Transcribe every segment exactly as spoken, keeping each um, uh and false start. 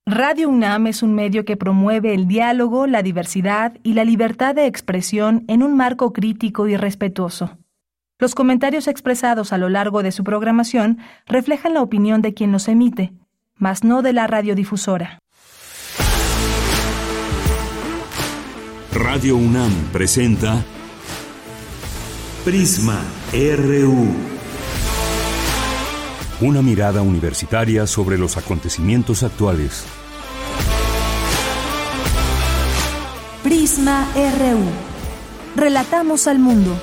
Radio UNAM es un medio que promueve el diálogo, la diversidad y la libertad de expresión en un marco crítico y respetuoso. Los comentarios expresados a lo largo de su programación reflejan la opinión de quien los emite, mas no de la radiodifusora. Radio UNAM presenta Prisma R U. Una mirada universitaria sobre los acontecimientos actuales. Prisma R U. Relatamos al mundo.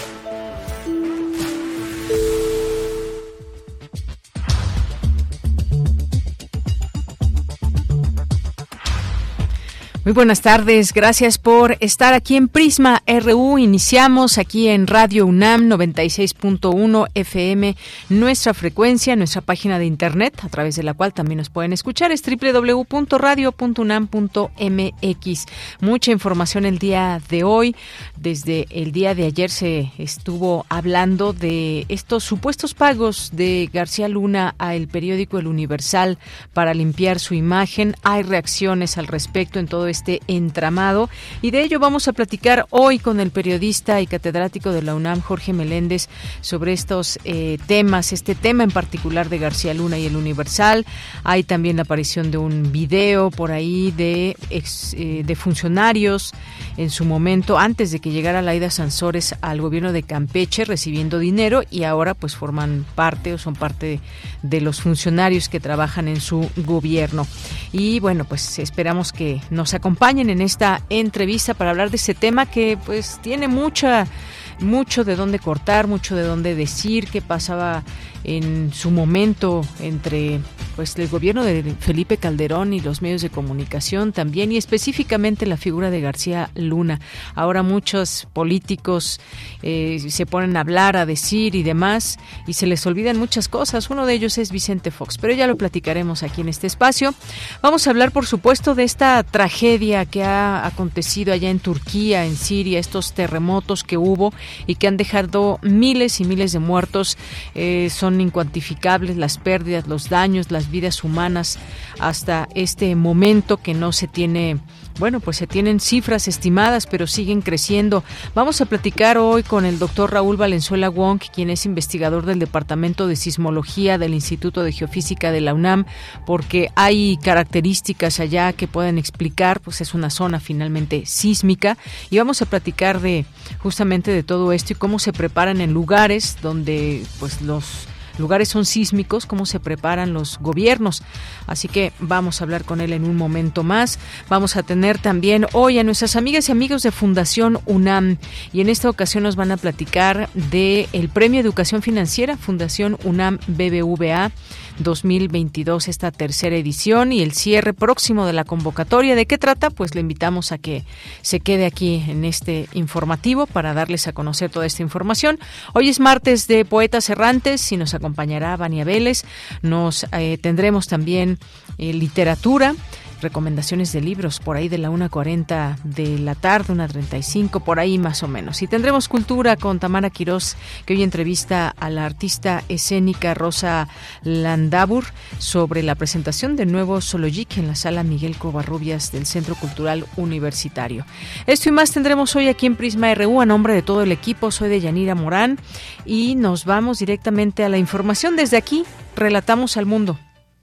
Muy buenas tardes, gracias por estar aquí en Prisma R U. Iniciamos aquí en Radio UNAM noventa y seis punto uno F M, nuestra frecuencia, nuestra página de internet, a través de la cual también nos pueden escuchar, es doble u doble u doble u punto radio punto unam punto m x. Mucha información el día de hoy. Desde el día de ayer se estuvo hablando de estos supuestos pagos de García Luna a el periódico El Universal para limpiar su imagen. Hay reacciones al respecto en todo esto este entramado, y de ello vamos a platicar hoy con el periodista y catedrático de la UNAM, Jorge Meléndez, sobre estos eh, temas, este tema en particular de García Luna y El Universal. Hay también la aparición de un video por ahí de, ex, eh, de funcionarios en su momento, antes de que llegara Laida Sansores al gobierno de Campeche, recibiendo dinero, y ahora pues forman parte o son parte de, de los funcionarios que trabajan en su gobierno. Y bueno, pues esperamos que nos acompañen en esta entrevista para hablar de ese tema que pues tiene mucha mucho de dónde cortar, mucho de dónde decir, qué pasaba en su momento entre pues el gobierno de Felipe Calderón y los medios de comunicación también, y específicamente la figura de García Luna. Ahora muchos políticos eh, se ponen a hablar, a decir y demás, y se les olvidan muchas cosas. Uno de ellos es Vicente Fox, pero ya lo platicaremos aquí en este espacio. Vamos a hablar, por supuesto, de esta tragedia que ha acontecido allá en Turquía, en Siria, estos terremotos que hubo y que han dejado miles y miles de muertos. Eh, son incuantificables las pérdidas, los daños, las vidas humanas hasta este momento, que no se tiene, bueno, pues se tienen cifras estimadas, pero siguen creciendo. Vamos a platicar hoy con el doctor Raúl Valenzuela Wong, quien es investigador del Departamento de Sismología del Instituto de Geofísica de la UNAM, porque hay características allá que pueden explicar, pues es una zona finalmente sísmica, y vamos a platicar de justamente de todo esto y cómo se preparan en lugares donde pues los lugares son sísmicos, cómo se preparan los gobiernos. Así que vamos a hablar con él en un momento más. Vamos a tener también hoy a nuestras amigas y amigos de Fundación UNAM, y en esta ocasión nos van a platicar de el Premio Educación Financiera Fundación UNAM B B V A dos mil veintidós, esta tercera edición, y el cierre próximo de la convocatoria. ¿De qué trata? Pues le invitamos a que se quede aquí en este informativo para darles a conocer toda esta información. Hoy es martes de Poetas Errantes y nos acompañará Vania Vélez. Nos eh, tendremos también eh, literatura, recomendaciones de libros por ahí de la una cuarenta de la tarde, una treinta y cinco, por ahí más o menos. Y tendremos cultura con Tamara Quirós, que hoy entrevista a la artista escénica Rosa Landabur sobre la presentación del nuevo Zoologic en la Sala Miguel Covarrubias del Centro Cultural Universitario. Esto y más tendremos hoy aquí en Prisma R U. A nombre de todo el equipo, soy Deyanira Morán, y nos vamos directamente a la información. Desde aquí, relatamos al mundo.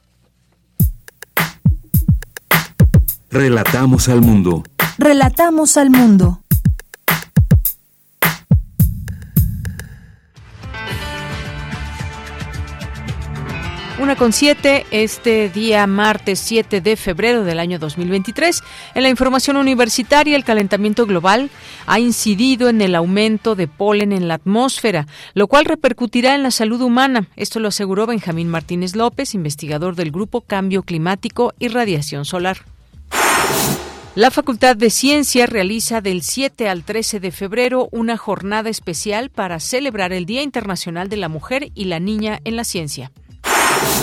Relatamos al mundo. Relatamos al mundo. Una con siete, este día martes siete de febrero del año dos mil veintitrés. En la información universitaria, el calentamiento global ha incidido en el aumento de polen en la atmósfera, lo cual repercutirá en la salud humana. Esto lo aseguró Benjamín Martínez López, investigador del Grupo Cambio Climático y Radiación Solar. La Facultad de Ciencias realiza del siete al trece de febrero una jornada especial para celebrar el Día Internacional de la Mujer y la Niña en la Ciencia.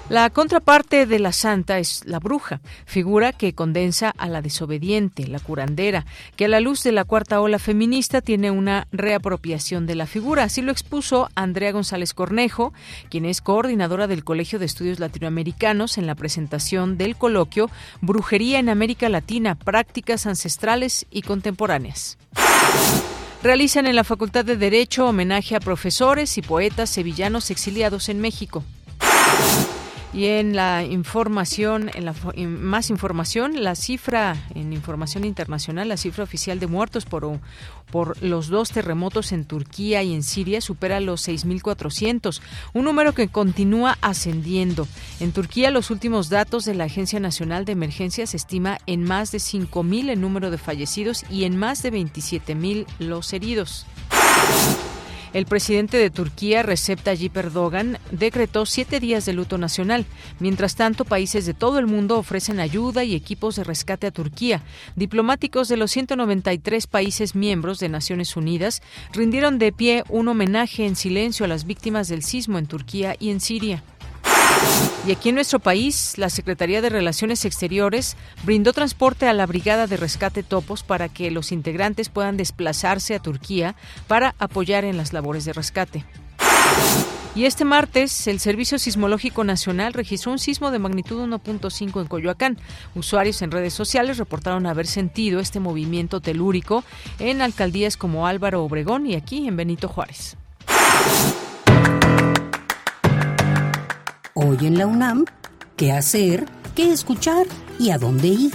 La contraparte de la santa es la bruja, figura que condensa a la desobediente, la curandera, que a la luz de la cuarta ola feminista tiene una reapropiación de la figura. Así lo expuso Andrea González Cornejo, quien es coordinadora del Colegio de Estudios Latinoamericanos, en la presentación del coloquio Brujería en América Latina, prácticas ancestrales y contemporáneas. Realizan en la Facultad de Derecho homenaje a profesores y poetas sevillanos exiliados en México. Y en la información, en la en más información, la cifra en información internacional, la cifra oficial de muertos por, por los dos terremotos en Turquía y en Siria supera los seis mil cuatrocientos, un número que continúa ascendiendo. En Turquía, los últimos datos de la Agencia Nacional de Emergencias estima en más de cinco mil el número de fallecidos y en más de veintisiete mil los heridos. El presidente de Turquía, Recep Tayyip Erdogan, decretó siete días de luto nacional. Mientras tanto, países de todo el mundo ofrecen ayuda y equipos de rescate a Turquía. Diplomáticos de los ciento noventa y tres países miembros de Naciones Unidas rindieron de pie un homenaje en silencio a las víctimas del sismo en Turquía y en Siria. Y aquí en nuestro país, la Secretaría de Relaciones Exteriores brindó transporte a la Brigada de Rescate Topos para que los integrantes puedan desplazarse a Turquía para apoyar en las labores de rescate. Y este martes, el Servicio Sismológico Nacional registró un sismo de magnitud uno punto cinco en Coyoacán. Usuarios en redes sociales reportaron haber sentido este movimiento telúrico en alcaldías como Álvaro Obregón y aquí en Benito Juárez. Hoy en la UNAM, ¿qué hacer, qué escuchar y a dónde ir?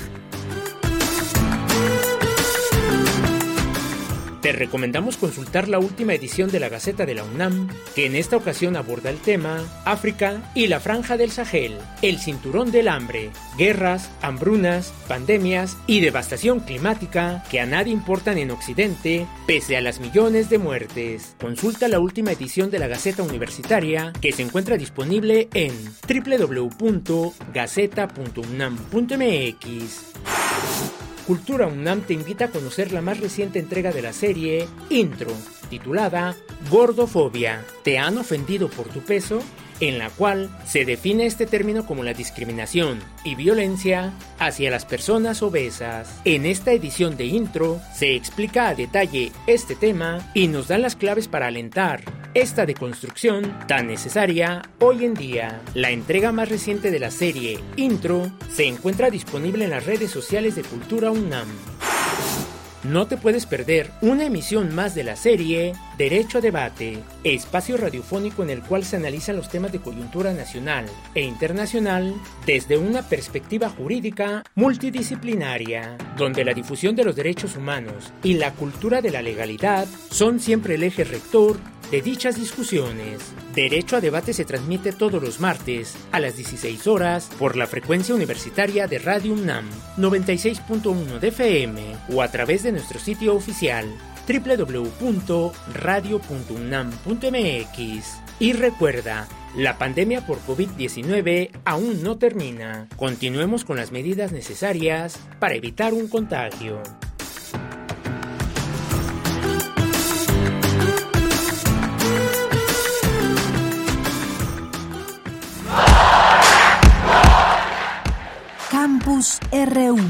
Te recomendamos consultar la última edición de la Gaceta de la UNAM, que en esta ocasión aborda el tema África y la Franja del Sahel, el cinturón del hambre, guerras, hambrunas, pandemias y devastación climática que a nadie importan en Occidente, pese a las millones de muertes. Consulta la última edición de la Gaceta Universitaria, que se encuentra disponible en doble u doble u doble u punto gaceta punto unam punto m x. Cultura UNAM te invita a conocer la más reciente entrega de la serie Intro, titulada Gordofobia. ¿Te han ofendido por tu peso? En la cual se define este término como la discriminación y violencia hacia las personas obesas. En esta edición de Intro se explica a detalle este tema y nos dan las claves para alentar esta deconstrucción tan necesaria hoy en día. La entrega más reciente de la serie Intro se encuentra disponible en las redes sociales de Cultura UNAM. No te puedes perder una emisión más de la serie Derecho a Debate, espacio radiofónico en el cual se analizan los temas de coyuntura nacional e internacional desde una perspectiva jurídica multidisciplinaria, donde la difusión de los derechos humanos y la cultura de la legalidad son siempre el eje rector de dichas discusiones. Derecho a Debate se transmite todos los martes a las dieciséis horas por la frecuencia universitaria de Radio UNAM noventa y seis punto uno de F M o a través de nuestro sitio oficial doble u doble u doble u punto radio punto unam punto m x. Y recuerda, la pandemia por covid diecinueve aún no termina. Continuemos con las medidas necesarias para evitar un contagio. Campus R U.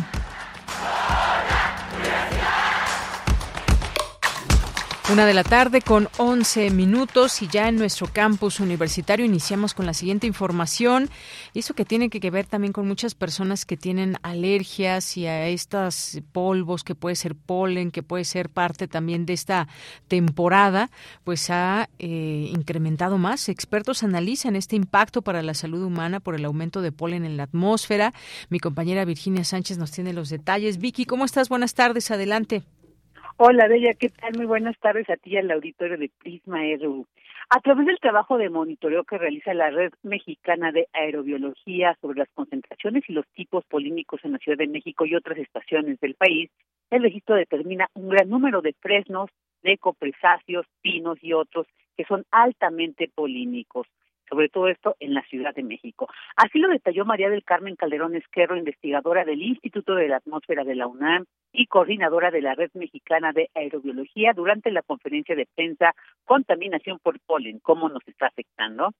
Una de la tarde con once minutos y ya en nuestro campus universitario iniciamos con la siguiente información. Eso que tiene que ver también con muchas personas que tienen alergias y a estos polvos, que puede ser polen, que puede ser parte también de esta temporada, pues ha eh, incrementado más. Expertos analizan este impacto para la salud humana por el aumento de polen en la atmósfera. Mi compañera Virginia Sánchez nos tiene los detalles. Vicky, ¿cómo estás? Buenas tardes, adelante. Hola, Bella, ¿qué tal? Muy buenas tardes a ti y al auditorio de Prisma R U. A través del trabajo de monitoreo que realiza la Red Mexicana de Aerobiología sobre las concentraciones y los tipos polínicos en la Ciudad de México y otras estaciones del país, el registro determina un gran número de fresnos, de copresáceos, pinos y otros que son altamente polínicos. Sobre todo esto en la Ciudad de México. Así lo detalló María del Carmen Calderón Esquerro, investigadora del Instituto de la Atmósfera de la UNAM y coordinadora de la Red Mexicana de Aerobiología durante la conferencia de prensa Contaminación por Polen, cómo nos está afectando.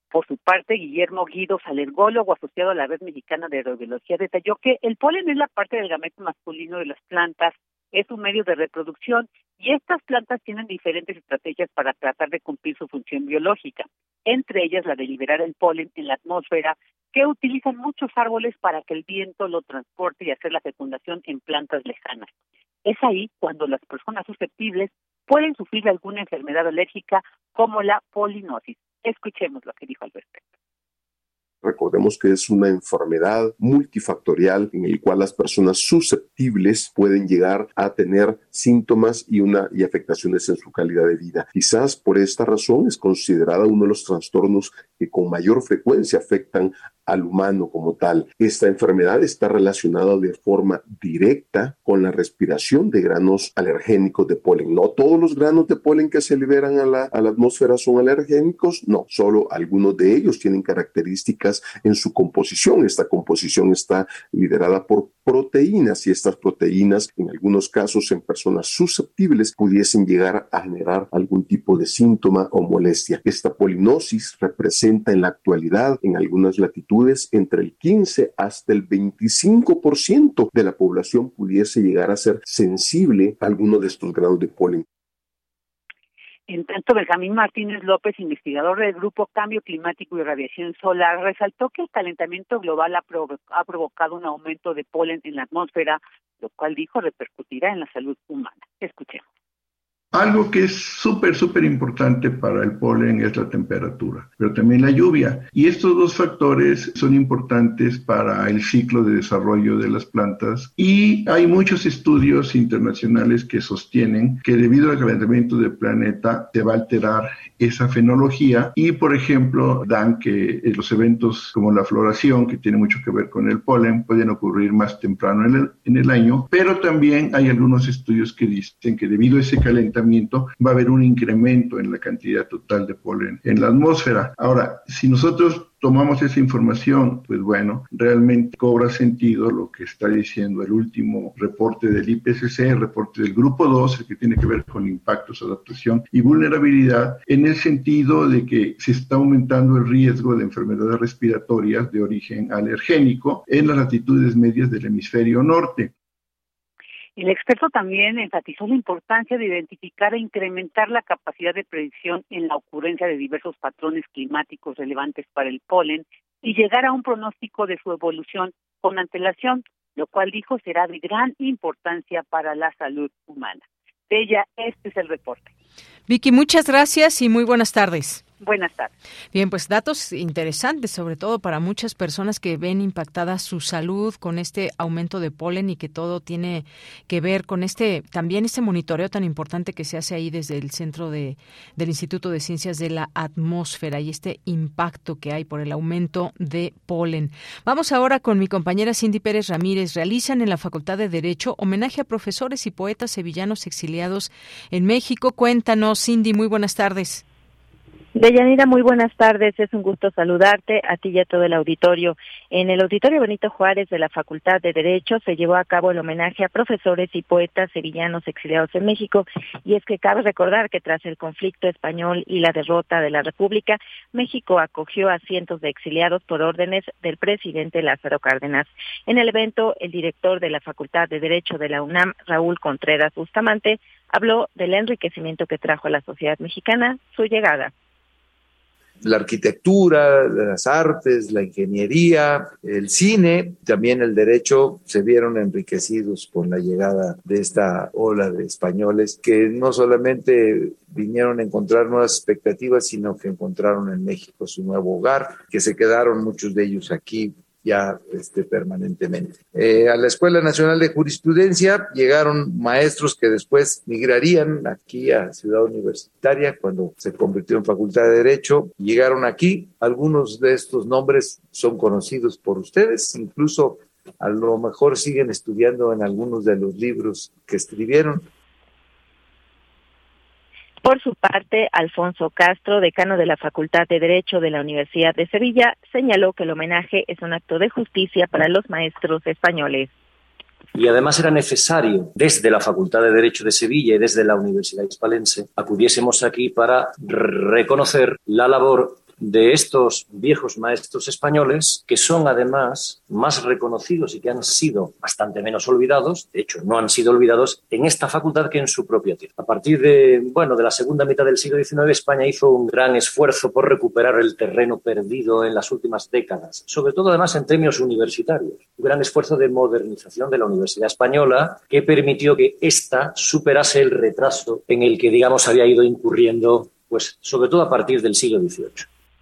Por su parte, Guillermo Guidos, alergólogo asociado a la Red Mexicana de Aerobiología, detalló que el polen es la parte del gameto masculino de las plantas, es un medio de reproducción y estas plantas tienen diferentes estrategias para tratar de cumplir su función biológica, entre ellas la de liberar el polen en la atmósfera, que utilizan muchos árboles para que el viento lo transporte y hacer la fecundación en plantas lejanas. Es ahí cuando las personas susceptibles pueden sufrir de alguna enfermedad alérgica como la polinosis. Escuchemos lo que dijo al respecto. Recordemos que es una enfermedad multifactorial en la cual las personas susceptibles pueden llegar a tener síntomas y, una, y afectaciones en su calidad de vida. Quizás por esta razón es considerada uno de los trastornos que con mayor frecuencia afectan al humano como tal. Esta enfermedad está relacionada de forma directa con la respiración de granos alergénicos de polen. No todos los granos de polen que se liberan a la, a la atmósfera son alergénicos, no, solo algunos de ellos tienen características en su composición. Esta composición está liderada por proteínas y estas proteínas, en algunos casos en personas susceptibles, pudiesen llegar a generar algún tipo de síntoma o molestia. Esta polinosis representa en la actualidad, en algunas latitudes, entre el quince hasta el veinticinco por ciento de la población pudiese llegar a ser sensible a alguno de estos granos de polen. En tanto, Benjamín Martínez López, investigador del Grupo Cambio Climático y Radiación Solar, resaltó que el calentamiento global ha, provo- ha provocado un aumento de polen en la atmósfera, lo cual dijo repercutirá en la salud humana. Escuchemos. Algo que es súper, súper importante para el polen es la temperatura, pero también la lluvia. Y estos dos factores son importantes para el ciclo de desarrollo de las plantas. Y hay muchos estudios internacionales que sostienen que debido al calentamiento del planeta se va a alterar esa fenología. Y, por ejemplo, dan que los eventos como la floración, que tiene mucho que ver con el polen, pueden ocurrir más temprano en el, en el año. Pero también hay algunos estudios que dicen que debido a ese calentamiento va a haber un incremento en la cantidad total de polen en la atmósfera. Ahora, si nosotros tomamos esa información, pues bueno, realmente cobra sentido lo que está diciendo el último reporte del I P C C, el reporte del grupo dos, el que tiene que ver con impactos, adaptación y vulnerabilidad, en el sentido de que se está aumentando el riesgo de enfermedades respiratorias de origen alergénico en las latitudes medias del hemisferio norte. El experto también enfatizó la importancia de identificar e incrementar la capacidad de predicción en la ocurrencia de diversos patrones climáticos relevantes para el polen y llegar a un pronóstico de su evolución con antelación, lo cual dijo será de gran importancia para la salud humana. De ella, este es el reporte. Vicky, muchas gracias y muy buenas tardes. Buenas tardes. Bien, pues datos interesantes, sobre todo para muchas personas que ven impactada su salud con este aumento de polen y que todo tiene que ver con este, también este monitoreo tan importante que se hace ahí desde el centro de, del Instituto de Ciencias de la Atmósfera y este impacto que hay por el aumento de polen. Vamos ahora con mi compañera Cindy Pérez Ramírez. Realizan en la Facultad de Derecho homenaje a profesores y poetas sevillanos exiliados en México. Cuéntanos, Cindy, muy buenas tardes. Deyanira, muy buenas tardes, es un gusto saludarte a ti y a todo el auditorio. En el Auditorio Benito Juárez de la Facultad de Derecho se llevó a cabo el homenaje a profesores y poetas sevillanos exiliados en México, y es que cabe recordar que tras el conflicto español y la derrota de la República, México acogió a cientos de exiliados por órdenes del presidente Lázaro Cárdenas. En el evento, el director de la Facultad de Derecho de la UNAM, Raúl Contreras Bustamante, habló del enriquecimiento que trajo a la sociedad mexicana su llegada. La arquitectura, las artes, la ingeniería, el cine, también el derecho se vieron enriquecidos con la llegada de esta ola de españoles que no solamente vinieron a encontrar nuevas expectativas, sino que encontraron en México su nuevo hogar, que se quedaron muchos de ellos aquí ya este, permanentemente. Eh, a la Escuela Nacional de Jurisprudencia llegaron maestros que después migrarían aquí a Ciudad Universitaria cuando se convirtió en Facultad de Derecho. Llegaron aquí, algunos de estos nombres son conocidos por ustedes, incluso a lo mejor siguen estudiando en algunos de los libros que escribieron. Por su parte, Alfonso Castro, decano de la Facultad de Derecho de la Universidad de Sevilla, señaló que el homenaje es un acto de justicia para los maestros españoles. Y además era necesario, desde la Facultad de Derecho de Sevilla y desde la Universidad Hispalense, acudiésemos aquí para reconocer la labor de estos viejos maestros españoles, que son además más reconocidos y que han sido bastante menos olvidados, de hecho no han sido olvidados en esta facultad que en su propia tierra. A partir de, bueno, de la segunda mitad del siglo diecinueve, España hizo un gran esfuerzo por recuperar el terreno perdido en las últimas décadas, sobre todo además en términos universitarios. Un gran esfuerzo de modernización de la Universidad Española que permitió que ésta superase el retraso en el que, digamos, había ido incurriendo, pues, sobre todo a partir del siglo dieciocho.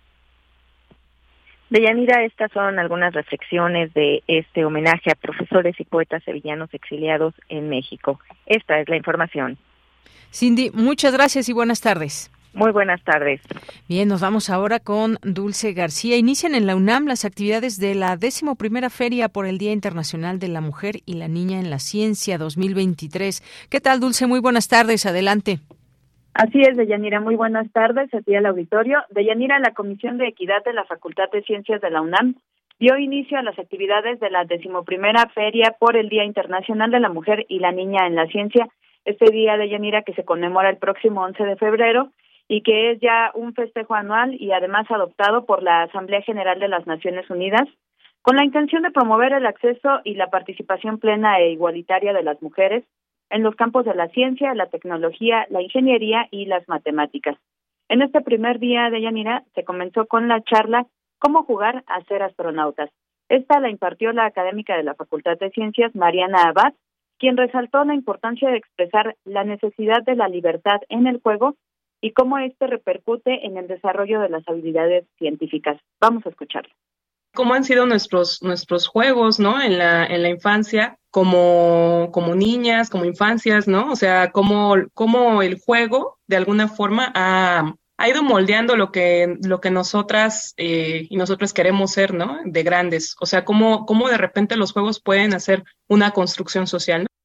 Deyanira, estas son algunas reflexiones de este homenaje a profesores y poetas sevillanos exiliados en México. Esta es la información. Cindy, muchas gracias y buenas tardes. Muy buenas tardes. Bien, nos vamos ahora con Dulce García. Inician en la UNAM las actividades de la décimo primera Feria por el Día Internacional de la Mujer y la Niña en la Ciencia dos mil veintitrés. ¿Qué tal, Dulce? Muy buenas tardes. Adelante. Así es, Deyanira. Muy buenas tardes a ti al auditorio. Deyanira, la Comisión de Equidad de la Facultad de Ciencias de la UNAM dio inicio a las actividades de la decimoprimera Feria por el Día Internacional de la Mujer y la Niña en la Ciencia. Este día, Deyanira, que se conmemora el próximo once de febrero y que es ya un festejo anual y además adoptado por la Asamblea General de las Naciones Unidas, con la intención de promover el acceso y la participación plena e igualitaria de las mujeres en los campos de la ciencia, la tecnología, la ingeniería y las matemáticas. En este primer día de Yanira se comenzó con la charla ¿Cómo jugar a ser astronautas? Esta la impartió la académica de la Facultad de Ciencias, Mariana Abad, quien resaltó la importancia de expresar la necesidad de la libertad en el juego y cómo este repercute en el desarrollo de las habilidades científicas. Vamos a escucharlo. ¿Cómo han sido nuestros nuestros juegos, ¿no? En la en la infancia, como como niñas, como infancias, ¿no? O sea, cómo cómo el juego de alguna forma ha, ha ido moldeando lo que lo que nosotras eh, y nosotros queremos ser, ¿no? De grandes. O sea, cómo cómo de repente los juegos pueden hacer una construcción social, ¿no?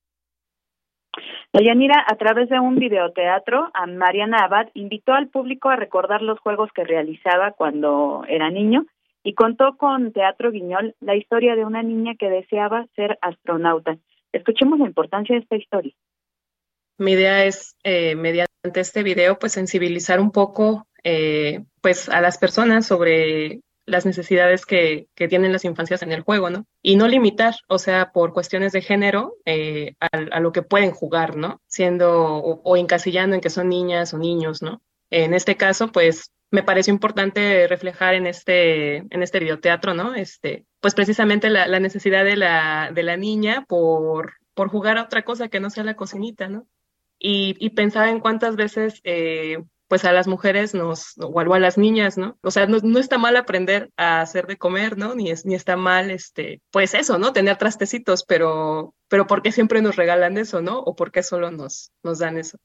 Deyanira, a través de un videoteatro, a Mariana Abad invitó al público a recordar los juegos que realizaba cuando era niño y contó con Teatro Guiñol la historia de una niña que deseaba ser astronauta. Escuchemos la importancia de esta historia. Mi idea es, eh, mediante este video, pues sensibilizar un poco eh, pues a las personas sobre las necesidades que, que tienen las infancias en el juego, ¿no? Y no limitar, o sea, por cuestiones de género, eh, a, a lo que pueden jugar, ¿no? Siendo o, o encasillando en que son niñas o niños, ¿no? En este caso, pues, me pareció importante reflejar en este, en este videoteatro, ¿no? Este, pues precisamente la, la necesidad de la, de la niña por, por jugar a otra cosa que no sea la cocinita, ¿no? Y, y pensaba en cuántas veces, eh, pues a las mujeres nos, o a las niñas, ¿no? O sea, no, no está mal aprender a hacer de comer, ¿no? Ni es, ni está mal, este, pues eso, ¿no? Tener trastecitos, pero, pero ¿por qué siempre nos regalan eso, no? ¿O por qué solo nos, nos dan eso?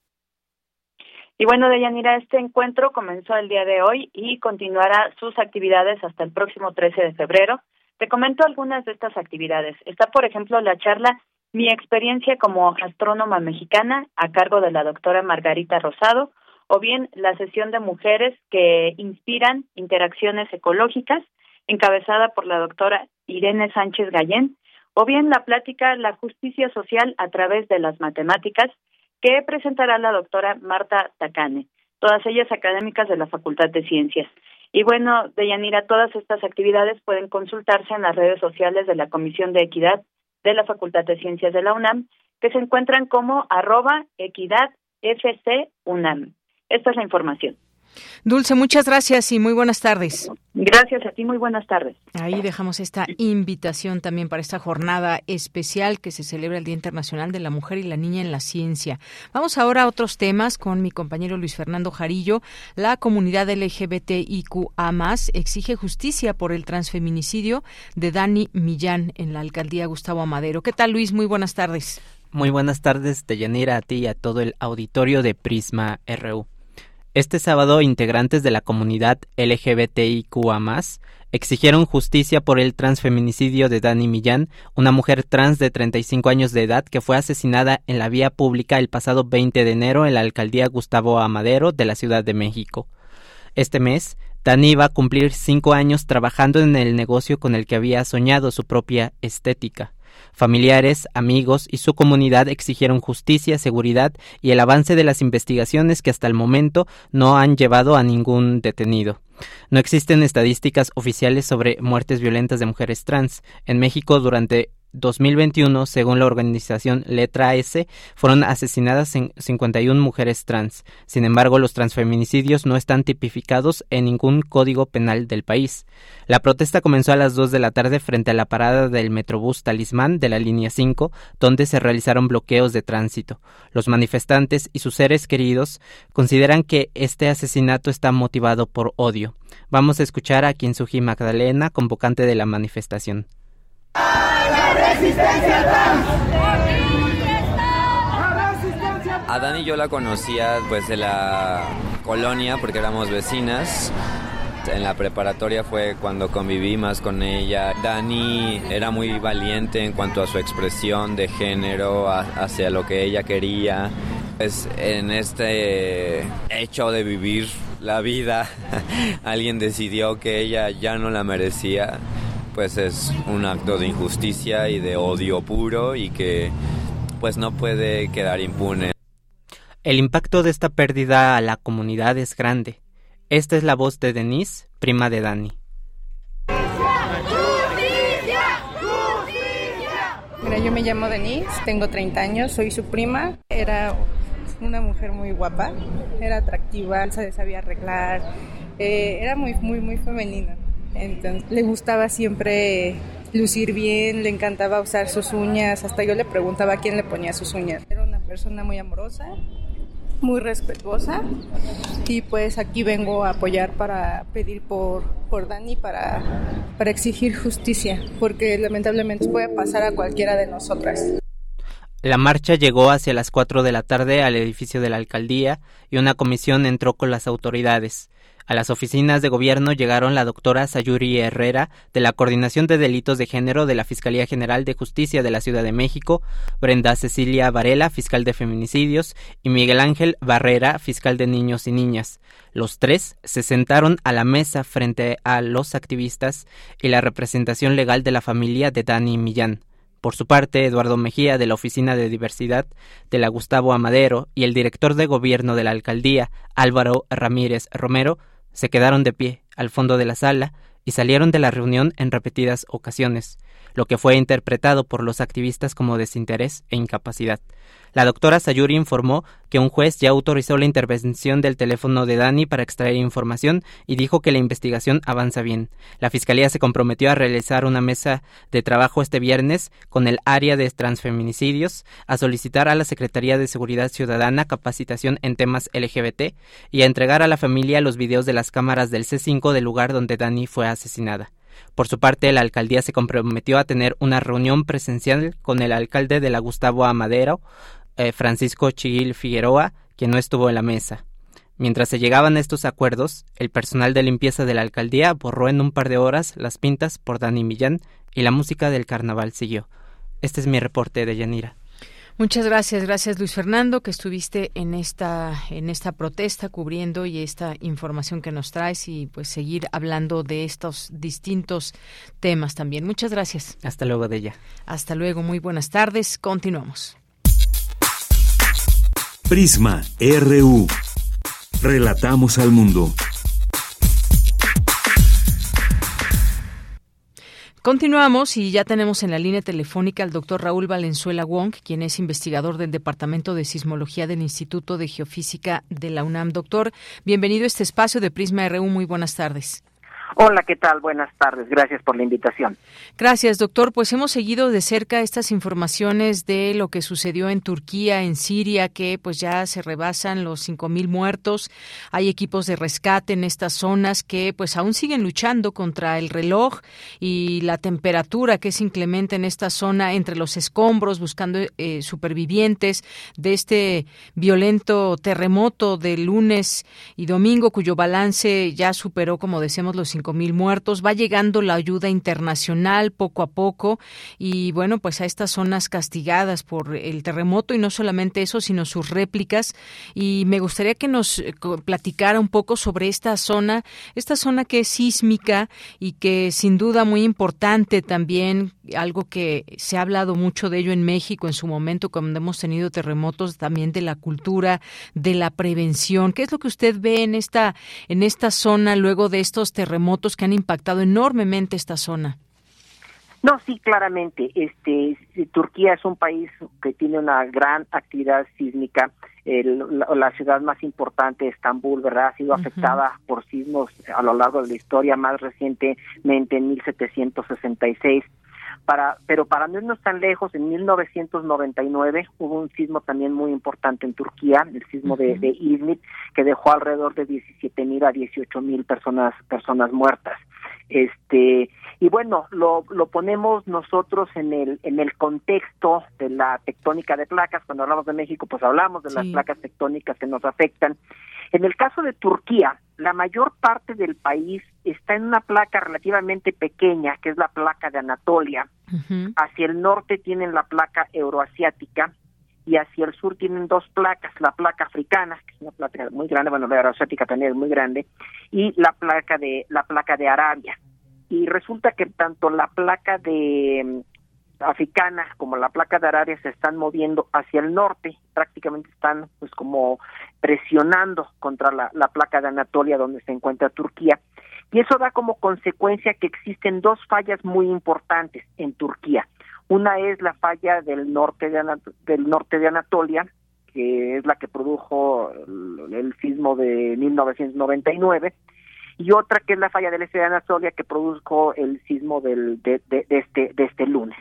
Y bueno, Deyanira, este encuentro comenzó el día de hoy y continuará sus actividades hasta el próximo trece de febrero. Te comento algunas de estas actividades. Está, por ejemplo, la charla Mi experiencia como astrónoma mexicana, a cargo de la doctora Margarita Rosado, o bien la sesión de mujeres que inspiran interacciones ecológicas, encabezada por la doctora Irene Sánchez Gallén, o bien la plática La justicia social a través de las matemáticas, que presentará la doctora Marta Tacane, todas ellas académicas de la Facultad de Ciencias. Y bueno, Deyanira, todas estas actividades pueden consultarse en las redes sociales de la Comisión de Equidad de la Facultad de Ciencias de la UNAM, que se encuentran como arroba equidad F C UNAM. Esta es la información. Dulce, muchas gracias y muy buenas tardes. Gracias a ti, muy buenas tardes. Ahí dejamos esta invitación también para esta jornada especial que se celebra el Día Internacional de la Mujer y la Niña en la Ciencia. Vamos ahora a otros temas con mi compañero Luis Fernando Jarillo. La comunidad L G B T I Q A más, exige justicia por el transfeminicidio de Dani Millán en la alcaldía Gustavo Amadero. ¿Qué tal, Luis? Muy buenas tardes. Muy buenas tardes, Deyanira, a ti y a todo el auditorio de Prisma R U. Este sábado, integrantes de la comunidad L G B T I Q A más, exigieron justicia por el transfeminicidio de Dani Millán, una mujer trans de treinta y cinco años de edad que fue asesinada en la vía pública el pasado veinte de enero en la alcaldía Gustavo Amadero de la Ciudad de México. Este mes, Dani va a cumplir cinco años trabajando en el negocio con el que había soñado su propia estética. Familiares, amigos y su comunidad exigieron justicia, seguridad y el avance de las investigaciones que hasta el momento no han llevado a ningún detenido. No existen estadísticas oficiales sobre muertes violentas de mujeres trans. En México, durante dos mil veintiuno, según la organización Letra S, fueron asesinadas en cincuenta y una mujeres trans. Sin embargo, los transfeminicidios no están tipificados en ningún código penal del país. La protesta comenzó a las dos de la tarde frente a la parada del Metrobús Talismán de la línea cinco, donde se realizaron bloqueos de tránsito. Los manifestantes y sus seres queridos consideran que este asesinato está motivado por odio. Vamos a escuchar a Kinsuji Magdalena, convocante de la manifestación. ¡La resistencia trans! A Dani yo la conocía pues de la colonia porque éramos vecinas. En la preparatoria fue cuando conviví más con ella. Dani era muy valiente en cuanto a su expresión de género, a, hacia lo que ella quería. Pues en este hecho de vivir la vida, alguien decidió que ella ya no la merecía. Pues es un acto de injusticia y de odio puro y que pues no puede quedar impune. El impacto de esta pérdida a la comunidad es grande. Esta es la voz de Denise, prima de Dani. Mira, yo me llamo Denise, tengo treinta años, soy su prima. Era una mujer muy guapa, era atractiva, se sabía arreglar, eh, era muy, muy, muy femenina. Entonces, le gustaba siempre lucir bien, le encantaba usar sus uñas, hasta yo le preguntaba a quién le ponía sus uñas. Era una persona muy amorosa, muy respetuosa y pues aquí vengo a apoyar para pedir por, por Dani, para, para exigir justicia, porque lamentablemente puede pasar a cualquiera de nosotras. La marcha llegó hacia las cuatro de la tarde al edificio de la alcaldía y una comisión entró con las autoridades. A las oficinas de gobierno llegaron la doctora Sayuri Herrera, de la Coordinación de Delitos de Género de la Fiscalía General de Justicia de la Ciudad de México, Brenda Cecilia Varela, fiscal de feminicidios, y Miguel Ángel Barrera, fiscal de niños y niñas. Los tres se sentaron a la mesa frente a los activistas y la representación legal de la familia de Dani Millán. Por su parte, Eduardo Mejía, de la Oficina de Diversidad de la Gustavo Amadero, y el director de gobierno de la alcaldía, Álvaro Ramírez Romero, se quedaron de pie al fondo de la sala y salieron de la reunión en repetidas ocasiones, lo que fue interpretado por los activistas como desinterés e incapacidad. La doctora Sayuri informó que un juez ya autorizó la intervención del teléfono de Dani para extraer información y dijo que la investigación avanza bien. La Fiscalía se comprometió a realizar una mesa de trabajo este viernes con el área de transfeminicidios, a solicitar a la Secretaría de Seguridad Ciudadana capacitación en temas L G B T y a entregar a la familia los videos de las cámaras del C cinco del lugar donde Dani fue asesinada. Por su parte, la alcaldía se comprometió a tener una reunión presencial con el alcalde de la Gustavo Amadero, eh, Francisco Chiguil Figueroa, quien no estuvo en la mesa. Mientras se llegaban a estos acuerdos, el personal de limpieza de la alcaldía borró en un par de horas las pintas por Dani Millán y la música del carnaval siguió. Este es mi reporte de Yanira. Muchas gracias, gracias Luis Fernando, que estuviste en esta en esta protesta cubriendo y esta información que nos traes y pues seguir hablando de estos distintos temas también. Muchas gracias. Hasta luego, Deya. Hasta luego, muy buenas tardes. Continuamos. Prisma R U. Relatamos al mundo. Continuamos y ya tenemos en la línea telefónica al doctor Raúl Valenzuela Wong, quien es investigador del Departamento de Sismología del Instituto de Geofísica de la UNAM. Doctor, bienvenido a este espacio de Prisma R U. Muy buenas tardes. Hola, ¿qué tal? Buenas tardes. Gracias por la invitación. Gracias, doctor. Pues hemos seguido de cerca estas informaciones de lo que sucedió en Turquía, en Siria, que pues ya se rebasan los cinco mil muertos. Hay equipos de rescate en estas zonas que pues aún siguen luchando contra el reloj y la temperatura que es inclemente en esta zona, entre los escombros, buscando eh, supervivientes de este violento terremoto de lunes y domingo, cuyo balance ya superó, como decíamos, los cinco cinco mil muertos. Va llegando la ayuda internacional poco a poco y bueno, pues a estas zonas castigadas por el terremoto y no solamente eso, sino sus réplicas. Y me gustaría que nos platicara un poco sobre esta zona, esta zona que es sísmica y que sin duda muy importante también, algo que se ha hablado mucho de ello en México en su momento cuando hemos tenido terremotos, también de la cultura, de la prevención. ¿Qué es lo que usted ve en esta, en esta zona luego de estos terremotos que han impactado enormemente esta zona? No, sí, claramente. Este, Turquía es un país que tiene una gran actividad sísmica. El, la, la ciudad más importante, Estambul, ¿verdad?, ha sido uh-huh. afectada por sismos a lo largo de la historia, más recientemente en mil setecientos sesenta y seis. Para, pero para no irnos tan lejos, en mil novecientos noventa y nueve hubo un sismo también muy importante en Turquía, el sismo uh-huh. de, de Izmit, que dejó alrededor de diecisiete mil a dieciocho mil personas personas muertas. Este y bueno, lo lo ponemos nosotros en el en el contexto de la tectónica de placas. Cuando hablamos de México, pues hablamos de sí. las placas tectónicas que nos afectan. En el caso de Turquía, la mayor parte del país está en una placa relativamente pequeña, que es la placa de Anatolia. Uh-huh. Hacia el norte tienen la placa euroasiática y hacia el sur tienen dos placas, la placa africana, que es una placa muy grande, bueno, la euroasiática también es muy grande, y la placa de la placa de Arabia. Y resulta que tanto la placa de africana como la placa de Arabia se están moviendo hacia el norte, prácticamente están pues como presionando contra la, la placa de Anatolia donde se encuentra Turquía, y eso da como consecuencia que existen dos fallas muy importantes en Turquía. Una es la falla del norte de Anat- del norte de Anatolia, que es la que produjo el, el sismo de mil novecientos noventa y nueve, y otra que es la falla del este de Anatolia, que produjo el sismo del de, de, de este de este lunes.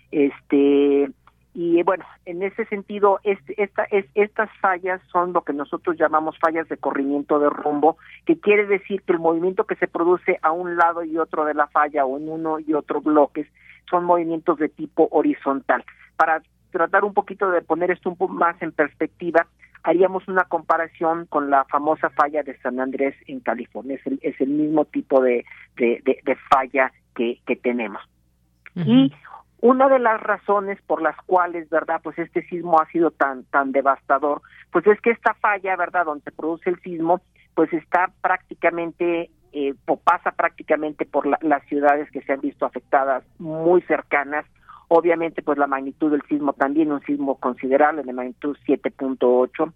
Este y bueno, en ese sentido, este, esta, es, estas fallas son lo que nosotros llamamos fallas de corrimiento de rumbo, que quiere decir que el movimiento que se produce a un lado y otro de la falla o en uno y otro bloques son movimientos de tipo horizontal. Para tratar un poquito de poner esto un poco más en perspectiva, haríamos una comparación con la famosa falla de San Andrés en California. Es el, es el mismo tipo de, de, de, de falla que, que tenemos. Uh-huh. Y una de las razones por las cuales, ¿verdad?, pues este sismo ha sido tan tan devastador, pues es que esta falla, ¿verdad?, donde se produce el sismo, pues está prácticamente, eh, o pasa prácticamente por la, las ciudades que se han visto afectadas muy cercanas. Obviamente, pues la magnitud del sismo también, un sismo considerable de magnitud siete punto ocho.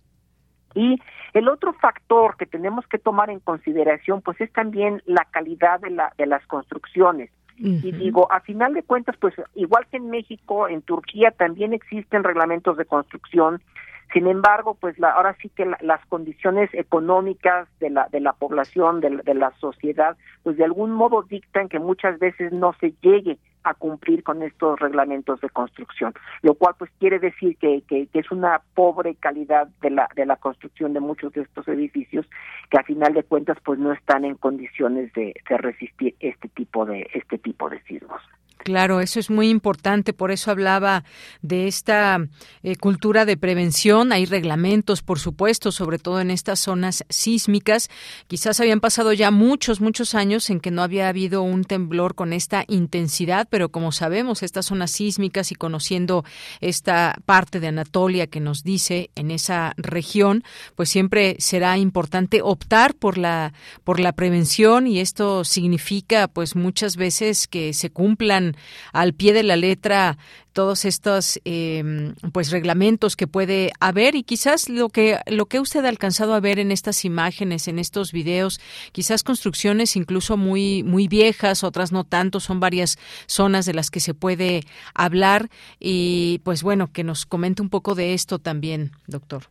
Y el otro factor que tenemos que tomar en consideración, pues es también la calidad de la de las construcciones. Uh-huh. Y digo, a final de cuentas, pues igual que en México, en Turquía también existen reglamentos de construcción. Sin embargo, pues la, ahora sí que la, las condiciones económicas de la de la población, de, de la sociedad, pues de algún modo dictan que muchas veces no se llegue a cumplir con estos reglamentos de construcción, lo cual pues quiere decir que, que, que es una pobre calidad de la de la construcción de muchos de estos edificios, que a final de cuentas pues no están en condiciones de, de resistir este tipo de este tipo de sismos. Claro, eso es muy importante, por eso hablaba de esta eh, cultura de prevención. Hay reglamentos, por supuesto, sobre todo en estas zonas sísmicas. Quizás habían pasado ya muchos, muchos años en que no había habido un temblor con esta intensidad, pero como sabemos, estas zonas sísmicas y conociendo esta parte de Anatolia que nos dice en esa región, pues siempre será importante optar por la, por la prevención, y esto significa pues muchas veces que se cumplan al pie de la letra todos estos eh, pues reglamentos que puede haber, y quizás lo que lo que usted ha alcanzado a ver en estas imágenes, en estos videos, quizás construcciones incluso muy muy viejas, otras no tanto, son varias zonas de las que se puede hablar, y pues bueno, que nos comente un poco de esto también, doctor.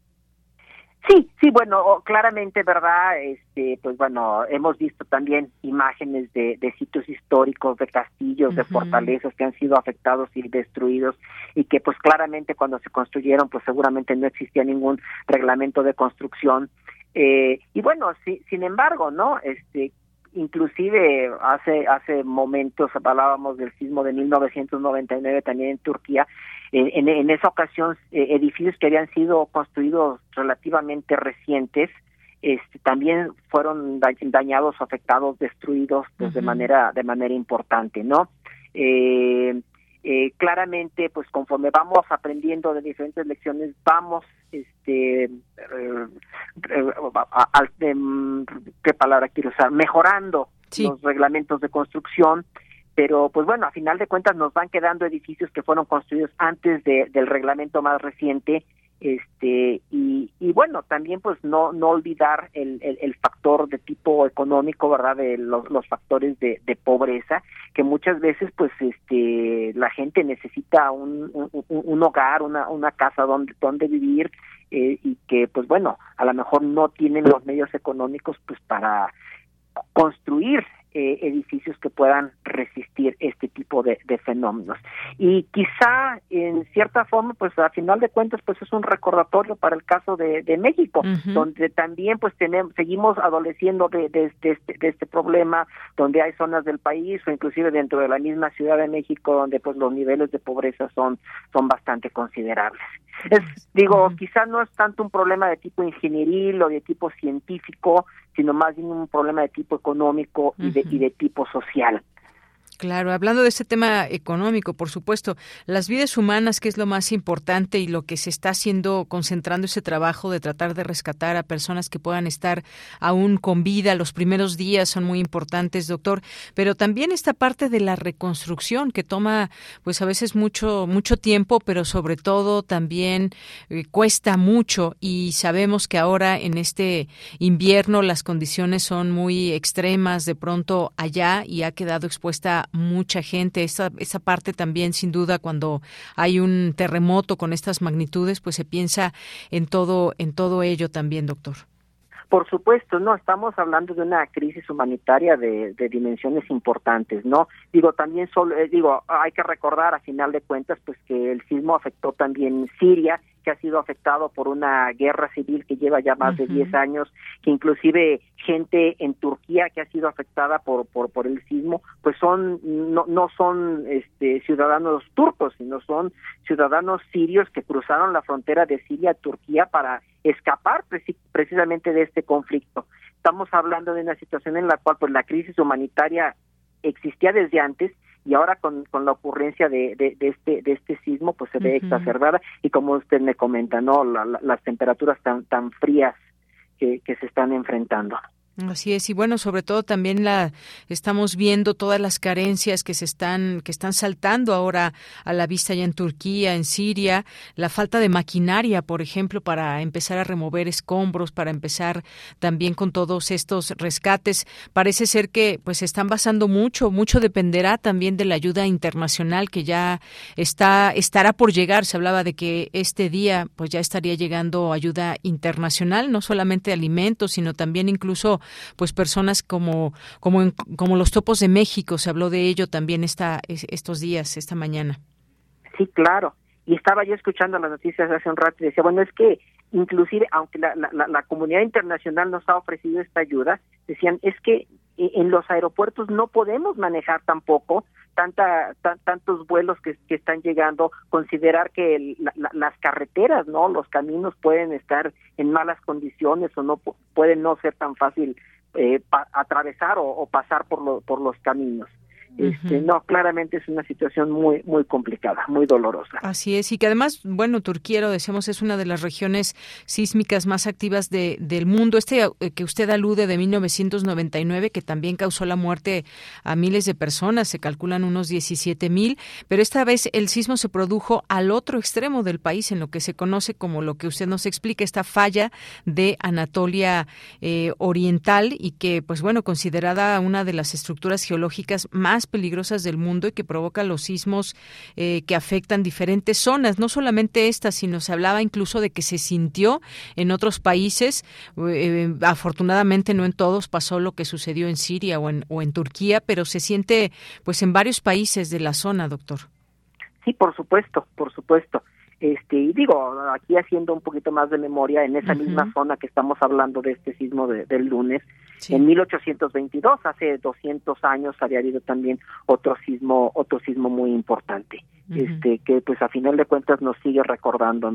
Sí, sí, bueno, claramente, ¿verdad? Este, pues bueno, hemos visto también imágenes de, de sitios históricos, de castillos, uh-huh. de fortalezas que han sido afectados y destruidos, y que pues claramente cuando se construyeron pues seguramente no existía ningún reglamento de construcción. Eh, y bueno, sí, sin embargo, ¿no? Este, inclusive hace hace momentos hablábamos del sismo de mil novecientos noventa y nueve también en Turquía. En, en esa ocasión, eh, edificios que habían sido construidos relativamente recientes, este, también fueron dañados, afectados, destruidos, pues, uh-huh. de manera de manera importante, ¿no? Eh, eh, claramente, pues, conforme vamos aprendiendo de diferentes lecciones, vamos, este, eh, eh, a, a, eh, ¿qué palabra quiero usar? Mejorando sí. los reglamentos de construcción. Pero, pues bueno, a final de cuentas nos van quedando edificios que fueron construidos antes de, del reglamento más reciente, este y, y bueno, también pues no no olvidar el, el, el factor de tipo económico, ¿verdad? De los, los factores de, de pobreza, que muchas veces pues este la gente necesita un, un, un hogar, una, una casa donde, donde vivir, eh, y que pues bueno, a lo mejor no tienen los medios económicos pues para construir Eh, edificios que puedan resistir este tipo de, de fenómenos. Y quizá, en cierta forma, pues a final de cuentas, pues es un recordatorio para el caso de, de México, uh-huh. donde también pues tenemos, seguimos adoleciendo de, de, de, este, de este problema, donde hay zonas del país o inclusive dentro de la misma Ciudad de México, donde pues los niveles de pobreza son, son bastante considerables. Es, digo, uh-huh. quizá no es tanto un problema de tipo ingenieril o de tipo científico, sino más bien un problema de tipo económico y de, uh-huh. y de tipo social. Claro, hablando de este tema económico, por supuesto, las vidas humanas, que es lo más importante y lo que se está haciendo, concentrando ese trabajo de tratar de rescatar a personas que puedan estar aún con vida. Los primeros días son muy importantes, doctor, pero también esta parte de la reconstrucción que toma, pues a veces mucho mucho tiempo, pero sobre todo también eh, cuesta mucho, y sabemos que ahora en este invierno las condiciones son muy extremas de pronto allá y ha quedado expuesta mucha gente. Esa, esa parte también, sin duda, cuando hay un terremoto con estas magnitudes, pues se piensa en todo, en todo ello también, doctor. Por supuesto, no, estamos hablando de una crisis humanitaria de, de dimensiones importantes, ¿no? Digo, también solo, eh, digo, hay que recordar a final de cuentas, pues que el sismo afectó también Siria, que ha sido afectado por una guerra civil que lleva ya más uh-huh. de diez años, que inclusive gente en Turquía que ha sido afectada por por por el sismo, pues son no no son este ciudadanos turcos, sino son ciudadanos sirios que cruzaron la frontera de Siria a Turquía para escapar preci- precisamente de este conflicto. Estamos hablando de una situación en la cual pues la crisis humanitaria existía desde antes, y ahora con, con la ocurrencia de, de, de este de este sismo pues se ve uh-huh. exacerbada, y como usted me comenta, no la, la, las temperaturas tan tan frías que, que se están enfrentando. Así es, y bueno, sobre todo también la estamos viendo todas las carencias que se están que están saltando ahora a la vista ya en Turquía, en Siria, la falta de maquinaria, por ejemplo, para empezar a remover escombros, para empezar también con todos estos rescates. Parece ser que pues se están basando mucho, mucho dependerá también de la ayuda internacional que ya está estará por llegar. Se hablaba de que este día pues ya estaría llegando ayuda internacional, no solamente alimentos, sino también incluso pues personas como como en, como los Topos de México. Se habló de ello también esta estos días, esta mañana. Sí, claro. Y estaba yo escuchando las noticias hace un rato y decía, bueno, es que inclusive aunque la, la, la comunidad internacional nos ha ofrecido esta ayuda, decían, es que en los aeropuertos no podemos manejar tampoco tanta tan, tantos vuelos que, que están llegando, considerar que el, la, la, las carreteras, no, los caminos pueden estar en malas condiciones o no pueden no ser tan fácil eh, pa, atravesar o, o pasar por lo, por los caminos. Este, uh-huh. No, claramente es una situación muy muy complicada, muy dolorosa. Así es, y que además, bueno, Turquía, lo decíamos, es una de las regiones sísmicas más activas de, del mundo. Este eh, que usted alude de mil novecientos noventa y nueve, que también causó la muerte a miles de personas, se calculan unos diecisiete mil, pero esta vez el sismo se produjo al otro extremo del país, en lo que se conoce como lo que usted nos explica, esta falla de Anatolia eh, Oriental, y que, pues bueno, considerada una de las estructuras geológicas más peligrosas del mundo y que provoca los sismos eh, que afectan diferentes zonas, no solamente estas, sino se hablaba incluso de que se sintió en otros países, eh, afortunadamente no en todos pasó lo que sucedió en Siria o en, o en Turquía, pero se siente pues en varios países de la zona, doctor. Sí, por supuesto, por supuesto. Este, y digo, aquí haciendo un poquito más de memoria, en esa uh-huh. misma zona que estamos hablando de este sismo de, del lunes, sí. en mil ochocientos veintidós, hace doscientos años, había habido también otro sismo, otro sismo muy importante, uh-huh. este, que pues a final de cuentas nos sigue recordando, ¿no?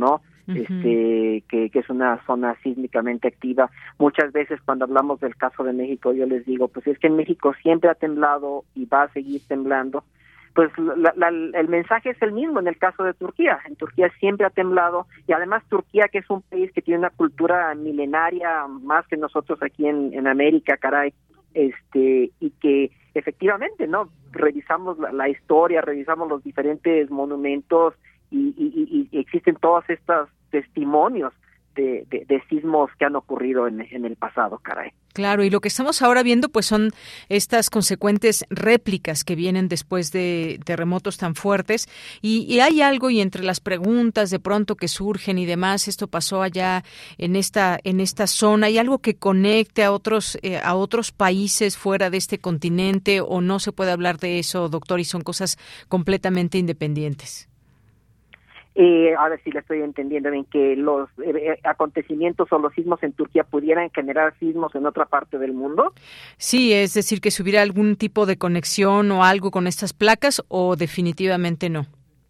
uh-huh. este que, que es una zona sísmicamente activa. Muchas veces cuando hablamos del caso de México, yo les digo, pues es que en México siempre ha temblado y va a seguir temblando. Pues la, la, el mensaje es el mismo en el caso de Turquía. En Turquía siempre ha temblado, y además Turquía, que es un país que tiene una cultura milenaria más que nosotros aquí en, en América, caray, este y que efectivamente, ¿no? Revisamos la, la historia, revisamos los diferentes monumentos y, y, y existen todos estos testimonios de, de, de sismos que han ocurrido en, en el pasado, caray. Claro, y lo que estamos ahora viendo pues son estas consecuentes réplicas que vienen después de terremotos tan fuertes, y, y hay algo, y entre las preguntas de pronto que surgen y demás, esto pasó allá en esta en esta zona, ¿hay algo que conecte a otros eh, a otros países fuera de este continente, o no se puede hablar de eso, doctor, y son cosas completamente independientes? Eh, a ver si le estoy entendiendo bien, que los eh, acontecimientos o los sismos en Turquía pudieran generar sismos en otra parte del mundo. Sí, es decir, que si hubiera algún tipo de conexión o algo con estas placas, o definitivamente no.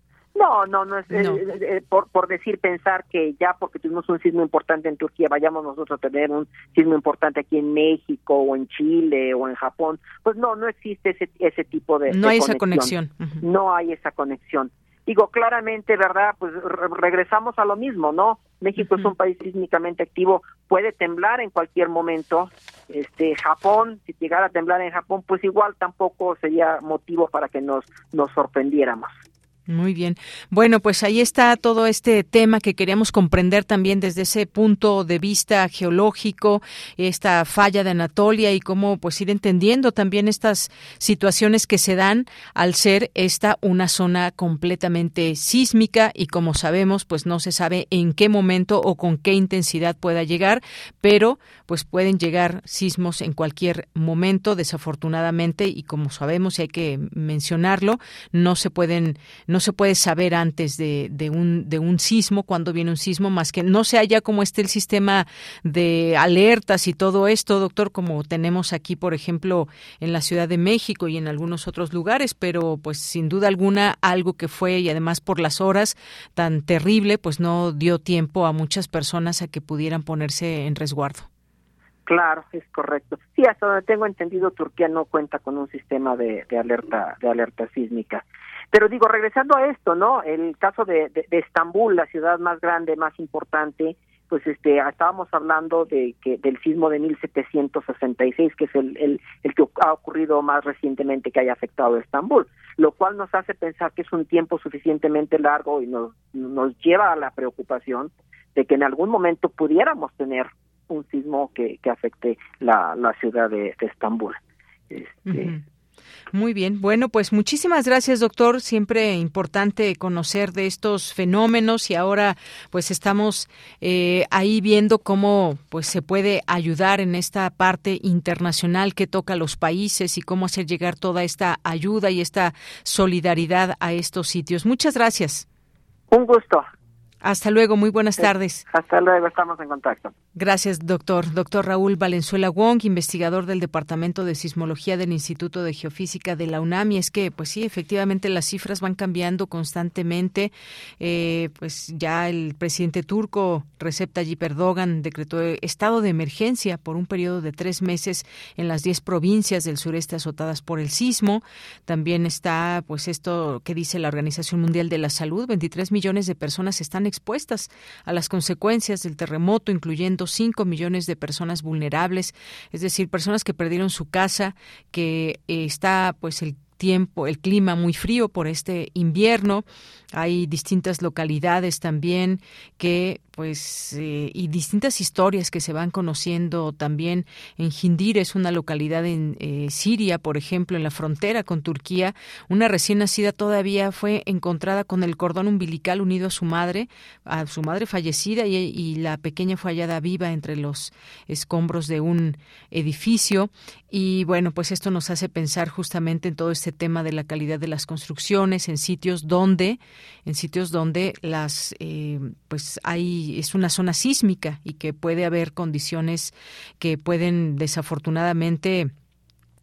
No, no, no es no. Eh, eh, por, por decir, pensar que ya porque tuvimos un sismo importante en Turquía, vayamos nosotros a tener un sismo importante aquí en México o en Chile o en Japón. Pues no, no existe ese ese tipo de No de hay conexión. esa conexión. Uh-huh. No hay esa conexión. Digo, claramente, ¿verdad? Pues re- regresamos a lo mismo, ¿no? México uh-huh. es un país sísmicamente activo, puede temblar en cualquier momento. Este, Japón, si llegara a temblar en Japón, pues igual tampoco sería motivo para que nos nos sorprendiéramos. Muy bien. Bueno, pues ahí está todo este tema que queríamos comprender también desde ese punto de vista geológico, esta falla de Anatolia, y cómo pues ir entendiendo también estas situaciones que se dan al ser esta una zona completamente sísmica, y como sabemos, pues no se sabe en qué momento o con qué intensidad pueda llegar, pero pues pueden llegar sismos en cualquier momento, desafortunadamente, y como sabemos, y hay que mencionarlo, no se pueden no se puede saber antes de, de un de un sismo, cuando viene un sismo, más que no se haya como esté el sistema de alertas y todo esto, doctor, como tenemos aquí, por ejemplo, en la Ciudad de México y en algunos otros lugares, pero pues sin duda alguna algo que fue, y además por las horas tan terrible, pues no dio tiempo a muchas personas a que pudieran ponerse en resguardo. Claro, es correcto. Sí, hasta donde tengo entendido, Turquía no cuenta con un sistema de, de alerta de alerta sísmica. Pero digo, regresando a esto, ¿no? El caso de, de, de Estambul, la ciudad más grande, más importante, pues este estábamos hablando de que del sismo de mil setecientos sesenta y seis, que es el, el, el que ha ocurrido más recientemente que haya afectado a Estambul, lo cual nos hace pensar que es un tiempo suficientemente largo y nos, nos lleva a la preocupación de que en algún momento pudiéramos tener un sismo que, que afecte la, la ciudad de, de Estambul. Este, uh-huh. Muy bien. Bueno, pues muchísimas gracias, doctor. Siempre importante conocer de estos fenómenos, y ahora pues estamos eh, ahí viendo cómo pues se puede ayudar en esta parte internacional que toca a los países, y cómo hacer llegar toda esta ayuda y esta solidaridad a estos sitios. Muchas gracias. Un gusto. Hasta luego, muy buenas tardes. Hasta luego, estamos en contacto. Gracias, doctor. Doctor Raúl Valenzuela Wong, investigador del Departamento de Sismología del Instituto de Geofísica de la UNAM. Y es que, pues sí, efectivamente las cifras van cambiando constantemente. Eh, pues ya el presidente turco, Recep Tayyip Erdogan, decretó estado de emergencia por un periodo de tres meses en las diez provincias del sureste azotadas por el sismo. También está, pues, esto que dice la Organización Mundial de la Salud: veintitrés millones de personas están expuestas a las consecuencias del terremoto, incluyendo cinco millones de personas vulnerables, es decir, personas que perdieron su casa, que eh, está pues el tiempo, el clima muy frío por este invierno. Hay distintas localidades también que, pues, eh, y distintas historias que se van conociendo también. En Jindir, es una localidad en eh, Siria, por ejemplo, en la frontera con Turquía. Una recién nacida todavía fue encontrada con el cordón umbilical unido a su madre, a su madre fallecida, y, y la pequeña fue hallada viva entre los escombros de un edificio. Y bueno, pues esto nos hace pensar justamente en todo este tema de la calidad de las construcciones en sitios donde en sitios donde las eh, pues hay es una zona sísmica, y que puede haber condiciones que pueden desafortunadamente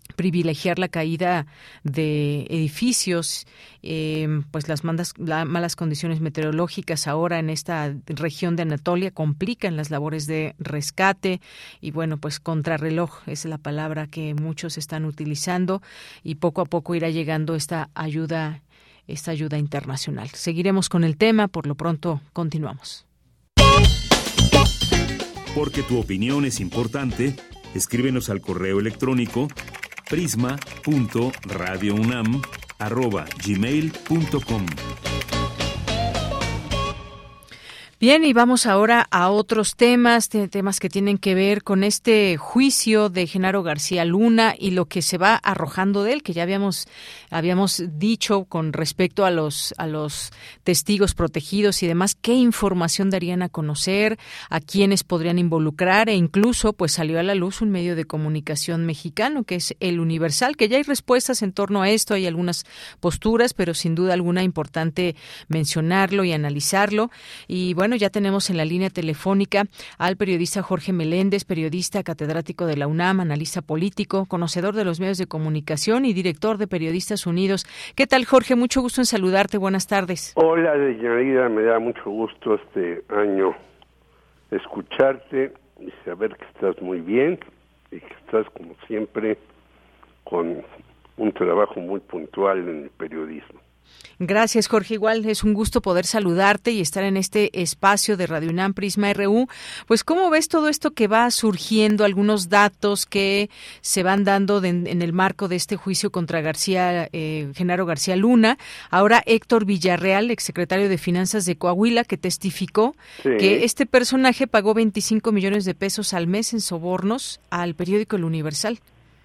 privilegiar la caída de edificios, eh, pues las mandas, la, malas condiciones meteorológicas ahora en esta región de Anatolia complican las labores de rescate y bueno, pues contrarreloj es la palabra que muchos están utilizando y poco a poco irá llegando esta ayuda, esta ayuda internacional. Seguiremos con el tema, por lo pronto continuamos. Porque tu opinión es importante, escríbenos al correo electrónico prisma punto radio unam arroba gmail punto com. Bien, y vamos ahora a otros temas, temas que tienen que ver con este juicio de Genaro García Luna y lo que se va arrojando de él, que ya habíamos habíamos dicho con respecto a los a los testigos protegidos y demás, qué información darían a conocer, a quiénes podrían involucrar, e incluso pues salió a la luz un medio de comunicación mexicano que es El Universal, que ya hay respuestas en torno a esto, hay algunas posturas, pero sin duda alguna importante mencionarlo y analizarlo. Y bueno, Bueno, ya tenemos en la línea telefónica al periodista Jorge Meléndez, periodista catedrático de la UNAM, analista político, conocedor de los medios de comunicación y director de Periodistas Unidos. ¿Qué tal, Jorge? Mucho gusto en saludarte. Buenas tardes. Hola, Deyanira. Me da mucho gusto este año escucharte y saber que estás muy bien y que estás, como siempre, con un trabajo muy puntual en el periodismo. Gracias, Jorge. Igual es un gusto poder saludarte y estar en este espacio de Radio UNAM Prisma R U. Pues, ¿cómo ves todo esto que va surgiendo, algunos datos que se van dando de, en el marco de este juicio contra García, eh, Genaro García Luna? Ahora Héctor Villarreal, exsecretario de Finanzas de Coahuila, que testificó sí. que este personaje pagó veinticinco millones de pesos al mes en sobornos al periódico El Universal.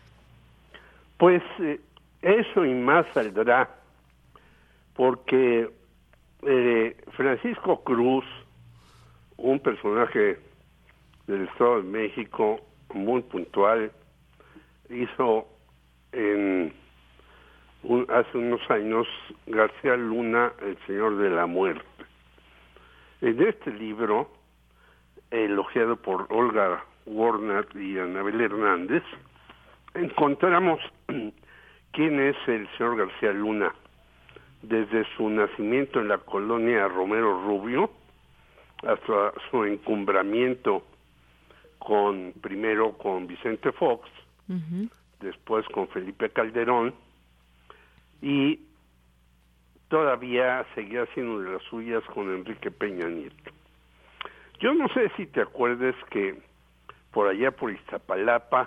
Pues eh, eso y más saldrá, porque eh, Francisco Cruz, un personaje del Estado de México muy puntual, hizo en un, hace unos años García Luna, el Señor de la Muerte. En este libro, elogiado por Olga Warner y Anabel Hernández, encontramos quién es el señor García Luna desde su nacimiento en la colonia Romero Rubio hasta su encumbramiento con primero con Vicente Fox, uh-huh. después con Felipe Calderón, y todavía seguía haciendo de las suyas con Enrique Peña Nieto. Yo no sé si te acuerdas que por allá por Iztapalapa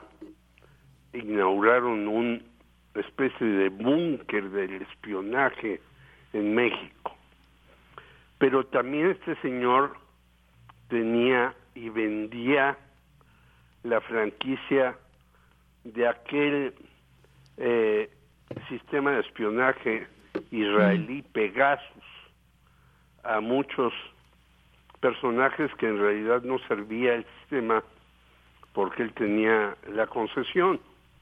inauguraron un especie de búnker del espionaje en México. Pero también este señor tenía y vendía la franquicia de aquel eh, sistema de espionaje israelí Pegasus a muchos personajes que en realidad no servía el sistema porque él tenía la concesión.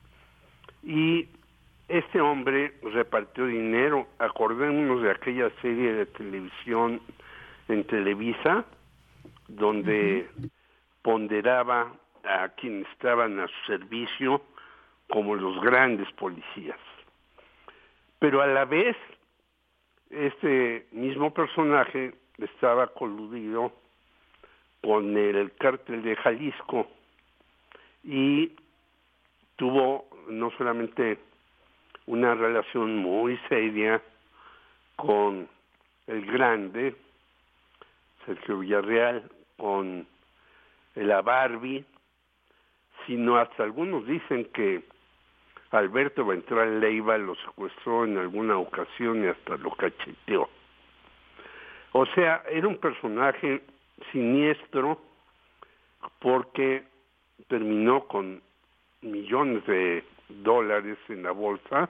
Y este hombre repartió dinero. Acordémonos de aquella serie de televisión en Televisa, donde uh-huh. ponderaba a quienes estaban a su servicio como los grandes policías. Pero a la vez, este mismo personaje estaba coludido con el cártel de Jalisco y tuvo no solamente una relación muy seria con el grande Sergio Villarreal, con la Barbie, sino hasta algunos dicen que Alberto Beltrán Leiva lo secuestró en alguna ocasión y hasta lo cacheteó. O sea, era un personaje siniestro porque terminó con millones de dólares en la bolsa,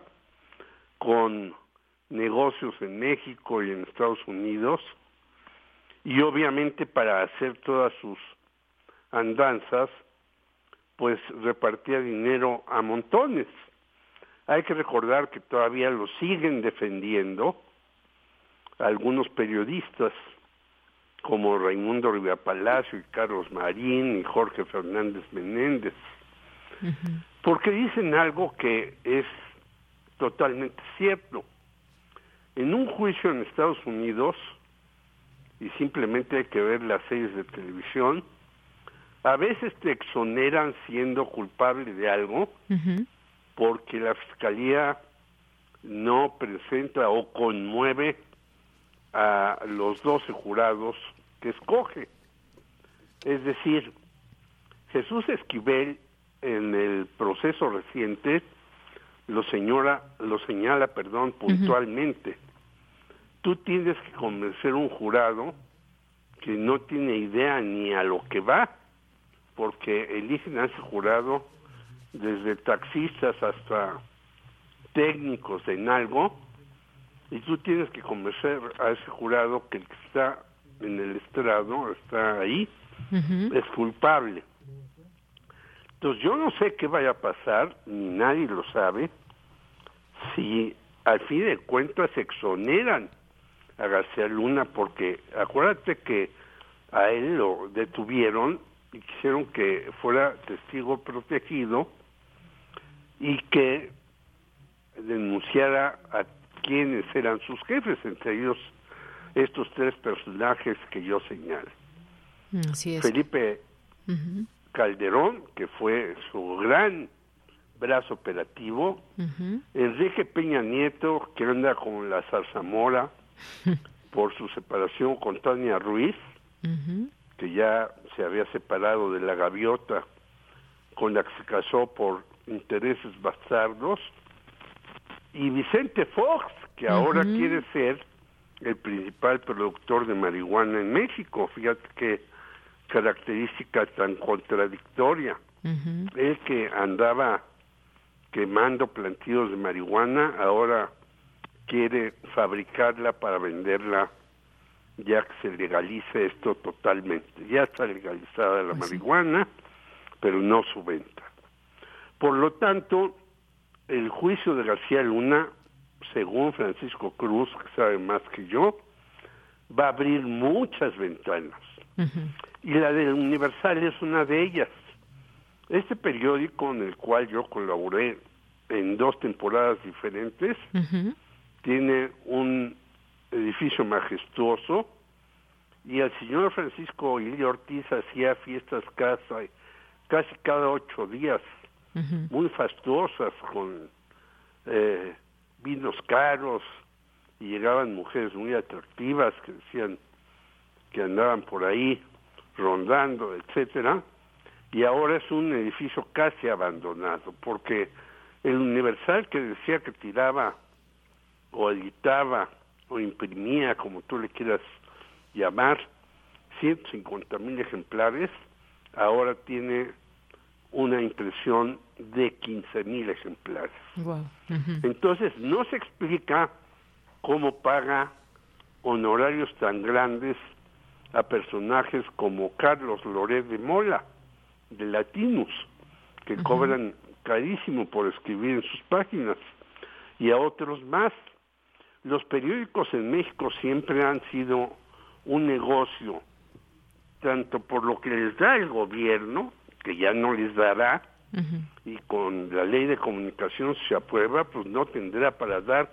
con negocios en México y en Estados Unidos, y obviamente para hacer todas sus andanzas, pues repartía dinero a montones. Hay que recordar que todavía lo siguen defendiendo algunos periodistas como Raimundo Rivera Palacio y Carlos Marín y Jorge Fernández Menéndez. Uh-huh. Porque dicen algo que es totalmente cierto. En un juicio en Estados Unidos, y simplemente hay que ver las series de televisión, a veces te exoneran siendo culpable de algo, uh-huh, porque la fiscalía no presenta o conmueve a los doce jurados que escoge. Es decir, Jesús Esquivel en el proceso reciente lo señala, lo señala, perdón, puntualmente. Uh-huh. Tú tienes que convencer a un jurado que no tiene idea ni a lo que va, porque eligen a ese jurado desde taxistas hasta técnicos en algo, y tú tienes que convencer a ese jurado que el que está en el estrado, está ahí, uh-huh, es culpable. Entonces yo no sé qué vaya a pasar, ni nadie lo sabe, si al fin de cuentas exoneran a García Luna, porque acuérdate que a él lo detuvieron y quisieron que fuera testigo protegido y que denunciara a quienes eran sus jefes, entre ellos estos tres personajes que yo señalo. Así es. Felipe uh-huh. Calderón, que fue su gran brazo operativo, uh-huh. Enrique Peña Nieto, que anda con la zarzamora uh-huh. por su separación con Tania Ruiz, uh-huh. que ya se había separado de la gaviota con la que se casó por intereses bastardos, y Vicente Fox, que uh-huh. ahora quiere ser el principal productor de marihuana en México. Fíjate qué característica tan contradictoria. Uh-huh. Él que andaba quemando plantíos de marihuana, ahora quiere fabricarla para venderla ya que se legalice esto totalmente. Ya está legalizada la pues marihuana, sí. pero no su venta. Por lo tanto, el juicio de García Luna, según Francisco Cruz, que sabe más que yo, va a abrir muchas ventanas. Uh-huh. Y la del Universal es una de ellas. Este periódico, en el cual yo colaboré en dos temporadas diferentes, uh-huh. tiene un edificio majestuoso, y el señor Francisco Ilio Ortiz hacía fiestas casa, casi cada ocho días, uh-huh. muy fastuosas, con eh, vinos caros, y llegaban mujeres muy atractivas que decían que andaban por ahí rondando, etcétera, y ahora es un edificio casi abandonado, porque el Universal, que decía que tiraba o editaba o imprimía, como tú le quieras llamar, ciento cincuenta mil ejemplares, ahora tiene una impresión de quince mil ejemplares. Wow. Uh-huh. Entonces, no se explica cómo paga honorarios tan grandes a personajes como Carlos Loret de Mola, de Latinus, que uh-huh. cobran carísimo por escribir en sus páginas, y a otros más. Los periódicos en México siempre han sido un negocio, tanto por lo que les da el gobierno, que ya no les dará, uh-huh. y con la ley de comunicación si se aprueba, pues no tendrá para dar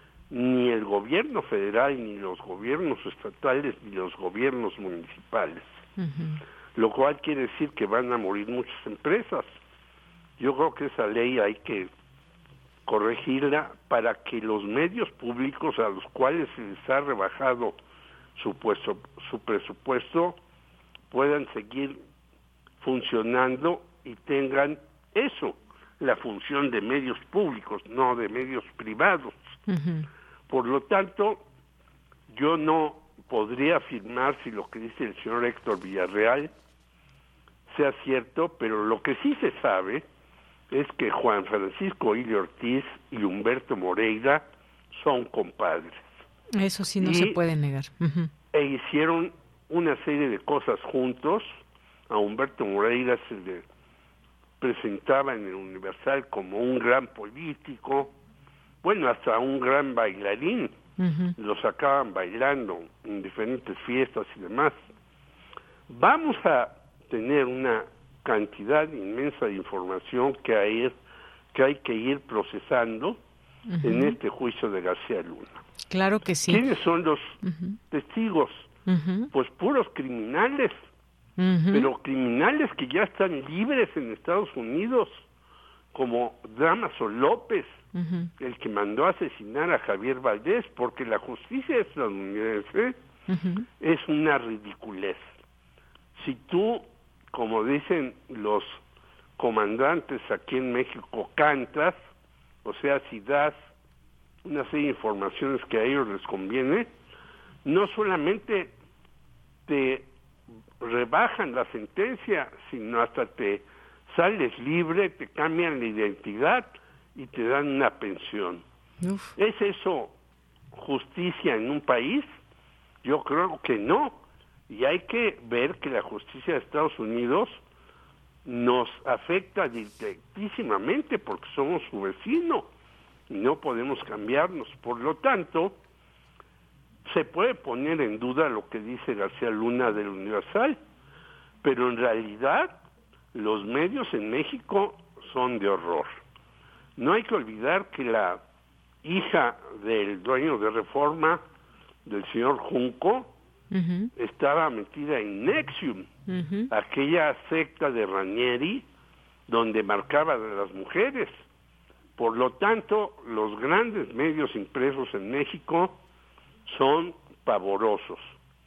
ni el gobierno federal, ni los gobiernos estatales, ni los gobiernos municipales. Uh-huh. Lo cual quiere decir que van a morir muchas empresas. Yo creo que esa ley hay que corregirla para que los medios públicos a los cuales se les ha rebajado su, puesto, su presupuesto puedan seguir funcionando y tengan eso, la función de medios públicos, no de medios privados. Uh-huh. Por lo tanto, yo no podría afirmar si lo que dice el señor Héctor Villarreal sea cierto, pero lo que sí se sabe es que Juan Francisco Ilio Ortiz y Humberto Moreira son compadres. Eso sí no y, se puede negar. Uh-huh. E hicieron una serie de cosas juntos. A Humberto Moreira se le presentaba en el Universal como un gran político, bueno, hasta un gran bailarín. Uh-huh. Lo sacaban bailando en diferentes fiestas y demás. Vamos a tener una cantidad inmensa de información que hay, que hay que ir procesando uh-huh. en este juicio de García Luna. Claro que sí. ¿Quiénes son los uh-huh. testigos? Uh-huh. Pues puros criminales, uh-huh. pero criminales que ya están libres en Estados Unidos, como Dámaso López, uh-huh. el que mandó a asesinar a Javier Valdés, porque la justicia estadounidense uh-huh. es una ridiculez. Si tú, como dicen los comandantes aquí en México, cantas, o sea, si das una serie de informaciones que a ellos les conviene, no solamente te rebajan la sentencia, sino hasta te sales libre, te cambian la identidad y te dan una pensión. Uf. ¿Es eso justicia en un país? Yo creo que no. Y hay que ver que la justicia de Estados Unidos nos afecta directísimamente porque somos su vecino y no podemos cambiarnos. Por lo tanto, se puede poner en duda lo que dice García Luna del Universal, pero en realidad los medios en México son de horror. No hay que olvidar que la hija del dueño de Reforma, del señor Junco, uh-huh. estaba metida en Nexium, uh-huh. aquella secta de Ranieri, donde marcaba de las mujeres. Por lo tanto, los grandes medios impresos en México son pavorosos.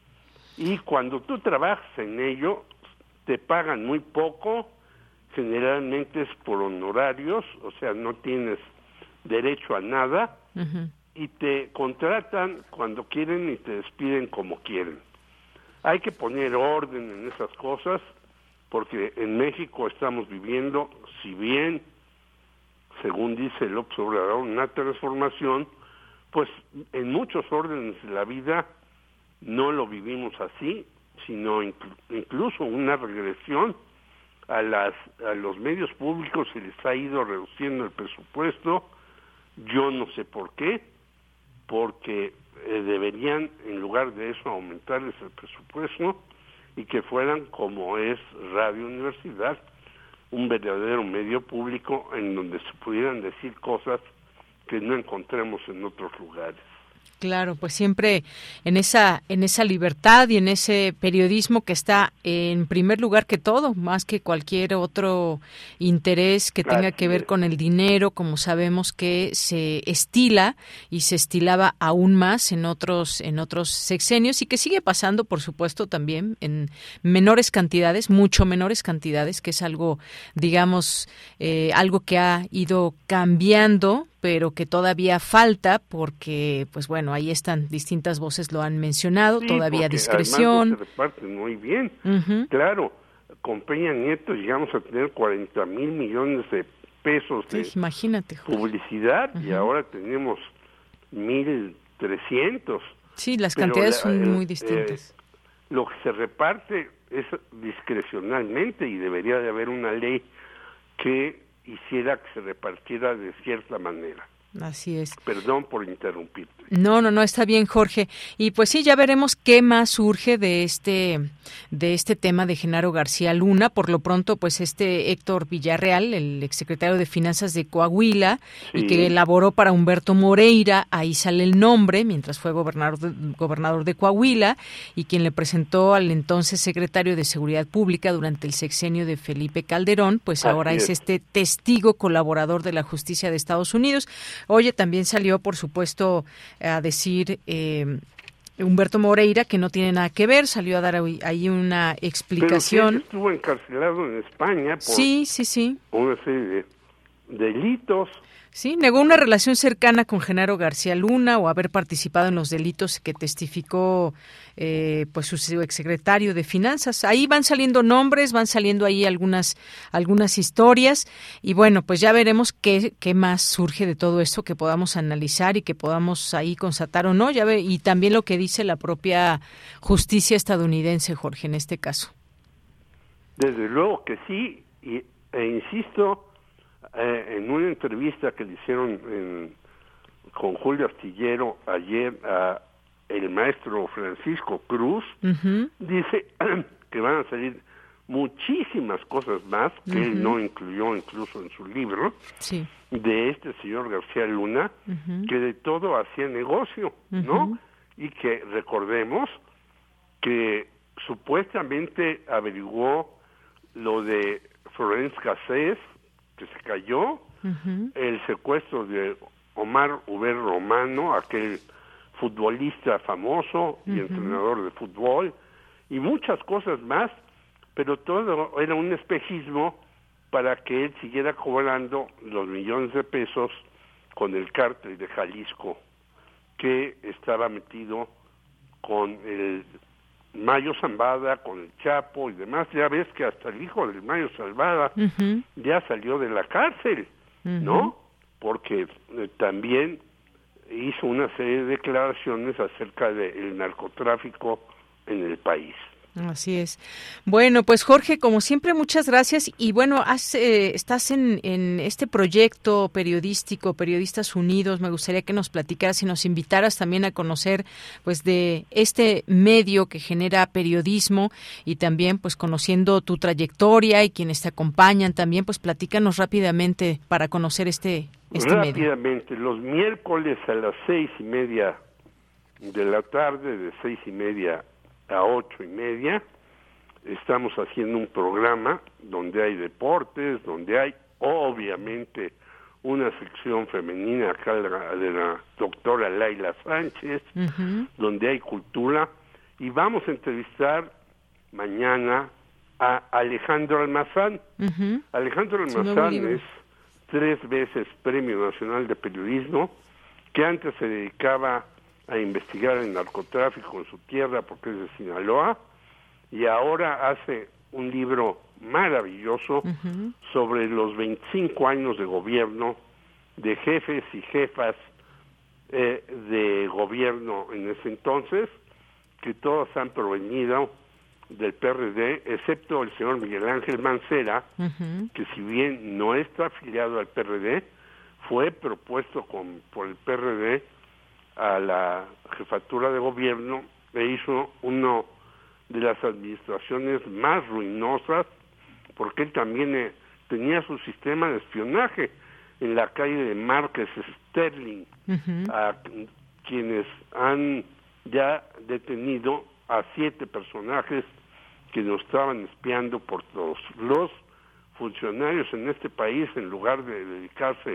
Y cuando tú trabajas en ello, te pagan muy poco, generalmente es por honorarios, o sea, no tienes derecho a nada, uh-huh. y te contratan cuando quieren y te despiden como quieren. Hay que poner orden en esas cosas, porque en México estamos viviendo, si bien, según dice López Obrador, una transformación, pues en muchos órdenes de la vida no lo vivimos así, sino inclu- incluso una regresión. A, las, a los medios públicos se les ha ido reduciendo el presupuesto, yo no sé por qué, porque eh, deberían, en lugar de eso, aumentarles el presupuesto y que fueran, como es Radio Universidad, un verdadero medio público en donde se pudieran decir cosas que no encontremos en otros lugares. Claro, pues siempre en esa en esa libertad y en ese periodismo que está en primer lugar que todo, más que cualquier otro interés que tenga que ver con el dinero, como sabemos que se estila y se estilaba aún más en otros en otros sexenios y que sigue pasando, por supuesto, también en menores cantidades, mucho menores cantidades, que es algo, digamos, eh, algo que ha ido cambiando, pero que todavía falta porque, pues bueno, ahí están, distintas voces lo han mencionado, sí, todavía discreción. No se reparten muy bien. Uh-huh. Claro, con Peña Nieto llegamos a tener cuarenta mil millones de pesos de sí, imagínate, publicidad, uh-huh. y ahora tenemos mil trescientos. Sí, las pero cantidades la, son el, muy distintas. Eh, lo que se reparte es discrecionalmente y debería de haber una ley que hiciera que se repartiera de cierta manera. Así es. Perdón por interrumpirte. No, no, no, está bien, Jorge. Y pues sí, ya veremos qué más surge de este de este tema de Genaro García Luna. Por lo pronto, pues este Héctor Villarreal, el exsecretario de Finanzas de Coahuila, sí. y que elaboró para Humberto Moreira, ahí sale el nombre, mientras fue gobernador de, gobernador de Coahuila, y quien le presentó al entonces secretario de Seguridad Pública durante el sexenio de Felipe Calderón, pues Así ahora es. es este testigo colaborador de la justicia de Estados Unidos. Oye, también salió, por supuesto, a decir eh, Humberto Moreira que no tiene nada que ver, salió a dar ahí una explicación. Pero sí estuvo encarcelado en España por sí, sí, sí. una serie de delitos. Sí, negó una relación cercana con Genaro García Luna o haber participado en los delitos que testificó eh, pues su exsecretario de Finanzas. Ahí van saliendo nombres, van saliendo ahí algunas algunas historias y bueno, pues ya veremos qué qué más surge de todo esto que podamos analizar y que podamos ahí constatar o no. Ya ve, y también lo que dice la propia justicia estadounidense, Jorge, en este caso. Desde luego que sí, y, e insisto. Eh, en una entrevista que le hicieron en, con Julio Astillero ayer a el maestro Francisco Cruz, uh-huh. dice que van a salir muchísimas cosas más que uh-huh. él no incluyó incluso en su libro, sí. de este señor García Luna, uh-huh. que de todo hacía negocio, uh-huh. ¿no? Y que recordemos que supuestamente averiguó lo de Florence Cassés, que se cayó, uh-huh. el secuestro de Omar Uber Romano, aquel futbolista famoso y uh-huh. entrenador de fútbol, y muchas cosas más, pero todo era un espejismo para que él siguiera cobrando los millones de pesos con el cártel de Jalisco, que estaba metido con el Mayo Zambada, con el Chapo y demás. Ya ves que hasta el hijo del Mayo Zambada uh-huh. ya salió de la cárcel, uh-huh. ¿no? Porque eh, también hizo una serie de declaraciones acerca del narcotráfico en el país. Así es. Bueno, pues Jorge, como siempre, muchas gracias. Y bueno, has, eh, estás en, en este proyecto periodístico, Periodistas Unidos. Me gustaría que nos platicaras y nos invitaras también a conocer, pues, de este medio que genera periodismo y también, pues, conociendo tu trayectoria y quienes te acompañan también, pues, platícanos rápidamente para conocer este, este medio. Rápidamente, los miércoles a las seis y media de la tarde, de seis y media a ocho y media, estamos haciendo un programa donde hay deportes, donde hay obviamente una sección femenina acá de la, de la doctora Laila Sánchez, uh-huh. donde hay cultura, y vamos a entrevistar mañana a Alejandro Almazán. Uh-huh. Alejandro Almazán es tres veces Premio Nacional de Periodismo, que antes se dedicaba a investigar el narcotráfico en su tierra porque es de Sinaloa, y ahora hace un libro maravilloso uh-huh. sobre los veinticinco años de gobierno de jefes y jefas eh, de gobierno en ese entonces, que todos han provenido del P R D, excepto el señor Miguel Ángel Mancera, uh-huh. que si bien no está afiliado al P R D, fue propuesto con, por el P R D a la jefatura de gobierno e hizo una de las administraciones más ruinosas, porque él también eh, tenía su sistema de espionaje en la calle de Márquez Sterling, uh-huh. a quienes han ya detenido a siete personajes que nos estaban espiando por todos. Los funcionarios en este país, en lugar de dedicarse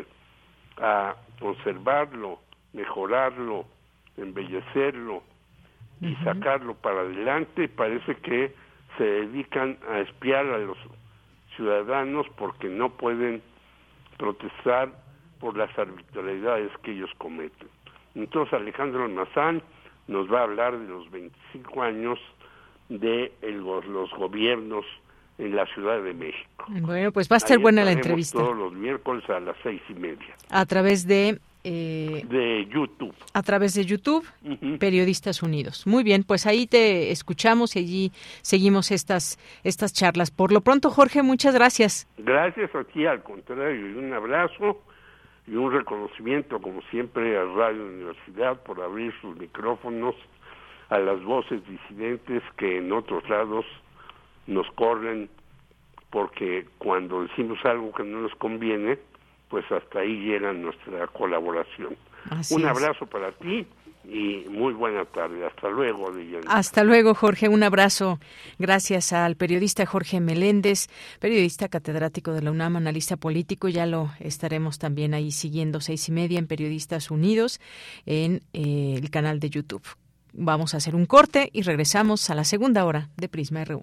a conservarlo, mejorarlo, embellecerlo y uh-huh. sacarlo para adelante, parece que se dedican a espiar a los ciudadanos porque no pueden protestar por las arbitrariedades que ellos cometen. Entonces Alejandro Almazán nos va a hablar de los veinticinco años de el, los gobiernos en la Ciudad de México. Bueno, pues va a estar Ahí buena la entrevista. Todos los miércoles a las seis y media. A través de... Eh, de YouTube. A través de YouTube, uh-huh. Periodistas Unidos. Muy bien, pues ahí te escuchamos y allí seguimos estas estas charlas. Por lo pronto, Jorge, muchas gracias. Gracias a ti, al contrario, y un abrazo y un reconocimiento, como siempre, a Radio Universidad por abrir sus micrófonos a las voces disidentes que en otros lados nos corren, porque cuando decimos algo que no nos conviene, pues hasta ahí llega nuestra colaboración. Así un abrazo es. Para ti y muy buena tarde. Hasta luego, Deyanira. Hasta luego, Jorge. Un abrazo. Gracias al periodista Jorge Meléndez, periodista catedrático de la UNAM, analista político. Ya lo estaremos también ahí siguiendo seis y media en Periodistas Unidos en eh, el canal de YouTube. Vamos a hacer un corte y regresamos a la segunda hora de Prisma R U.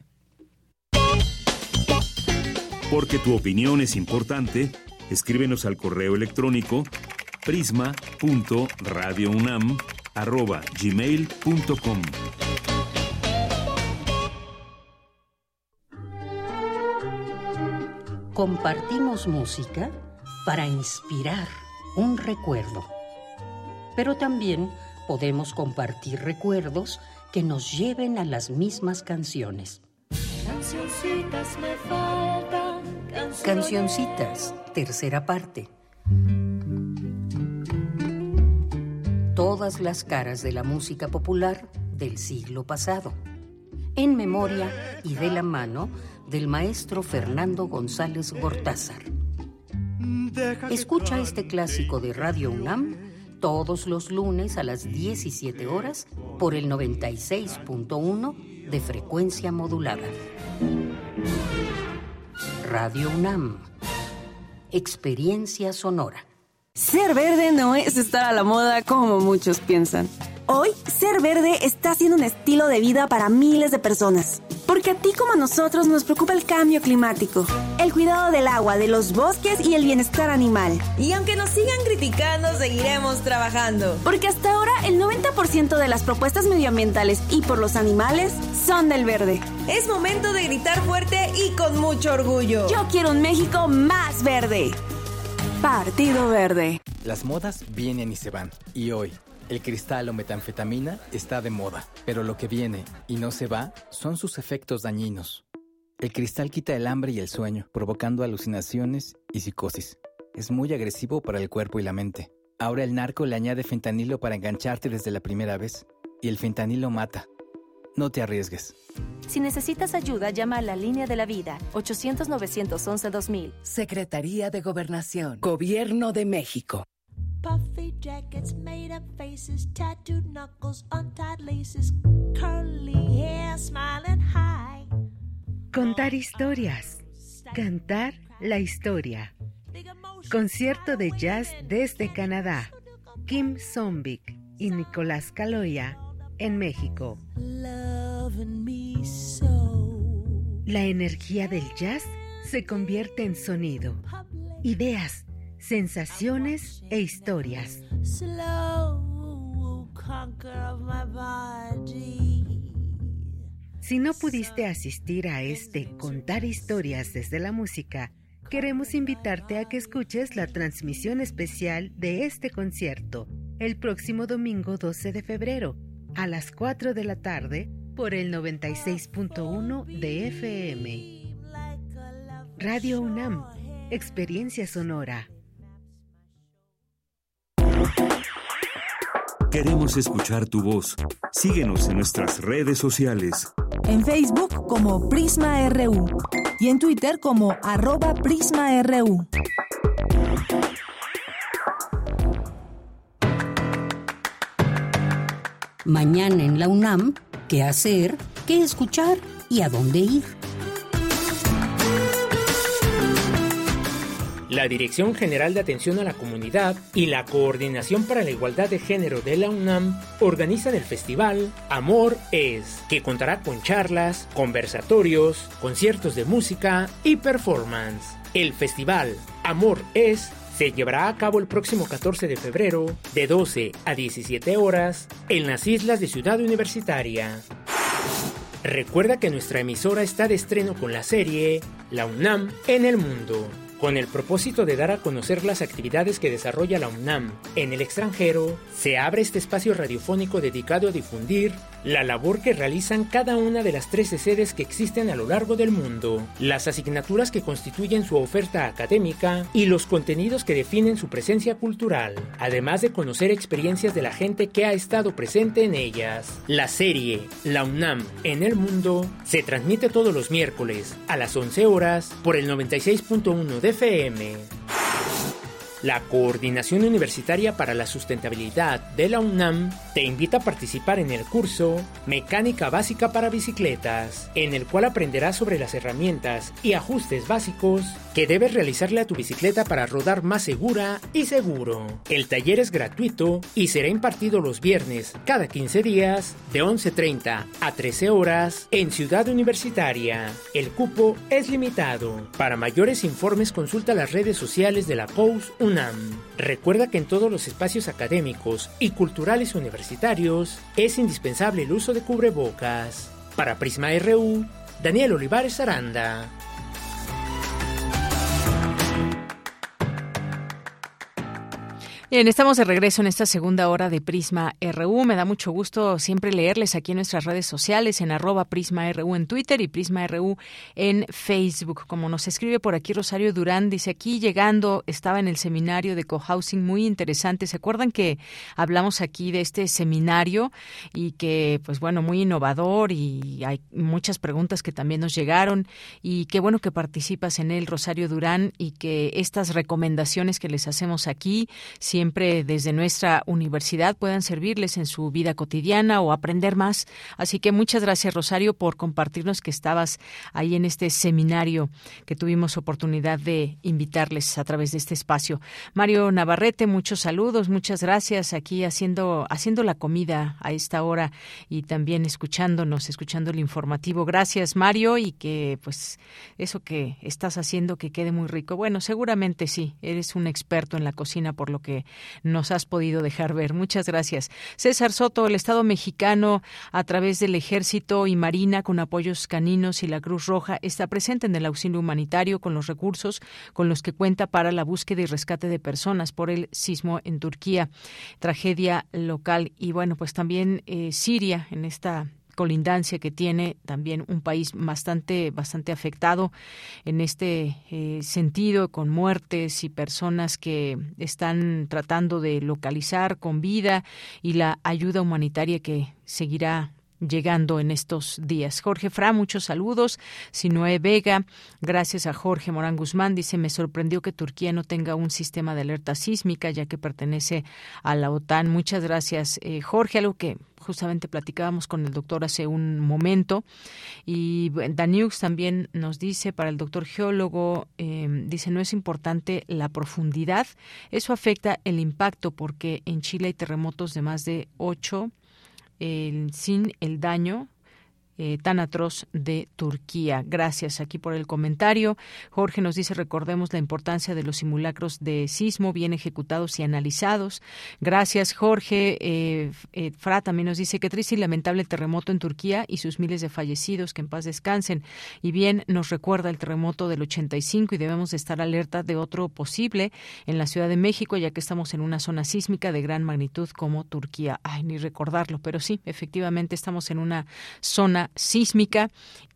Porque tu opinión es importante, escríbenos al correo electrónico prisma punto radio unam arroba gmail punto com. Compartimos música para inspirar un recuerdo. Pero también podemos compartir recuerdos que nos lleven a las mismas canciones. Cancioncitas me faltan. Cancioncitas, tercera parte. Todas las caras de la música popular del siglo pasado. en memoria y de la mano del maestro Fernando González Gortázar. Escucha este clásico de Radio UNAM todos los lunes a las diecisiete horas por el noventa y seis punto uno de frecuencia modulada. Radio UNAM. Experiencia sonora. Ser verde no es estar a la moda como muchos piensan. Hoy, ser verde está siendo un estilo de vida para miles de personas. Porque a ti como a nosotros nos preocupa el cambio climático, el cuidado del agua, de los bosques y el bienestar animal. Y aunque nos sigan criticando, seguiremos trabajando. Porque hasta ahora el noventa por ciento de las propuestas medioambientales y por los animales son del verde. Es momento de gritar fuerte y con mucho orgullo. Yo quiero un México más verde. Partido Verde. Las modas vienen y se van. Y hoy, el cristal o metanfetamina está de moda. Pero lo que viene y no se va son sus efectos dañinos. El cristal quita el hambre y el sueño, provocando alucinaciones y psicosis. Es muy agresivo para el cuerpo y la mente. Ahora el narco le añade fentanilo para engancharte desde la primera vez. Y el fentanilo mata. No te arriesgues. Si necesitas ayuda, llama a la Línea de la Vida, ochocientos, novecientos once, dos mil. Secretaría de Gobernación. Gobierno de México. Puffy jackets, made up faces, tattooed knuckles, untied laces, curly hair, smiling high. Contar historias. Cantar la historia. Concierto de jazz desde Canadá. Kim Zombik y Nicolás Caloya en México. La energía del jazz se convierte en sonido, ideas, sensaciones e historias. Si no pudiste asistir a este Contar Historias desde la Música, queremos invitarte a que escuches la transmisión especial de este concierto el próximo domingo doce de febrero a las cuatro de la tarde por el noventa y seis punto uno de F M. Radio UNAM, experiencia sonora. Queremos escuchar tu voz. Síguenos en nuestras redes sociales. En Facebook como Prisma R U y en Twitter como arroba Prisma R U. Mañana en la UNAM, ¿qué hacer? ¿Qué escuchar? ¿Y a dónde ir? La Dirección General de Atención a la Comunidad y la Coordinación para la Igualdad de Género de la UNAM organizan el festival Amor Es, que contará con charlas, conversatorios, conciertos de música y performance. El festival Amor Es se llevará a cabo el próximo catorce de febrero de doce a diecisiete horas en las islas de Ciudad Universitaria. Recuerda que nuestra emisora está de estreno con la serie La UNAM en el Mundo. Con el propósito de dar a conocer las actividades que desarrolla la UNAM en el extranjero, se abre este espacio radiofónico dedicado a difundir la labor que realizan cada una de las trece sedes que existen a lo largo del mundo, las asignaturas que constituyen su oferta académica y los contenidos que definen su presencia cultural, además de conocer experiencias de la gente que ha estado presente en ellas. La serie La UNAM en el Mundo se transmite todos los miércoles a las once horas por el noventa y seis punto uno de F M. La Coordinación Universitaria para la Sustentabilidad de la UNAM te invita a participar en el curso Mecánica Básica para Bicicletas, en el cual aprenderás sobre las herramientas y ajustes básicos que debes realizarle a tu bicicleta para rodar más segura y seguro. El taller es gratuito y será impartido los viernes cada quince días de once treinta a trece horas en Ciudad Universitaria. El cupo es limitado. Para mayores informes consulta las redes sociales de la C O U S UNAM. Recuerda que en todos los espacios académicos y culturales universitarios es indispensable el uso de cubrebocas. Para Prisma R U, Daniel Olivares Aranda. Bien, estamos de regreso en esta segunda hora de Prisma R U. Me da mucho gusto siempre leerles aquí en nuestras redes sociales, en arroba Prisma R U en Twitter y Prisma R U en Facebook. Como nos escribe por aquí Rosario Durán, dice aquí llegando, estaba en el seminario de cohousing muy interesante. ¿Se acuerdan que hablamos aquí de este seminario y que, pues bueno, muy innovador y hay muchas preguntas que también nos llegaron y qué bueno que participas en él, Rosario Durán, y que estas recomendaciones que les hacemos aquí siempre siempre desde nuestra universidad puedan servirles en su vida cotidiana o aprender más. Así que muchas gracias, Rosario, por compartirnos que estabas ahí en este seminario que tuvimos oportunidad de invitarles a través de este espacio. Mario Navarrete, muchos saludos, muchas gracias aquí haciendo haciendo la comida a esta hora y también escuchándonos, escuchando el informativo. Gracias, Mario, y que pues eso que estás haciendo que quede muy rico. Bueno, seguramente sí, eres un experto en la cocina por lo que nos has podido dejar ver. Muchas gracias. César Soto, el Estado mexicano, a través del Ejército y Marina, con apoyos caninos y la Cruz Roja, está presente en el auxilio humanitario con los recursos con los que cuenta para la búsqueda y rescate de personas por el sismo en Turquía, tragedia local. Y bueno, pues también eh, Siria, en esta colindancia que tiene también un país bastante bastante afectado en este eh, sentido, con muertes y personas que están tratando de localizar con vida y la ayuda humanitaria que seguirá llegando en estos días. Jorge Fra, muchos saludos. Sinoé Vega, gracias a Jorge Morán Guzmán, dice, me sorprendió que Turquía no tenga un sistema de alerta sísmica, ya que pertenece a la OTAN. Muchas gracias, eh, Jorge, algo que justamente platicábamos con el doctor hace un momento. Y Daniux también nos dice, para el doctor geólogo, eh, dice, no es importante la profundidad, eso afecta el impacto, porque en Chile hay terremotos de más de ocho, El, sin el daño eh, tan atroz de Turquía. Gracias aquí por el comentario. Jorge nos dice, recordemos la importancia de los simulacros de sismo bien ejecutados y analizados. Gracias, Jorge. Eh, eh, Fra también nos dice, qué triste y lamentable terremoto en Turquía y sus miles de fallecidos, que en paz descansen. Y bien nos recuerda el terremoto del ochenta y cinco y debemos de estar alerta de otro posible en la Ciudad de México, ya que estamos en una zona sísmica de gran magnitud como Turquía. Ay, ni recordarlo, pero sí, efectivamente estamos en una zona sísmica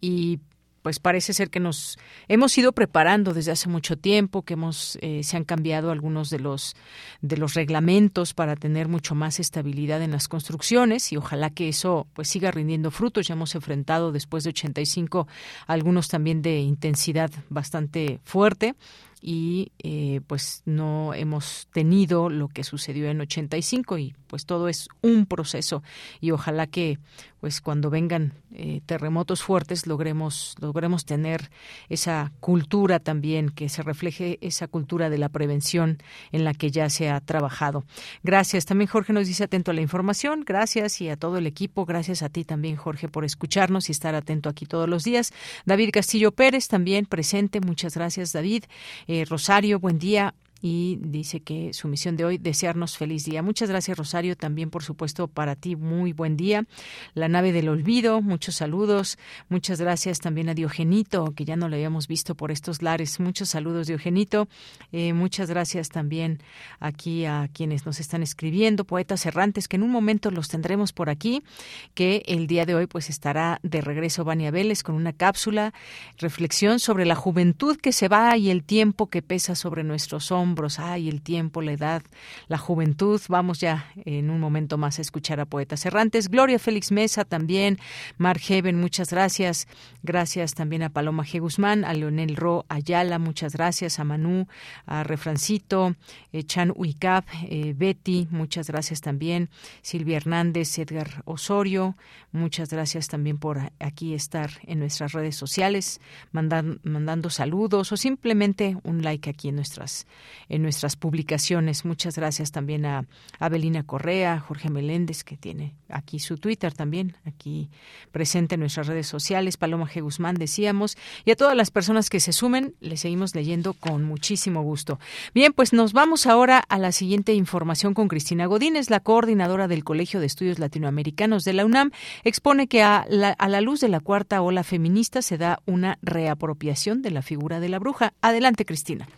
y pues parece ser que nos hemos ido preparando desde hace mucho tiempo, que hemos eh, se han cambiado algunos de los de los reglamentos para tener mucho más estabilidad en las construcciones y ojalá que eso pues siga rindiendo frutos. Ya hemos enfrentado después de ochenta y cinco algunos también de intensidad bastante fuerte y eh, pues no hemos tenido lo que sucedió en ochenta y cinco y pues todo es un proceso y ojalá que pues cuando vengan eh, terremotos fuertes logremos logremos tener esa cultura también, que se refleje esa cultura de la prevención en la que ya se ha trabajado. Gracias. También Jorge nos dice, atento a la información. Gracias, y a todo el equipo. Gracias a ti también, Jorge, por escucharnos y estar atento aquí todos los días. David Castillo Pérez también presente. Muchas gracias, David. Eh, Rosario, buen día. Y dice que su misión de hoy, desearnos feliz día. Muchas gracias, Rosario, también por supuesto para ti, muy buen día. La nave del olvido, muchos saludos. Muchas gracias también a Diogenito, que ya no le habíamos visto por estos lares. Muchos saludos, Diogenito. Eh, muchas gracias también aquí a quienes nos están escribiendo, poetas errantes, que en un momento los tendremos por aquí, que el día de hoy pues estará de regreso Vania Vélez con una cápsula, reflexión sobre la juventud que se va y el tiempo que pesa sobre nuestros hombros. Ay, el tiempo, la edad, la juventud. Vamos ya en un momento más a escuchar a poetas errantes. Gloria Félix Mesa también, Mar Heaven, muchas gracias. Gracias también a Paloma G. Guzmán, a Leonel Ro Ayala, muchas gracias, a Manu, a Refrancito, eh, Chan Uicap, eh, Betty, muchas gracias también. Silvia Hernández, Edgar Osorio, muchas gracias también por aquí estar en nuestras redes sociales, mandan, mandando saludos o simplemente un like aquí en nuestras en nuestras publicaciones. Muchas gracias también a Abelina Correa, Jorge Meléndez, que tiene aquí su Twitter también, aquí presente en nuestras redes sociales, Paloma G. Guzmán, decíamos, y a todas las personas que se sumen, les seguimos leyendo con muchísimo gusto. Bien, pues nos vamos ahora a la siguiente información con Cristina Godínez, la coordinadora del Colegio de Estudios Latinoamericanos de la UNAM, expone que a la, a la luz de la cuarta ola feminista se da una reapropiación de la figura de la bruja. Adelante, Cristina.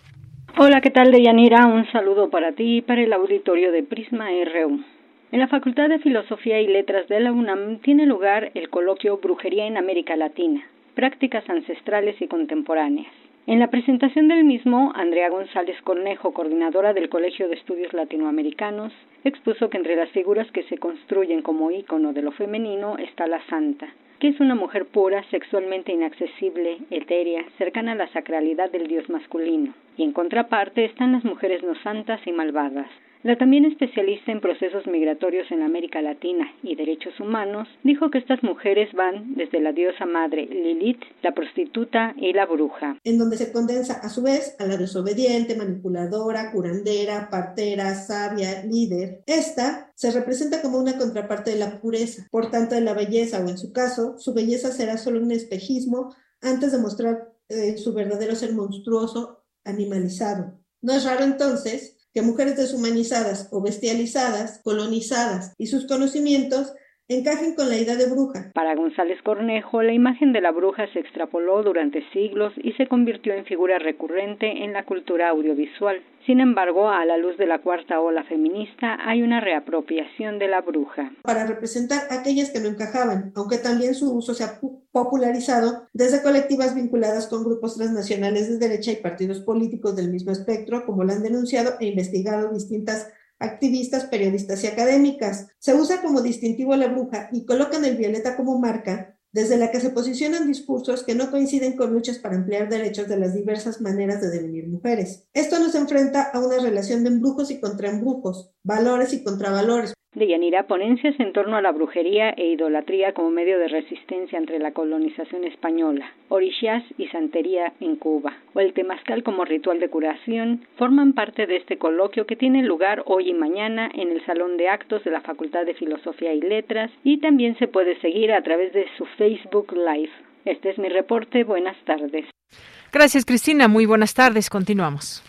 Hola, ¿qué tal, Deyanira? Un saludo para ti y para el auditorio de Prisma R U. En la Facultad de Filosofía y Letras de la UNAM tiene lugar el coloquio Brujería en América Latina, prácticas ancestrales y contemporáneas. En la presentación del mismo, Andrea González Cornejo, coordinadora del Colegio de Estudios Latinoamericanos, expuso que entre las figuras que se construyen como ícono de lo femenino está la santa, que es una mujer pura, sexualmente inaccesible, etérea, cercana a la sacralidad del dios masculino. Y en contraparte están las mujeres no santas y malvadas. La también especialista en procesos migratorios en América Latina y derechos humanos dijo que estas mujeres van desde la diosa madre Lilith, la prostituta y la bruja. En donde se condensa a su vez a la desobediente, manipuladora, curandera, partera, sabia, líder. Esta se representa como una contraparte de la pureza, por tanto de la belleza, o en su caso, su belleza será solo un espejismo antes de mostrar eh, su verdadero ser monstruoso, animalizado. No es raro entonces que mujeres deshumanizadas o bestializadas, colonizadas y sus conocimientos encajen con la idea de bruja. Para González Cornejo, la imagen de la bruja se extrapoló durante siglos y se convirtió en figura recurrente en la cultura audiovisual. Sin embargo, a la luz de la cuarta ola feminista, hay una reapropiación de la bruja. Para representar a aquellas que no encajaban, aunque también su uso se ha popularizado desde colectivas vinculadas con grupos transnacionales de derecha y partidos políticos del mismo espectro, como lo han denunciado e investigado distintas activistas, periodistas y académicas. Se usa como distintivo a la bruja y colocan el violeta como marca, desde la que se posicionan discursos que no coinciden con luchas para ampliar derechos de las diversas maneras de devenir mujeres. Esto nos enfrenta a una relación de embrujos y contraembrujos, valores y contravalores. Deyanira, ponencias en torno a la brujería e idolatría como medio de resistencia ante la colonización española, orishas y santería en Cuba, o el temazcal como ritual de curación, forman parte de este coloquio que tiene lugar hoy y mañana en el Salón de Actos de la Facultad de Filosofía y Letras, y también se puede seguir a través de su Facebook Live. Este es mi reporte. Buenas tardes. Gracias, Cristina. Muy buenas tardes. Continuamos.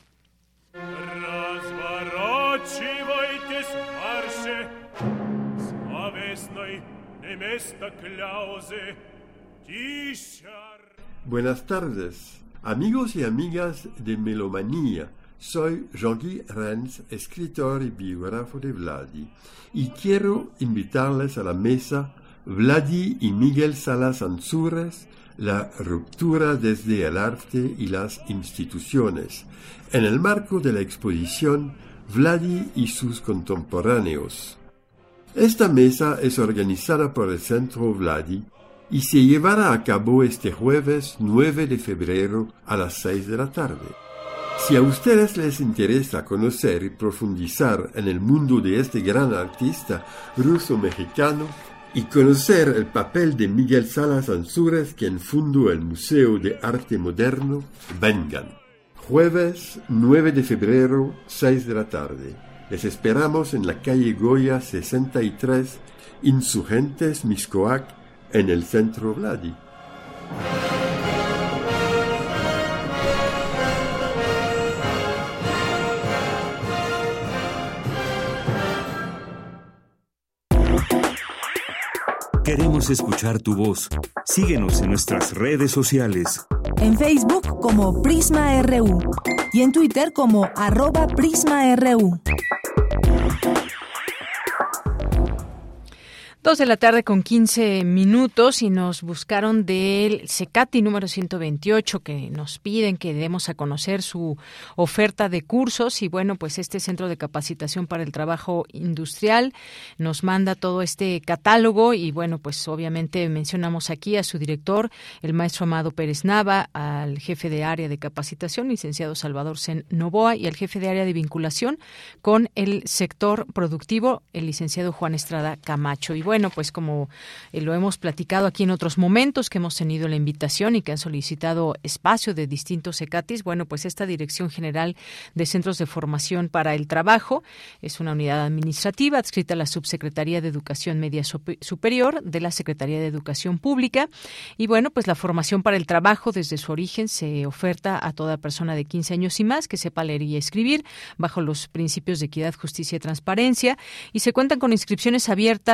Buenas tardes, amigos y amigas de Melomanía. Soy Jean-Guy Renz, escritor y biógrafo de Vladi, y quiero invitarles a la mesa Vladi y Miguel Salas Ansúrez, la ruptura desde el arte y las instituciones, en el marco de la exposición Vladi y sus contemporáneos. Esta mesa es organizada por el Centro Vladi y se llevará a cabo este jueves nueve de febrero a las seis de la tarde. Si a ustedes les interesa conocer y profundizar en el mundo de este gran artista ruso-mexicano y conocer el papel de Miguel Salas Ansúrez, quien fundó el Museo de Arte Moderno, vengan. Jueves nueve de febrero, seis de la tarde. Les esperamos en la calle Goya sesenta y tres, Insurgentes, Mixcoac, en el Centro Vladi. Queremos escuchar tu voz. Síguenos en nuestras redes sociales. En Facebook como Prisma R U y en Twitter como arroba Prisma R U. Dos de la tarde con quince minutos y nos buscaron del CECATI número ciento veintiocho que nos piden que demos a conocer su oferta de cursos y bueno, pues este Centro de Capacitación para el Trabajo Industrial nos manda todo este catálogo y bueno, pues obviamente mencionamos aquí a su director, el maestro Amado Pérez Nava, al jefe de área de capacitación, licenciado Salvador Sen Novoa y al jefe de área de vinculación con el sector productivo, el licenciado Juan Estrada Camacho. Y bueno, Bueno, pues como eh, lo hemos platicado aquí en otros momentos que hemos tenido la invitación y que han solicitado espacio de distintos CECATIs, bueno, pues esta Dirección General de Centros de Formación para el Trabajo es una unidad administrativa adscrita a la Subsecretaría de Educación Media Superior de la Secretaría de Educación Pública y bueno, pues la formación para el trabajo desde su origen se oferta a toda persona de quince años y más que sepa leer y escribir bajo los principios de equidad, justicia y transparencia y se cuentan con inscripciones abiertas eh,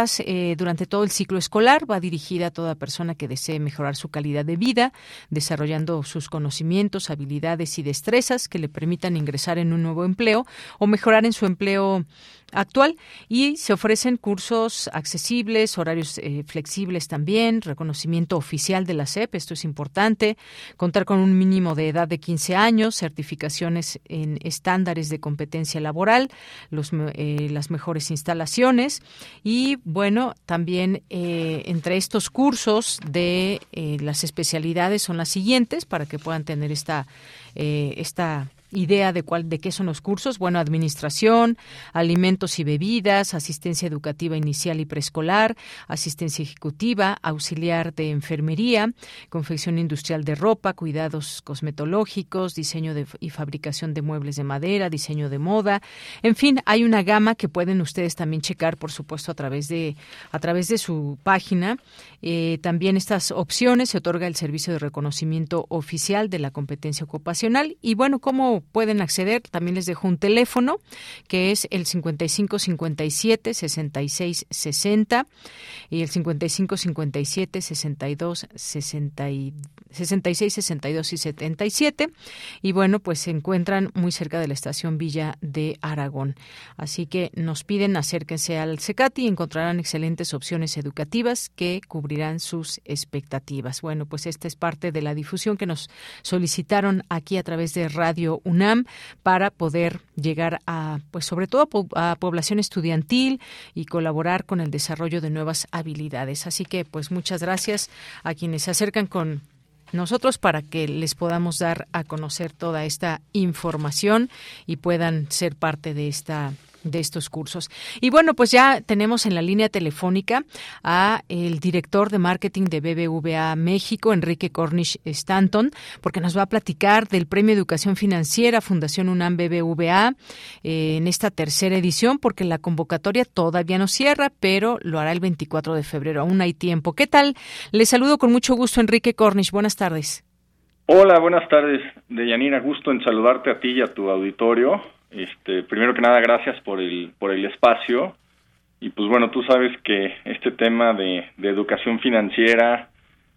eh, durante todo el ciclo escolar. Va dirigida a toda persona que desee mejorar su calidad de vida, desarrollando sus conocimientos, habilidades y destrezas que le permitan ingresar en un nuevo empleo o mejorar en su empleo actual, y se ofrecen cursos accesibles, horarios eh, flexibles también, reconocimiento oficial de la S E P, esto es importante, contar con un mínimo de edad de quince años, certificaciones en estándares de competencia laboral, los, eh, las mejores instalaciones y, bueno, también eh, entre estos cursos de eh, las especialidades son las siguientes para que puedan tener esta eh, esta idea de cuál de qué son los cursos. Bueno, administración, alimentos y bebidas, asistencia educativa inicial y preescolar, asistencia ejecutiva, auxiliar de enfermería, confección industrial de ropa, cuidados cosmetológicos, diseño de, y fabricación de muebles de madera, diseño de moda. En fin, hay una gama que pueden ustedes también checar, por supuesto, a través de a través de su página. Eh, también estas opciones se otorga el servicio de reconocimiento oficial de la competencia ocupacional. Y bueno, ¿cómo pueden acceder? También les dejo un teléfono que es el cincuenta y cinco cincuenta y siete sesenta y seis sesenta y el cincuenta y cinco cincuenta y siete sesenta y dos sesenta y sesenta y seis sesenta y dos y setenta y siete, y bueno, pues se encuentran muy cerca de la estación Villa de Aragón. Así que nos piden acérquense al CECATI y encontrarán excelentes opciones educativas que cubrirán sus expectativas. Bueno, pues esta es parte de la difusión que nos solicitaron aquí a través de Radio UNAM para poder llegar a, pues sobre todo a población estudiantil y colaborar con el desarrollo de nuevas habilidades. Así que pues muchas gracias a quienes se acercan con nosotros para que les podamos dar a conocer toda esta información y puedan ser parte de esta de estos cursos. Y bueno, pues ya tenemos en la línea telefónica a el director de marketing de B B V A México, Enrique Cornish Stanton, porque nos va a platicar del Premio Educación Financiera Fundación UNAM B B V A eh, en esta tercera edición, porque la convocatoria todavía no cierra, pero lo hará el veinticuatro de febrero, aún hay tiempo. ¿Qué tal? Les saludo con mucho gusto, Enrique Cornish. Buenas tardes. Hola, buenas tardes, Deyanira. Gusto en saludarte a ti y a tu auditorio. Este, primero que nada, gracias por el por el espacio. Y pues bueno, tú sabes que este tema de, de educación financiera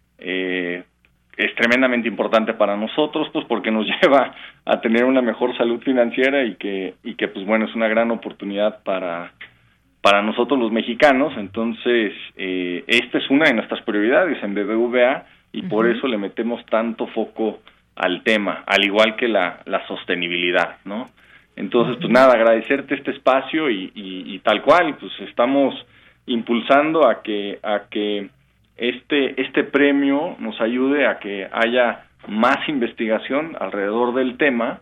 eh, es tremendamente importante para nosotros, pues porque nos lleva a tener una mejor salud financiera y que y que pues bueno, es una gran oportunidad para para nosotros los mexicanos. Entonces, eh, esta es una de nuestras prioridades en B B V A y uh-huh. por eso le metemos tanto foco al tema, al igual que la, la sostenibilidad, ¿no? Entonces, pues nada, agradecerte este espacio y, y, y tal cual, pues estamos impulsando a que a que este este premio nos ayude a que haya más investigación alrededor del tema,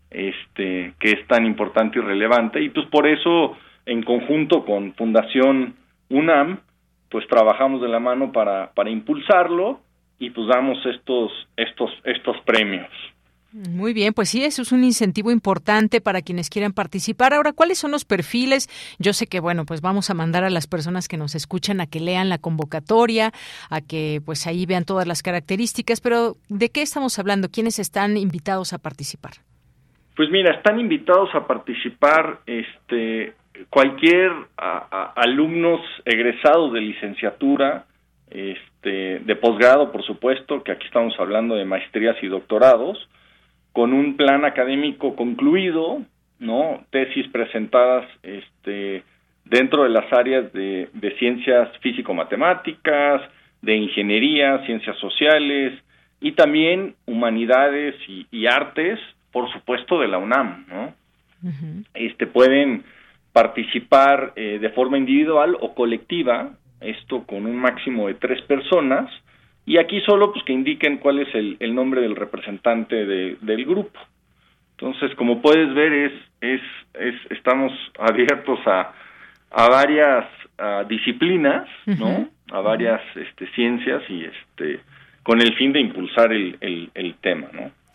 este que es tan importante y relevante, y pues por eso en conjunto con Fundación UNAM, pues trabajamos de la mano para para impulsarlo y pues damos estos estos estos premios. Muy bien, pues sí, eso es un incentivo importante para quienes quieran participar. Ahora, ¿cuáles son los perfiles? Yo sé que, bueno, pues vamos a mandar a las personas que nos escuchan a que lean la convocatoria, a que pues ahí vean todas las características, pero ¿de qué estamos hablando? ¿Quiénes están invitados a participar? Pues mira, están invitados a participar este cualquier a, a, alumnos egresados de licenciatura, este de posgrado, por supuesto, que aquí estamos hablando de maestrías y doctorados, con un plan académico concluido, ¿no? Tesis presentadas este dentro de las áreas de, de ciencias físico-matemáticas, de ingeniería, ciencias sociales y también humanidades y, y artes, por supuesto, de la UNAM, ¿no? Uh-huh. Este pueden participar eh, de forma individual o colectiva, esto con un máximo de tres personas. Y aquí solo pues que indiquen cuál es el, el nombre del representante de, del grupo. Entonces, como puedes ver, es es, es estamos abiertos a a varias a disciplinas, uh-huh. ¿no? A varias este ciencias y este con el fin de impulsar el el, el tema, ¿no?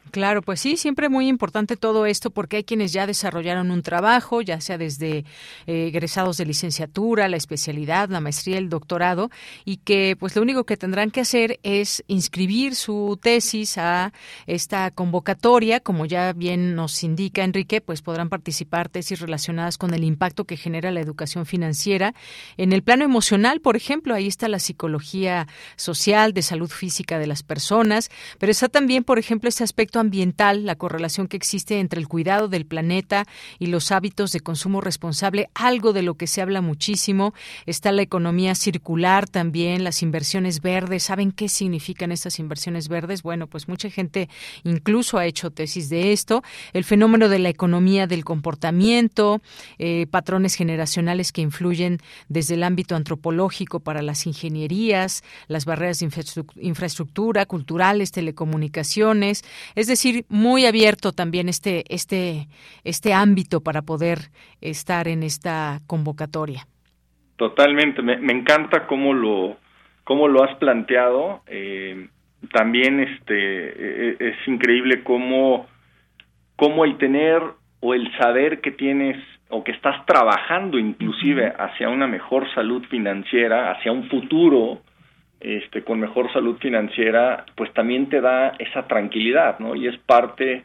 Claro, pues sí, siempre muy importante todo esto porque hay quienes ya desarrollaron un trabajo, ya sea desde eh, egresados de licenciatura, la especialidad, la maestría, el doctorado, y que pues lo único que tendrán que hacer es inscribir su tesis a esta convocatoria. Como ya bien nos indica Enrique, pues podrán participar tesis relacionadas con el impacto que genera la educación financiera en el plano emocional, por ejemplo. Ahí está la psicología social, de salud física de las personas, pero está también, por ejemplo, este aspecto ambiental, la correlación que existe entre el cuidado del planeta y los hábitos de consumo responsable, algo de lo que se habla muchísimo. Está la economía circular también, las inversiones verdes. ¿Saben qué significan estas inversiones verdes? Bueno, pues mucha gente incluso ha hecho tesis de esto. El fenómeno de la economía del comportamiento, eh, patrones generacionales que influyen desde el ámbito antropológico para las ingenierías, las barreras de infraestructura, culturales, telecomunicaciones. Es decir, muy abierto también este, este, este ámbito para poder estar en esta convocatoria. Totalmente, me, me encanta cómo lo, cómo lo has planteado. Eh, también este, eh, es increíble cómo, cómo el tener o el saber que tienes o que estás trabajando inclusive hacia una mejor salud financiera, hacia un futuro este con mejor salud financiera, pues también te da esa tranquilidad, ¿no? Y es parte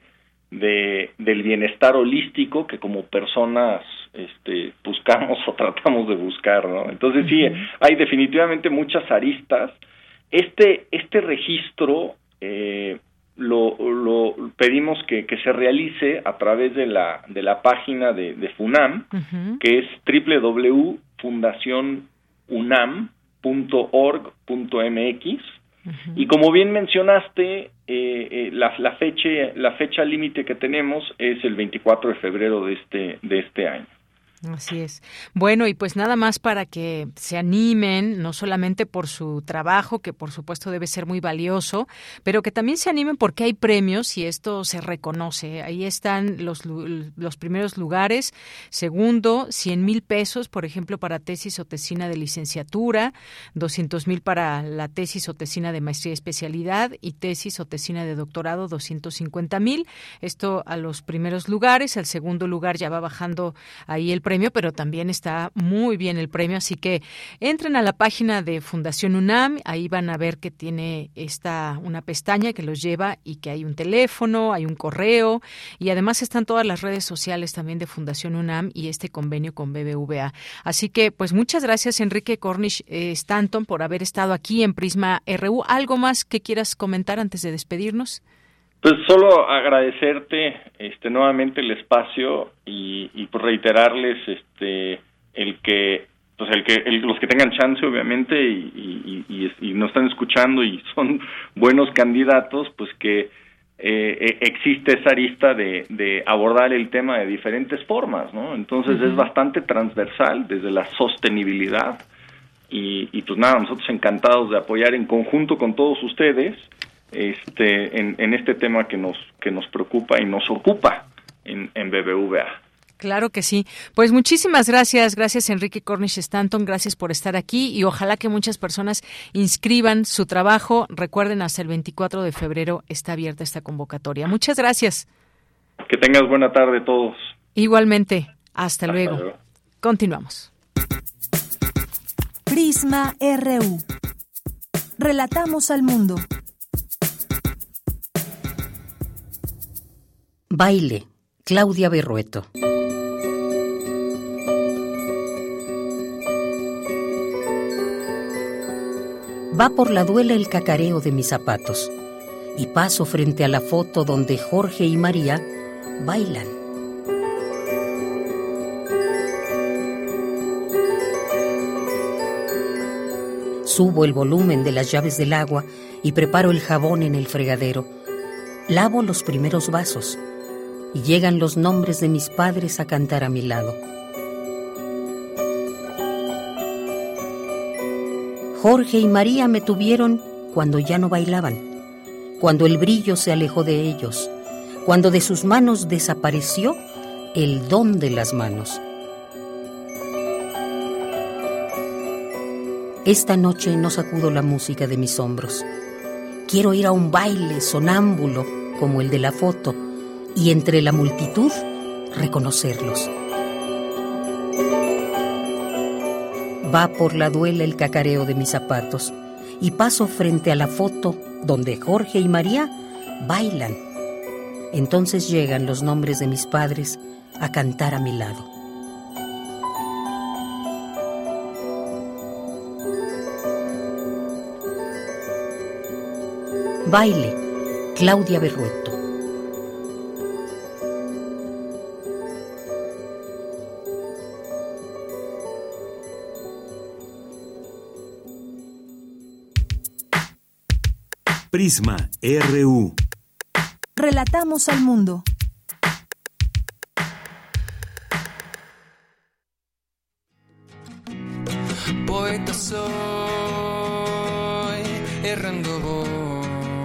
de del bienestar holístico que como personas este buscamos o tratamos de buscar, ¿no? Entonces sí, hay definitivamente muchas aristas. Este este registro eh, lo, lo pedimos que, que se realice a través de la de la página de, de FUNAM, uh-huh. que es doble u doble u doble u punto fundación unam punto org punto m x. Uh-huh. Y como bien mencionaste, eh, eh, la, la fecha la fecha límite que tenemos es el veinticuatro de febrero de este de este año. Así es. Bueno, y pues nada más para que se animen, no solamente por su trabajo, que por supuesto debe ser muy valioso, pero que también se animen porque hay premios y esto se reconoce. Ahí están los, los primeros lugares. Segundo, cien mil pesos, por ejemplo, para tesis o tesina de licenciatura, doscientos mil para la tesis o tesina de maestría y especialidad y tesis o tesina de doctorado, doscientos cincuenta mil. Esto a los primeros lugares. El segundo lugar ya va bajando ahí el premio, pero también está muy bien el premio, así que entren a la página de Fundación UNAM, ahí van a ver que tiene esta una pestaña que los lleva y que hay un teléfono, hay un correo y además están todas las redes sociales también de Fundación UNAM y este convenio con B B V A. Así que pues muchas gracias Enrique Cornish eh, Stanton por haber estado aquí en Prisma R U. ¿Algo más que quieras comentar antes de despedirnos? Pues solo agradecerte este nuevamente el espacio y, y pues reiterarles este el que pues el que el, los que tengan chance obviamente y, y, y, y nos están escuchando y son buenos candidatos, pues que eh, existe esa arista de, de abordar el tema de diferentes formas, ¿no? Entonces uh-huh. es bastante transversal desde la sostenibilidad y, y pues nada, nosotros encantados de apoyar en conjunto con todos ustedes este en, en este tema que nos que nos preocupa y nos ocupa en, en B B V A. Claro que sí. Pues muchísimas gracias, gracias Enrique Cornish Stanton, gracias por estar aquí y ojalá que muchas personas inscriban su trabajo. Recuerden, hasta el veinticuatro de febrero está abierta esta convocatoria. Muchas gracias. Que tengas buena tarde todos. Igualmente. Hasta, hasta luego. luego. Continuamos. Prisma R U. Relatamos al mundo. Baile, Claudia Berrueto. Va por la duela el cacareo de mis zapatos y paso frente a la foto donde Jorge y María bailan. Subo el volumen de las llaves del agua y preparo el jabón en el fregadero. Lavo los primeros vasos y llegan los nombres de mis padres a cantar a mi lado. Jorge y María me tuvieron cuando ya no bailaban, cuando el brillo se alejó de ellos, cuando de sus manos desapareció el don de las manos. Esta noche no sacudo la música de mis hombros. Quiero ir a un baile sonámbulo como el de la foto y entre la multitud reconocerlos. Va por la duela el cacareo de mis zapatos y paso frente a la foto donde Jorge y María bailan. Entonces llegan los nombres de mis padres a cantar a mi lado. Baile, Claudia Berrueto. Prisma R U. Relatamos al mundo. Poeta soy, errando voy,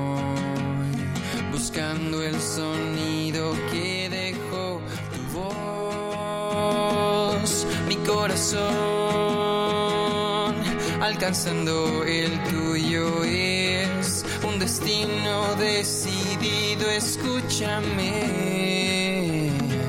buscando el sonido que dejó tu voz, mi corazón, alcanzando el tuyo es un destino decidido, escúchame.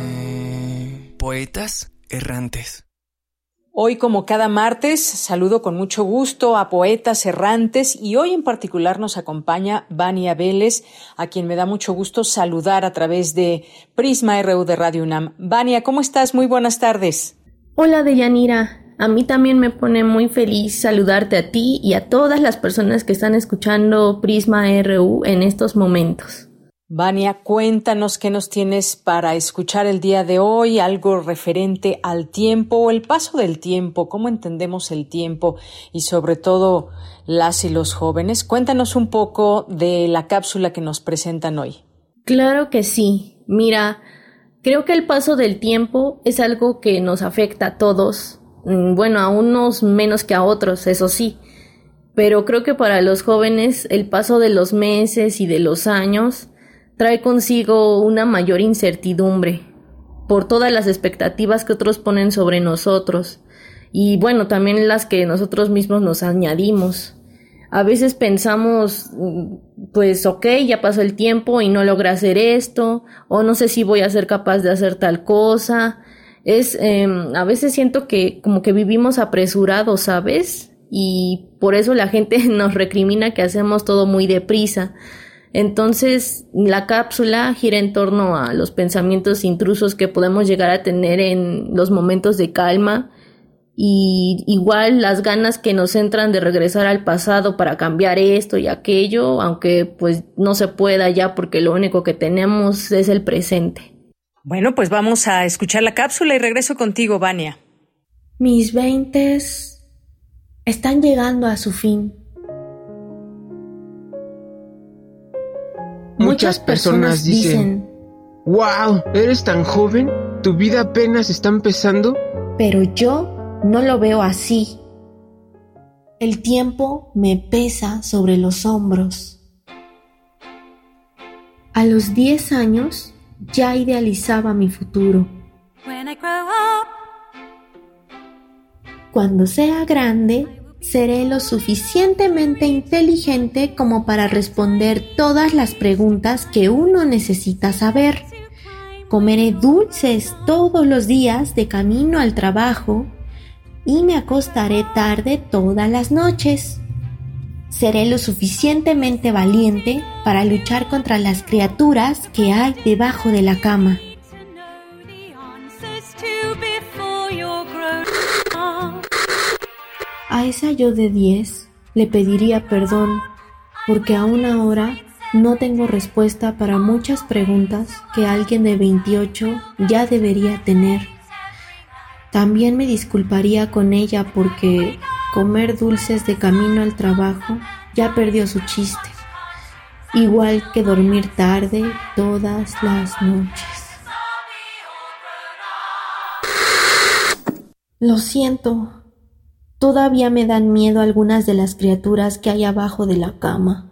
Poetas errantes. Hoy, como cada martes, saludo con mucho gusto a poetas errantes y hoy en particular nos acompaña Vania Vélez, a quien me da mucho gusto saludar a través de Prisma R U de Radio UNAM. Vania, ¿cómo estás? Muy buenas tardes. Hola, Deyanira. A mí también me pone muy feliz saludarte a ti y a todas las personas que están escuchando Prisma R U en estos momentos. Vania, cuéntanos qué nos tienes para escuchar el día de hoy, algo referente al tiempo o el paso del tiempo, cómo entendemos el tiempo y sobre todo las y los jóvenes. Cuéntanos un poco de la cápsula que nos presentan hoy. Claro que sí. Mira, creo que el paso del tiempo es algo que nos afecta a todos. Bueno, a unos menos que a otros, eso sí. Pero creo que para los jóvenes el paso de los meses y de los años trae consigo una mayor incertidumbre por todas las expectativas que otros ponen sobre nosotros y bueno, también las que nosotros mismos nos añadimos. A veces pensamos, pues ok, ya pasó el tiempo y no logré hacer esto, o no sé si voy a ser capaz de hacer tal cosa. Es, eh, a veces siento que como que vivimos apresurados, ¿sabes? Y por eso la gente nos recrimina que hacemos todo muy deprisa. Entonces, la cápsula gira en torno a los pensamientos intrusos que podemos llegar a tener en los momentos de calma y igual las ganas que nos entran de regresar al pasado para cambiar esto y aquello, aunque pues no se pueda ya porque lo único que tenemos es el presente. Bueno, pues vamos a escuchar la cápsula y regreso contigo, Vania. Mis veintes están llegando a su fin. Muchas personas dicen, ¡wow! ¿Eres tan joven? ¿Tu vida apenas está empezando? Pero yo no lo veo así. El tiempo me pesa sobre los hombros. A los diez años ya idealizaba mi futuro. Cuando sea grande, seré lo suficientemente inteligente como para responder todas las preguntas que uno necesita saber. Comeré dulces todos los días de camino al trabajo y me acostaré tarde todas las noches. Seré lo suficientemente valiente para luchar contra las criaturas que hay debajo de la cama. A esa yo de diez le pediría perdón porque aún ahora no tengo respuesta para muchas preguntas que alguien de veintiocho ya debería tener. También me disculparía con ella porque comer dulces de camino al trabajo ya perdió su chiste, igual que dormir tarde todas las noches. Lo siento. Todavía me dan miedo algunas de las criaturas que hay abajo de la cama.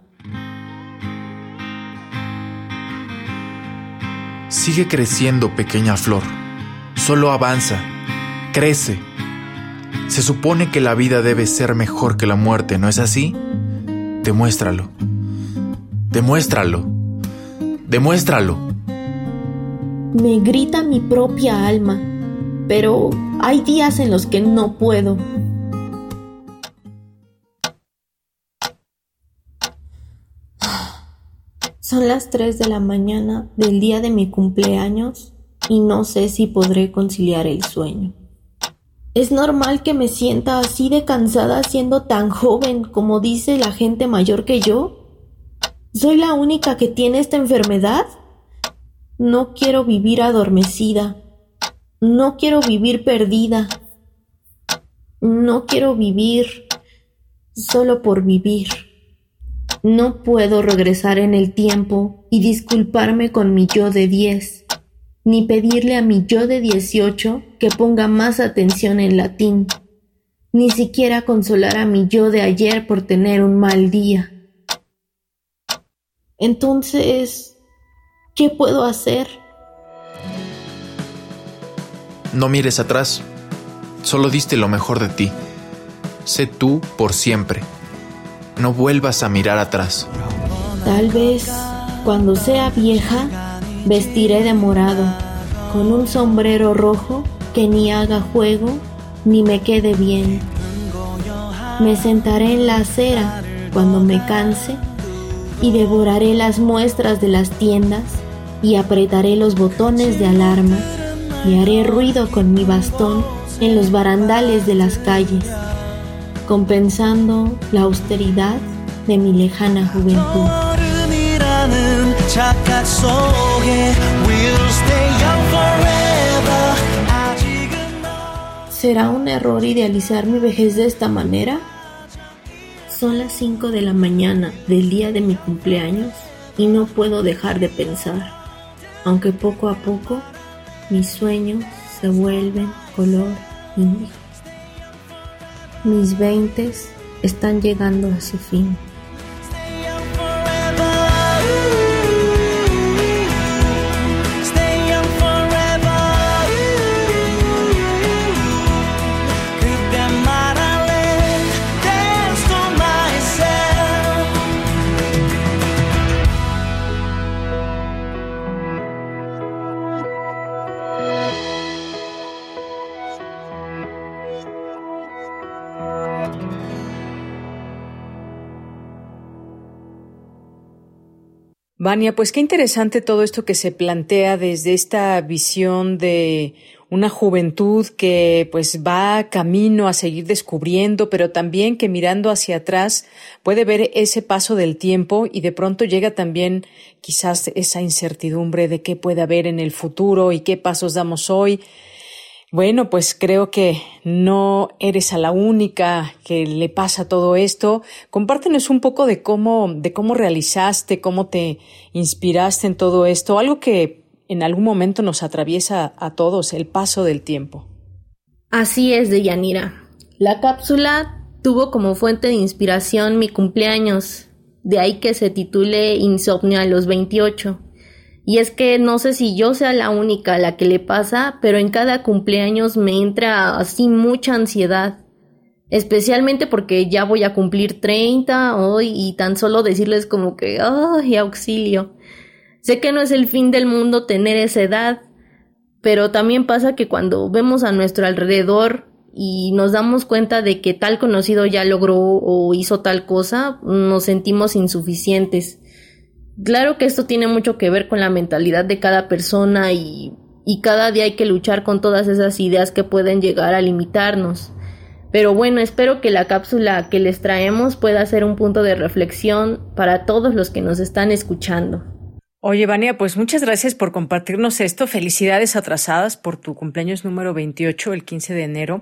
Sigue creciendo, pequeña flor. Solo avanza, crece. Se supone que la vida debe ser mejor que la muerte, ¿no es así? Demuéstralo. Demuéstralo. Demuéstralo. Me grita mi propia alma, pero hay días en los que no puedo. Son las tres de la mañana del día de mi cumpleaños y no sé si podré conciliar el sueño. ¿Es normal que me sienta así de cansada siendo tan joven como dice la gente mayor que yo? ¿Soy la única que tiene esta enfermedad? No quiero vivir adormecida. No quiero vivir perdida. No quiero vivir solo por vivir. No puedo regresar en el tiempo y disculparme con mi yo de diez, ni pedirle a mi yo de dieciocho que ponga más atención en latín, ni siquiera consolar a mi yo de ayer por tener un mal día. Entonces, ¿qué puedo hacer? No mires atrás. Solo diste lo mejor de ti. Sé tú por siempre. No vuelvas a mirar atrás. Tal vez, cuando sea vieja, vestiré de morado, con un sombrero rojo que ni haga juego ni me quede bien. Me sentaré en la acera cuando me canse y devoraré las muestras de las tiendas y apretaré los botones de alarma y haré ruido con mi bastón en los barandales de las calles, compensando la austeridad de mi lejana juventud. ¿Será un error idealizar mi vejez de esta manera? Son las cinco de la mañana del día de mi cumpleaños y no puedo dejar de pensar, aunque poco a poco mis sueños se vuelven color índigo. Mis veintes están llegando a su fin. Vania, pues qué interesante todo esto que se plantea desde esta visión de una juventud que pues va camino a seguir descubriendo, pero también que mirando hacia atrás puede ver ese paso del tiempo y de pronto llega también quizás esa incertidumbre de qué puede haber en el futuro y qué pasos damos hoy. Bueno, pues creo que no eres a la única que le pasa todo esto. Compártenos un poco de cómo, de cómo realizaste, cómo te inspiraste en todo esto, algo que en algún momento nos atraviesa a todos, el paso del tiempo. Así es, Deyanira. La cápsula tuvo como fuente de inspiración mi cumpleaños, de ahí que se titule Insomnio a los veintiocho. Y es que no sé si yo sea la única a la que le pasa, pero en cada cumpleaños me entra así mucha ansiedad. Especialmente porque ya voy a cumplir treinta hoy y tan solo decirles como que ¡ay, auxilio! Sé que no es el fin del mundo tener esa edad, pero también pasa que cuando vemos a nuestro alrededor y nos damos cuenta de que tal conocido ya logró o hizo tal cosa, nos sentimos insuficientes. Claro que esto tiene mucho que ver con la mentalidad de cada persona y, y cada día hay que luchar con todas esas ideas que pueden llegar a limitarnos. Pero bueno, espero que la cápsula que les traemos pueda ser un punto de reflexión para todos los que nos están escuchando. Oye, Vania, pues muchas gracias por compartirnos esto. Felicidades atrasadas por tu cumpleaños número veintiocho, el quince de enero.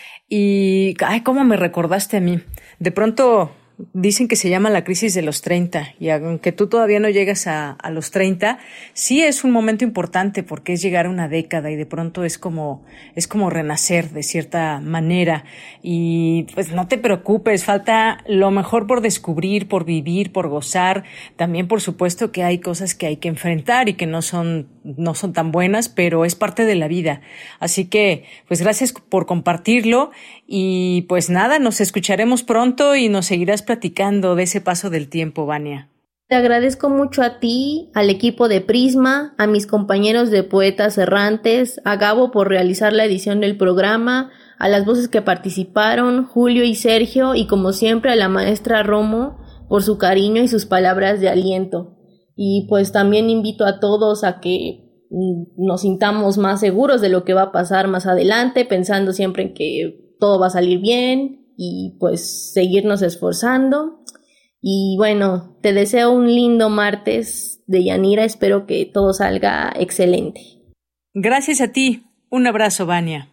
Y, ay, cómo me recordaste a mí. De pronto dicen que se llama la crisis de los treinta y aunque tú todavía no llegas a, a los treinta, sí es un momento importante porque es llegar a una década y de pronto es como, es como renacer de cierta manera y pues no te preocupes, falta lo mejor por descubrir, por vivir, por gozar. También por supuesto que hay cosas que hay que enfrentar y que no son, no son tan buenas, pero es parte de la vida. Así que pues gracias por compartirlo y pues nada, nos escucharemos pronto y nos seguirás platicando de ese paso del tiempo, Vania. Te agradezco mucho a ti, al equipo de Prisma, a mis compañeros de Poetas Errantes, a Gabo por realizar la edición del programa, a las voces que participaron, Julio y Sergio, y como siempre a la maestra Romo por su cariño y sus palabras de aliento. Y pues también invito a todos a que nos sintamos más seguros de lo que va a pasar más adelante, pensando siempre en que todo va a salir bien y pues seguirnos esforzando. Y bueno, te deseo un lindo martes de Yanira, espero que todo salga excelente. Gracias a ti, un abrazo, Vania.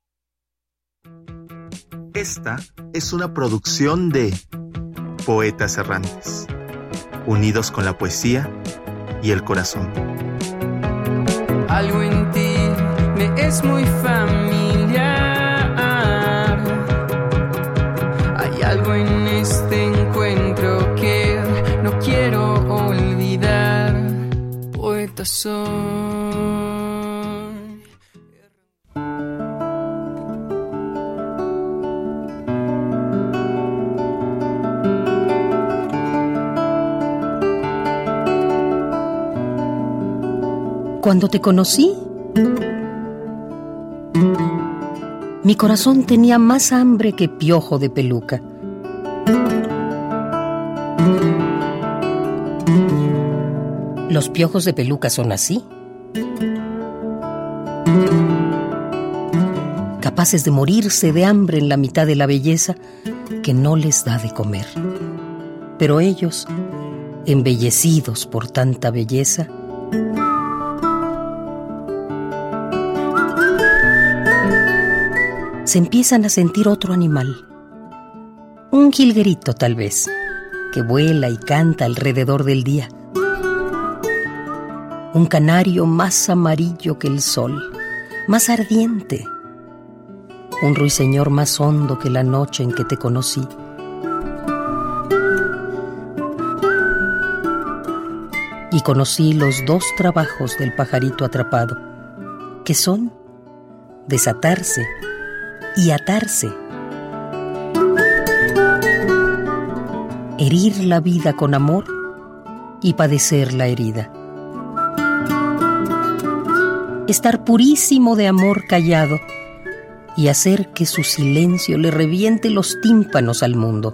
Esta es una producción de Poetas Errantes, unidos con la poesía y el corazón. Algo en ti me es muy familiar. Hay algo en este encuentro que no quiero olvidar. Poeta soy. Cuando te conocí, mi corazón tenía más hambre que piojo de peluca. Los piojos de peluca son así, capaces de morirse de hambre en la mitad de la belleza que no les da de comer. Pero ellos, embellecidos por tanta belleza, se empiezan a sentir otro animal, un jilguerito tal vez, que vuela y canta alrededor del día, un canario más amarillo que el sol, más ardiente, un ruiseñor más hondo que la noche en que te conocí. Y conocí los dos trabajos del pajarito atrapado, que son desatarse y atarse, herir la vida con amor y padecer la herida, estar purísimo de amor callado y hacer que su silencio le reviente los tímpanos al mundo.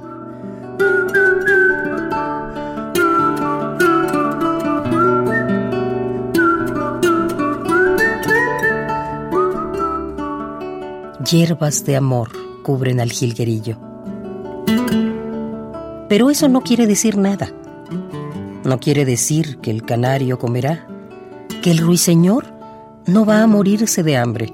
Hierbas de amor cubren al jilguerillo. Pero eso no quiere decir nada. No quiere decir que el canario comerá, que el ruiseñor no va a morirse de hambre.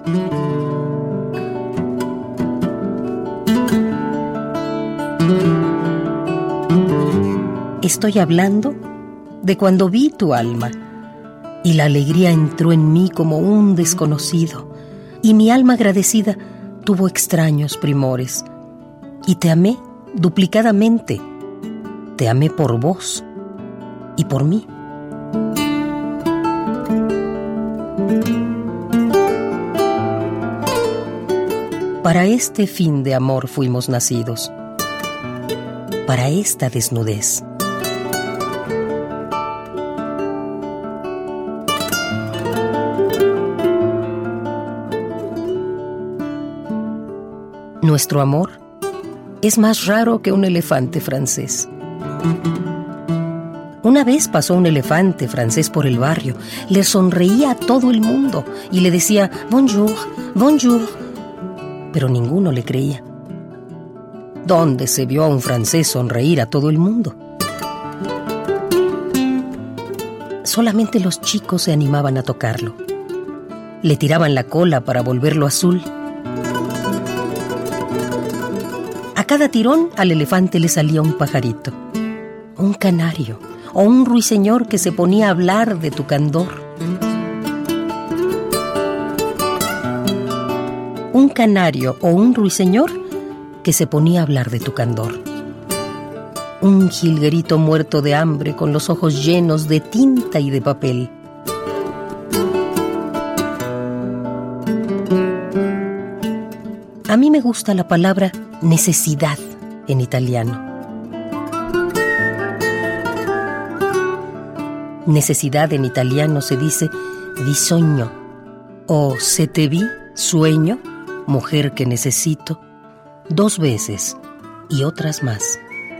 Estoy hablando de cuando vi tu alma y la alegría entró en mí como un desconocido. Y mi alma agradecida tuvo extraños primores. Y te amé duplicadamente. Te amé por vos y por mí. Para este fin de amor fuimos nacidos. Para esta desnudez. Nuestro amor es más raro que un elefante francés. Una vez pasó un elefante francés por el barrio, le sonreía a todo el mundo y le decía bonjour, bonjour, pero ninguno le creía. ¿Dónde se vio a un francés sonreír a todo el mundo? Solamente los chicos se animaban a tocarlo. Le tiraban la cola para volverlo azul. A cada tirón al elefante le salía un pajarito, un canario o un ruiseñor que se ponía a hablar de tu candor. Un canario o un ruiseñor que se ponía a hablar de tu candor. Un jilguerito muerto de hambre con los ojos llenos de tinta y de papel. A mí me gusta la palabra necesidad en italiano. Necesidad en italiano se dice bisogno, o se te vi, sueño, mujer que necesito, dos veces y otras más.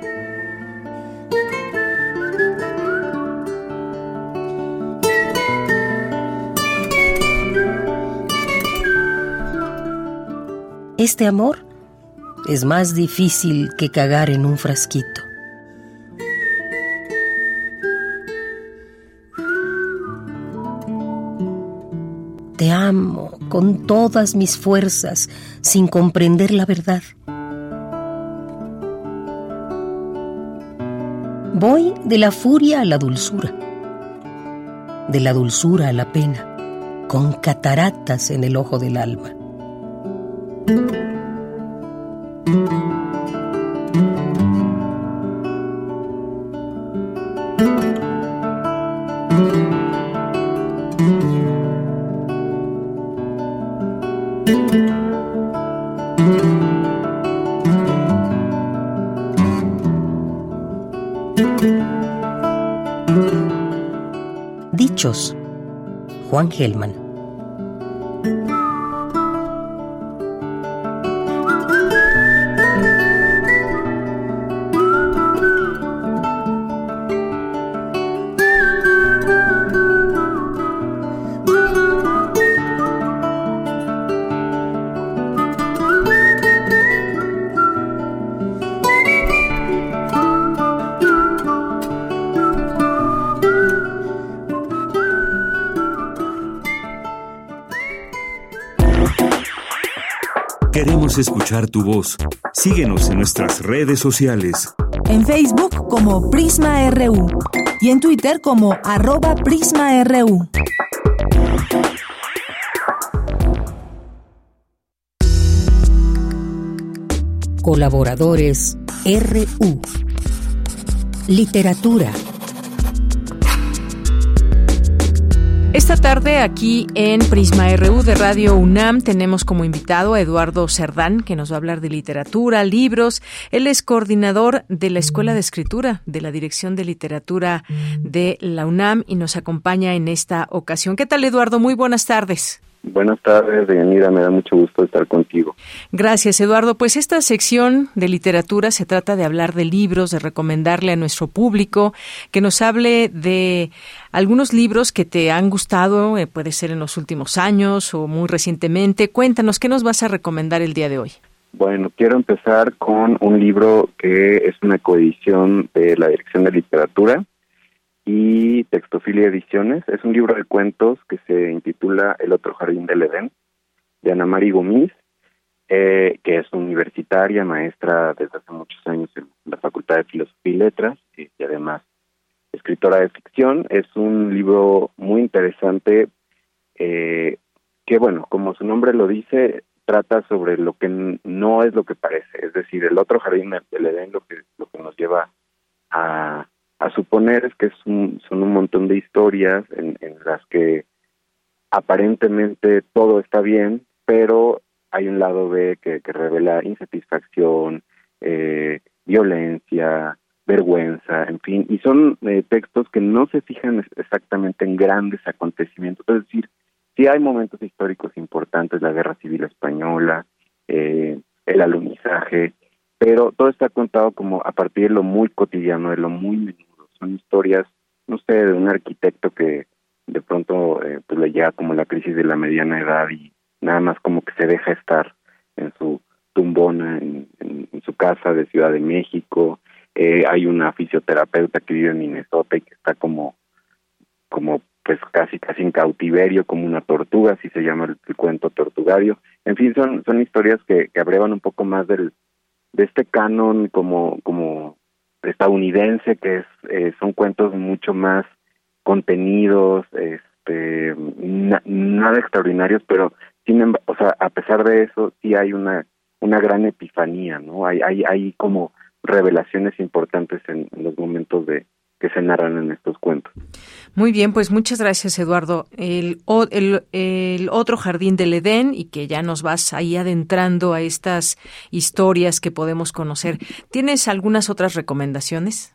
Este amor es más difícil que cagar en un frasquito. Te amo con todas mis fuerzas, sin comprender la verdad. Voy de la furia a la dulzura, de la dulzura a la pena, con cataratas en el ojo del alma. Dichos, Juan Gelman. Queremos escuchar tu voz. Síguenos en nuestras redes sociales. En Facebook como Prisma R U y en Twitter como arroba Prisma R U. Colaboradores R U. Literatura. Esta tarde aquí en Prisma R U de Radio UNAM tenemos como invitado a Eduardo Cerdán, que nos va a hablar de literatura, libros. Él es coordinador de la Escuela de Escritura de la Dirección de Literatura de la UNAM y nos acompaña en esta ocasión. ¿Qué tal, Eduardo? Muy buenas tardes. Buenas tardes, Deyanira, me da mucho gusto estar contigo. Gracias, Eduardo. Pues esta sección de literatura se trata de hablar de libros, de recomendarle a nuestro público que nos hable de algunos libros que te han gustado, eh, puede ser en los últimos años o muy recientemente. Cuéntanos, ¿qué nos vas a recomendar el día de hoy? Bueno, quiero empezar con un libro que es una coedición de la Dirección de Literatura y Textofilia Ediciones. Es un libro de cuentos que se intitula El otro jardín del Edén, de Ana Mari Gomis, eh, que es universitaria, maestra desde hace muchos años en la Facultad de Filosofía y Letras, y, y además escritora de ficción. Es un libro muy interesante eh, que, bueno, como su nombre lo dice, trata sobre lo que n- no es lo que parece, es decir, el otro jardín del Edén, lo que, lo que nos lleva a a suponer es que es un, son un montón de historias en, en las que aparentemente todo está bien, pero hay un lado B que, que revela insatisfacción, eh, violencia, vergüenza, en fin, y son eh, textos que no se fijan exactamente en grandes acontecimientos, es decir, sí hay momentos históricos importantes, la Guerra Civil Española, eh, el alunizaje, pero todo está contado como a partir de lo muy cotidiano, de lo muy menudo. Son historias, no sé, de un arquitecto que de pronto eh, pues le llega como la crisis de la mediana edad y nada más como que se deja estar en su tumbona, en, en, en su casa de Ciudad de México. Eh, hay una fisioterapeuta que vive en Minnesota y que está como, como pues casi casi en cautiverio, como una tortuga, así se llama el, el cuento Tortugario. En fin, son son historias que, que abrevan un poco más del de este canon como como estadounidense, que es eh, son cuentos mucho más contenidos, este na, nada extraordinarios, pero sin embargo, o sea, a pesar de eso sí hay una una gran epifanía, ¿no? Hay hay hay como revelaciones importantes en, en los momentos de que se narran en estos cuentos. Muy bien, pues muchas gracias, Eduardo. El, el, el otro jardín del Edén, y que ya nos vas ahí adentrando a estas historias que podemos conocer. ¿Tienes algunas otras recomendaciones?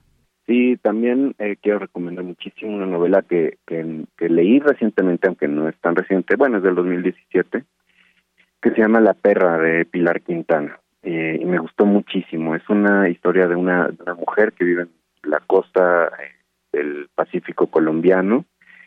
Sí, también eh, quiero recomendar muchísimo una novela que, que, que leí recientemente, aunque no es tan reciente, bueno, es del dos mil diecisiete, que se llama La perra, de Pilar Quintana, eh, y me gustó muchísimo. Es una historia de una, de una mujer que vive en la costa eh, del Pacífico colombiano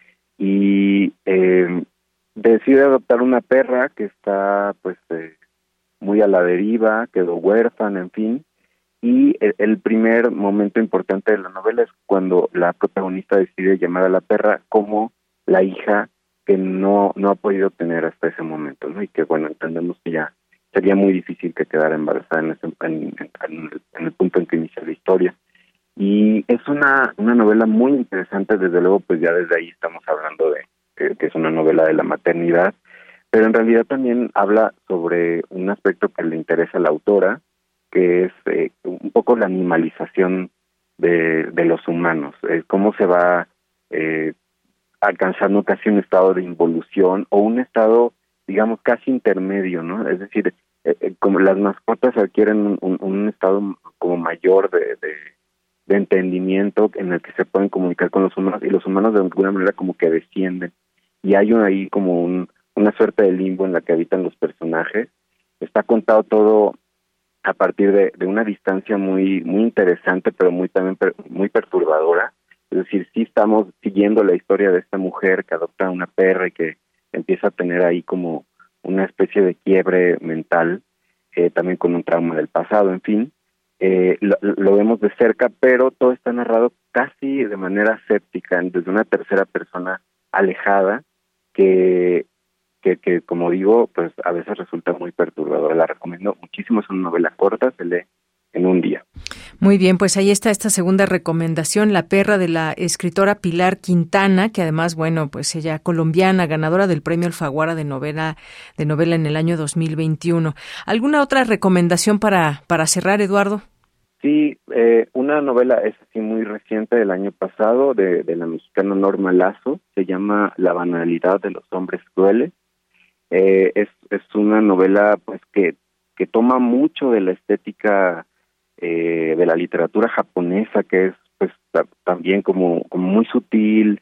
y eh, decide adoptar una perra que está pues eh, muy a la deriva, quedó huérfana, en fin. Y el, el primer momento importante de la novela es cuando la protagonista decide llamar a la perra como la hija que no no ha podido tener hasta ese momento, ¿no? Y que, bueno, entendemos que ya sería muy difícil que quedara embarazada en, ese, en, en, en, el, en el punto en que inicia la historia. Y es una, una novela muy interesante, desde luego, pues ya desde ahí estamos hablando de que, que es una novela de la maternidad, pero en realidad también habla sobre un aspecto que le interesa a la autora, que es eh, un poco la animalización de, de los humanos, eh, cómo se va eh, alcanzando casi un estado de involución o un estado, digamos, casi intermedio, ¿no? Es decir, eh, eh, como las mascotas adquieren un, un estado como mayor de, de, de entendimiento en el que se pueden comunicar con los humanos, y los humanos de alguna manera como que descienden, y hay un, ahí como un, una suerte de limbo en la que habitan los personajes. Está contado todo a partir de, de una distancia muy muy interesante, pero muy también per, muy perturbadora. Es decir, sí estamos siguiendo la historia de esta mujer que adopta una perra y que empieza a tener ahí como una especie de quiebre mental, eh, también con un trauma del pasado, en fin. Eh, lo, lo vemos de cerca, pero todo está narrado casi de manera séptica, desde una tercera persona alejada, que Que, que, como digo, pues a veces resulta muy perturbadora. La recomiendo muchísimo, es una novela corta, se lee en un día. Muy bien, pues ahí está esta segunda recomendación, La perra, de la escritora Pilar Quintana, que además, bueno, pues ella colombiana, ganadora del Premio Alfaguara de novela de novela en el año dos mil veintiuno. ¿Alguna otra recomendación para para cerrar, Eduardo? Sí, eh, una novela es así muy reciente del año pasado de, de la mexicana Norma Lazo, se llama La banalidad de los hombres crueles. Eh, es, es una novela pues que, que toma mucho de la estética eh, de la literatura japonesa, que es pues ta, también como, como muy sutil,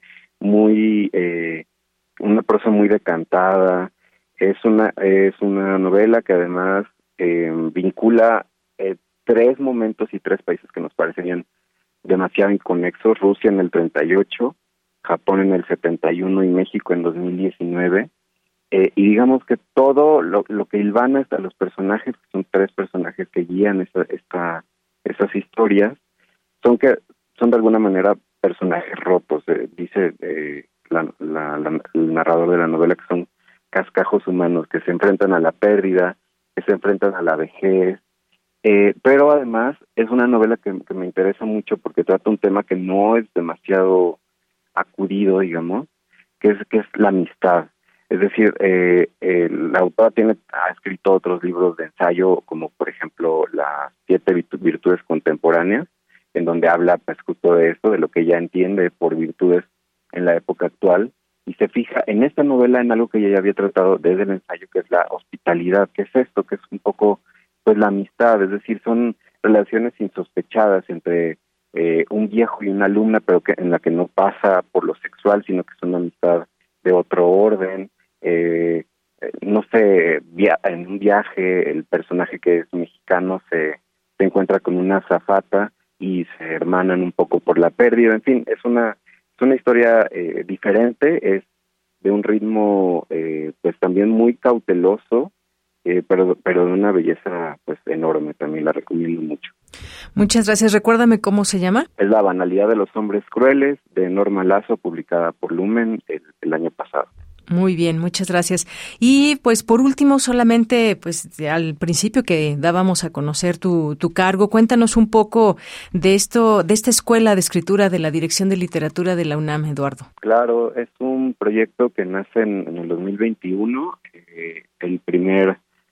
muy eh, una prosa muy decantada. Es una es una novela que además eh, vincula eh, tres momentos y tres países que nos parecerían demasiado inconexos: Rusia en el treinta y ocho, Japón en el setenta y uno y México en dos mil diecinueve. Eh, y digamos que todo lo, lo que hilvana a los personajes, que son tres personajes que guían esta, esta, estas historias, son que son de alguna manera personajes rotos. Eh, dice eh, la, la, la, el narrador de la novela que son cascajos humanos que se enfrentan a la pérdida, que se enfrentan a la vejez. Eh, pero además es una novela que, que me interesa mucho porque trata un tema que no es demasiado acudido, digamos, que es que es la amistad. Es decir, eh, eh, la autora tiene, ha escrito otros libros de ensayo, como por ejemplo Las siete virtudes contemporáneas, en donde habla pues justo de esto, de lo que ella entiende por virtudes en la época actual, y se fija en esta novela en algo que ella ya había tratado desde el ensayo, que es la hospitalidad. ¿Qué es esto? Que es un poco pues la amistad, es decir, son relaciones insospechadas entre eh, un viejo y una alumna, pero que en la que no pasa por lo sexual, sino que es una amistad de otro orden. Eh, no sé, via- en un viaje el personaje que es mexicano se, se encuentra con una azafata y se hermanan un poco por la pérdida. En fin, es una es una historia eh, diferente, es de un ritmo eh, pues también muy cauteloso, eh, pero pero de una belleza pues enorme. También la recomiendo mucho. Muchas gracias. Recuérdame cómo se llama. Es La banalidad de los hombres crueles, de Norma Lazo, publicada por Lumen el, el año pasado. Muy bien, muchas gracias. Y pues por último, solamente pues al principio que dábamos a conocer tu, tu cargo, cuéntanos un poco de esto, de esta escuela de escritura de la Dirección de Literatura de la UNAM, Eduardo. Claro, es un proyecto que nace en, en el dos mil veintiuno. Eh, el primer,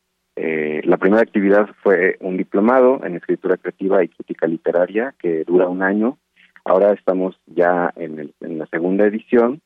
eh, la primera actividad fue un diplomado en escritura creativa y crítica literaria que dura un año. Ahora estamos ya en, el, en la segunda edición.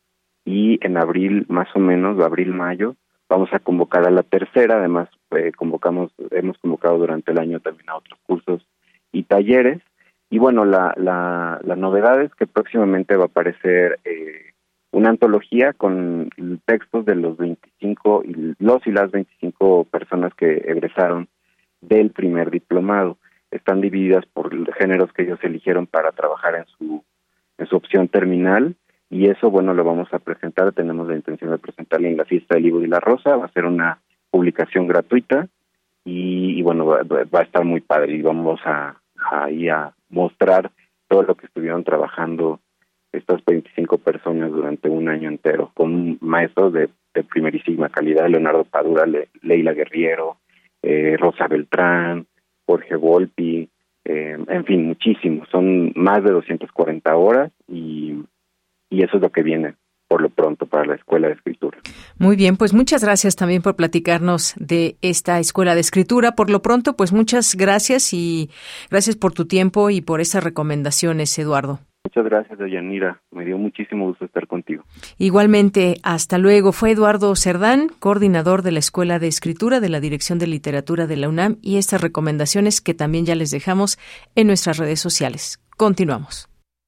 Y en abril, más o menos, abril-mayo, vamos a convocar a la tercera. Además, eh, convocamos, hemos convocado durante el año también a otros cursos y talleres. Y bueno, la, la, la novedad es que próximamente va a aparecer eh, una antología con textos de los veinticinco, los y las veinticinco personas que egresaron del primer diplomado. Están divididas por géneros que ellos eligieron para trabajar en su en su opción terminal, y eso, bueno, lo vamos a presentar. Tenemos la intención de presentarlo en la Fiesta del Libro y la Rosa. Va a ser una publicación gratuita y, y bueno, va, va a estar muy padre, y vamos a, a, ahí a mostrar todo lo que estuvieron trabajando estas veinticinco personas durante un año entero, con maestros de, de primerísima calidad: Leonardo Padura, Le, Leila Guerriero, eh, Rosa Beltrán, Jorge Volpi, eh, en fin, muchísimos. Son más de doscientas cuarenta horas, y, y eso es lo que viene por lo pronto para la Escuela de Escritura. Muy bien, pues muchas gracias también por platicarnos de esta Escuela de Escritura. Por lo pronto, pues muchas gracias, y gracias por tu tiempo y por esas recomendaciones, Eduardo. Muchas gracias, Deyanira. Me dio muchísimo gusto estar contigo. Igualmente, hasta luego. Fue Eduardo Cerdán, coordinador de la Escuela de Escritura de la Dirección de Literatura de la UNAM, y estas recomendaciones que también ya les dejamos en nuestras redes sociales. Continuamos.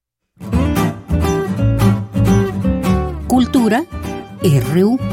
Cultura R U.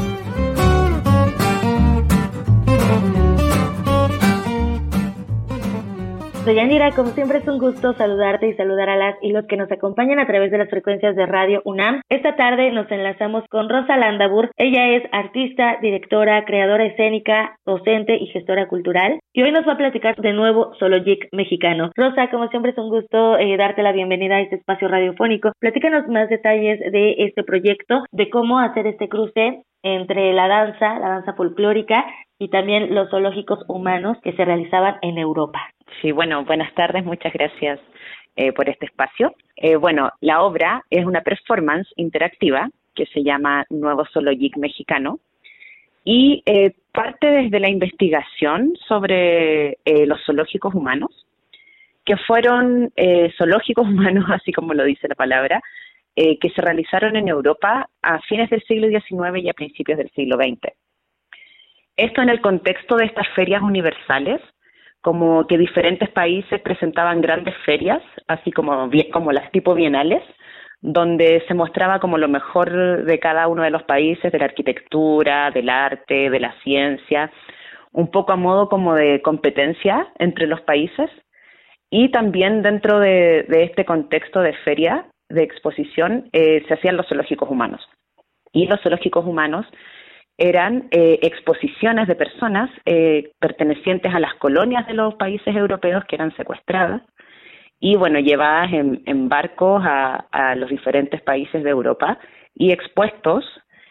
Deyanira, como siempre es un gusto saludarte y saludar a las y los que nos acompañan a través de las frecuencias de Radio UNAM. Esta tarde nos enlazamos con Rosa Landabur. Ella es artista, directora, creadora escénica, docente y gestora cultural. Y hoy nos va a platicar de nuevo Sologic mexicano. Rosa, como siempre es un gusto eh, darte la bienvenida a este espacio radiofónico. Platícanos más detalles de este proyecto, de cómo hacer este cruce entre la danza, la danza folclórica y también los zoológicos humanos que se realizaban en Europa. Sí, bueno, buenas tardes, muchas gracias eh, por este espacio. Eh, bueno, la obra es una performance interactiva que se llama Nuevo Sologic Mexicano, y eh, parte desde la investigación sobre eh, los zoológicos humanos, que fueron eh, zoológicos humanos, así como lo dice la palabra, eh, que se realizaron en Europa a fines del siglo diecinueve y a principios del siglo veinte. Esto en el contexto de estas ferias universales, como que diferentes países presentaban grandes ferias, así como, como las tipo bienales, donde se mostraba como lo mejor de cada uno de los países, de la arquitectura, del arte, de la ciencia, un poco a modo como de competencia entre los países. Y también dentro de, de este contexto de feria, de exposición, eh, se hacían los zoológicos humanos. Y los zoológicos humanos eran eh, exposiciones de personas eh, pertenecientes a las colonias de los países europeos que eran secuestradas y, bueno, llevadas en, en barcos a, a los diferentes países de Europa y expuestos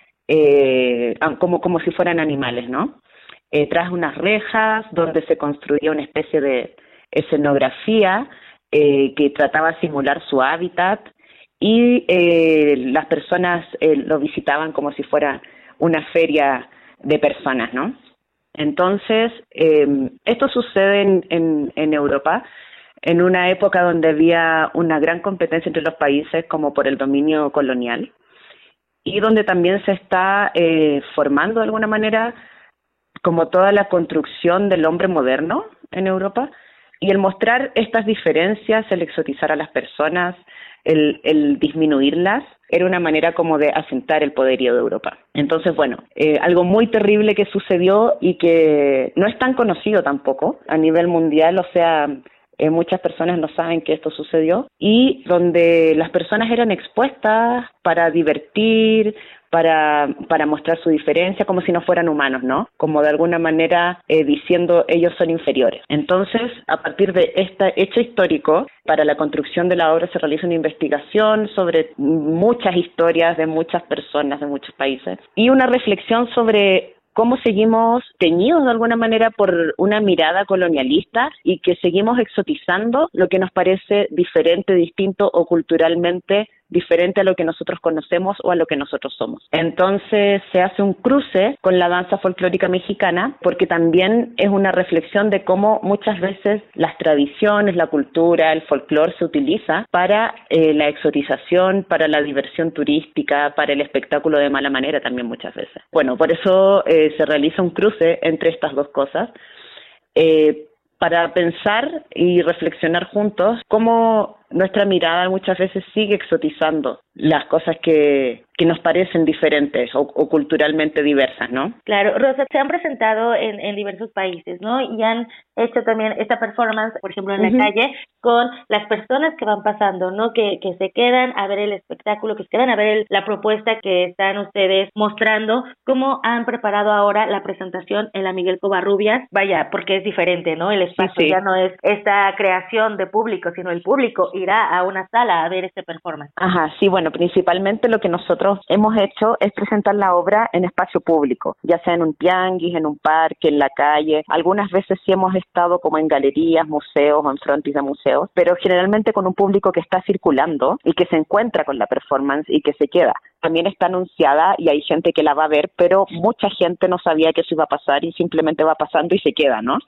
eh, como, como si fueran animales, ¿no? Eh, tras unas rejas donde se construía una especie de escenografía eh, que trataba de simular su hábitat, y eh, las personas eh, lo visitaban como si fuera una feria de personas, ¿no? Entonces, eh, esto sucede en, en, en Europa, en una época donde había una gran competencia entre los países como por el dominio colonial, y donde también se está eh, formando de alguna manera como toda la construcción del hombre moderno en Europa, y el mostrar estas diferencias, el exotizar a las personas, el, el disminuirlas, era una manera como de asentar el poderío de Europa. Entonces, bueno, eh, algo muy terrible que sucedió y que no es tan conocido tampoco a nivel mundial, o sea, eh, muchas personas no saben que esto sucedió, y donde las personas eran expuestas para divertir, para para mostrar su diferencia, como si no fueran humanos, ¿no? Como de alguna manera eh, diciendo ellos son inferiores. Entonces, a partir de este hecho histórico, para la construcción de la obra se realiza una investigación sobre muchas historias de muchas personas de muchos países y una reflexión sobre cómo seguimos teñidos de alguna manera por una mirada colonialista y que seguimos exotizando lo que nos parece diferente, distinto o culturalmente diferente a lo que nosotros conocemos o a lo que nosotros somos. Entonces se hace un cruce con la danza folclórica mexicana porque también es una reflexión de cómo muchas veces las tradiciones, la cultura, el folclore se utiliza para eh, la exotización, para la diversión turística, para el espectáculo de mala manera también muchas veces. Bueno, por eso eh, se realiza un cruce entre estas dos cosas. Eh, para pensar y reflexionar juntos cómo nuestra mirada muchas veces sigue exotizando las cosas que, que nos parecen diferentes o, o culturalmente diversas, ¿no? Claro, Rosa, se han presentado en, en diversos países, ¿no? Y han hecho también esta performance, por ejemplo, en uh-huh. la calle, con las personas que van pasando, ¿no? Que, que se quedan a ver el espectáculo, que se quedan a ver el, la propuesta que están ustedes mostrando. ¿Cómo han preparado ahora la presentación en la Miguel Covarrubias? Vaya, porque es diferente, ¿no? El espacio sí, sí. ya no es esta creación de público, sino el público irá a una sala a ver este performance. Ajá, sí, bueno, principalmente lo que nosotros hemos hecho es presentar la obra en espacio público, ya sea en un tianguis, en un parque, en la calle. Algunas veces sí hemos estado como en galerías, museos o en frontis de museos, pero generalmente con un público que está circulando y que se encuentra con la performance y que se queda. También está anunciada y hay gente que la va a ver, pero mucha gente no sabía que eso iba a pasar y simplemente va pasando y se queda, ¿no?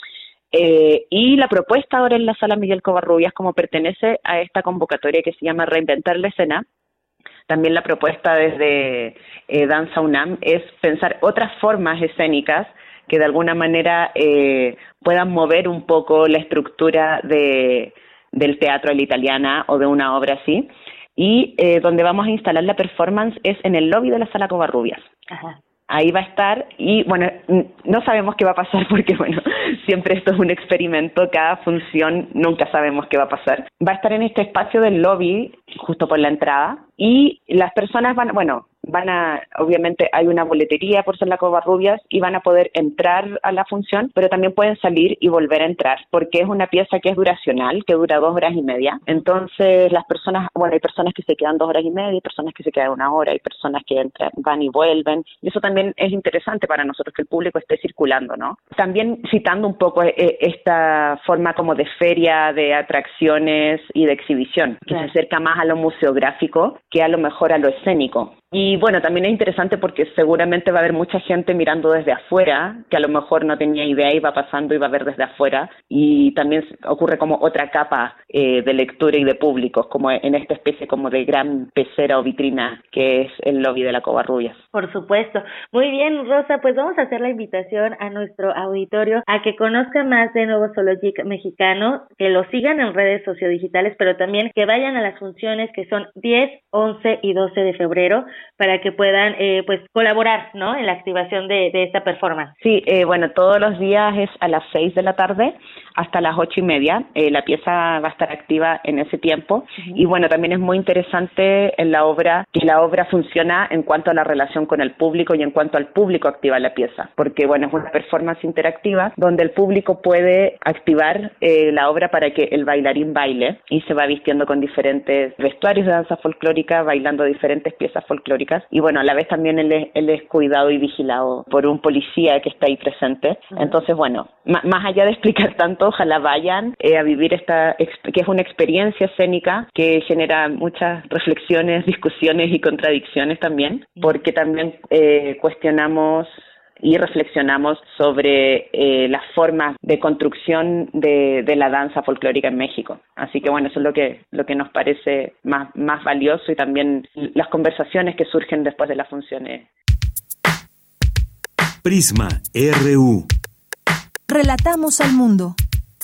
Eh, y la propuesta ahora en la Sala Miguel Covarrubias, como pertenece a esta convocatoria que se llama Reinventar la Escena, también la propuesta desde eh, Danza UNAM es pensar otras formas escénicas que de alguna manera eh, puedan mover un poco la estructura de, del teatro a la italiana o de una obra así. Y eh, donde vamos a instalar la performance es en el lobby de la Sala Covarrubias. Ajá. Ahí va a estar y, bueno, no sabemos qué va a pasar porque, bueno, siempre esto es un experimento, cada función nunca sabemos qué va a pasar. Va a estar en este espacio del lobby, justo por la entrada, y las personas van, bueno, van a, obviamente hay una boletería por ser la Covarrubias y van a poder entrar a la función, pero también pueden salir y volver a entrar, porque es una pieza que es duracional, que dura dos horas y media. Entonces las personas, bueno, hay personas que se quedan dos horas y media, hay personas que se quedan una hora, hay personas que entran, van y vuelven, y eso también es interesante para nosotros, que el público esté circulando, ¿no? También citando un poco eh, esta forma como de feria, de atracciones y de exhibición, que claro. se acerca más a lo museográfico que a lo mejor a lo escénico. Y bueno, también es interesante porque seguramente va a haber mucha gente mirando desde afuera, que a lo mejor no tenía idea y va pasando y va a ver desde afuera. Y también ocurre como otra capa eh, de lectura y de públicos, como en esta especie como de gran pecera o vitrina que es el lobby de la Covarrubias. Por supuesto. Muy bien, Rosa, pues vamos a hacer la invitación a nuestro auditorio a que conozca más de Nuevo Solo Geek Mexicano, que lo sigan en redes sociodigitales, pero también que vayan a las funciones que son diez, once y doce de febrero, para que puedan eh, pues colaborar, ¿no?, en la activación de, de esta performance. Sí, eh, bueno, todos los días es a las seis de la tarde hasta las ocho y media. Eh, la pieza va a estar activa en ese tiempo. Uh-huh. Y bueno, también es muy interesante en la obra que la obra funciona en cuanto a la relación con el público y en cuanto al público activa la pieza, porque bueno, es una performance interactiva donde el público puede activar eh, la obra para que el bailarín baile y se va vistiendo con diferentes vestuarios de danza folclórica, bailando diferentes piezas folclóricas. Y bueno, a la vez también él es, él es cuidado y vigilado por un policía que está ahí presente. Uh-huh. Entonces, bueno, m- más allá de explicar tanto, ojalá vayan eh, a vivir esta, que es una experiencia escénica que genera muchas reflexiones, discusiones y contradicciones también, porque también eh, cuestionamos y reflexionamos sobre eh, las formas de construcción de, de la danza folclórica en México. Así que bueno, eso es lo que lo que nos parece más, más valioso, y también las conversaciones que surgen después de las funciones. Prisma R U. Relatamos al mundo.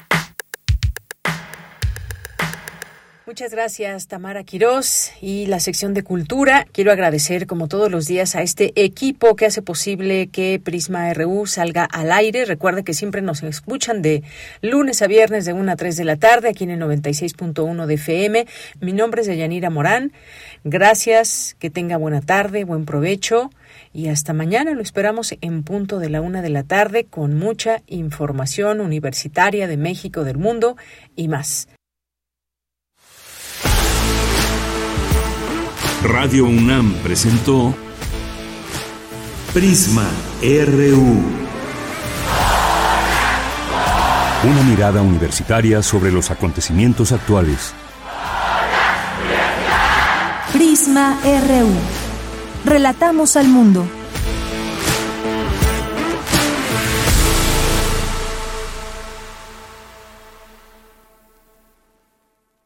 Muchas gracias, Tamara Quirós y la sección de Cultura. Quiero agradecer, como todos los días, a este equipo que hace posible que Prisma R U salga al aire. Recuerden que siempre nos escuchan de lunes a viernes de una a tres de la tarde aquí en el noventa y seis punto uno de F M. Mi nombre es Deyanira Morán. Gracias, que tenga buena tarde, buen provecho y hasta mañana. Lo esperamos en punto de la una de la tarde con mucha información universitaria de México, del mundo y más. Radio UNAM presentó Prisma R U. Una mirada universitaria sobre los acontecimientos actuales. Prisma R U. Relatamos al mundo.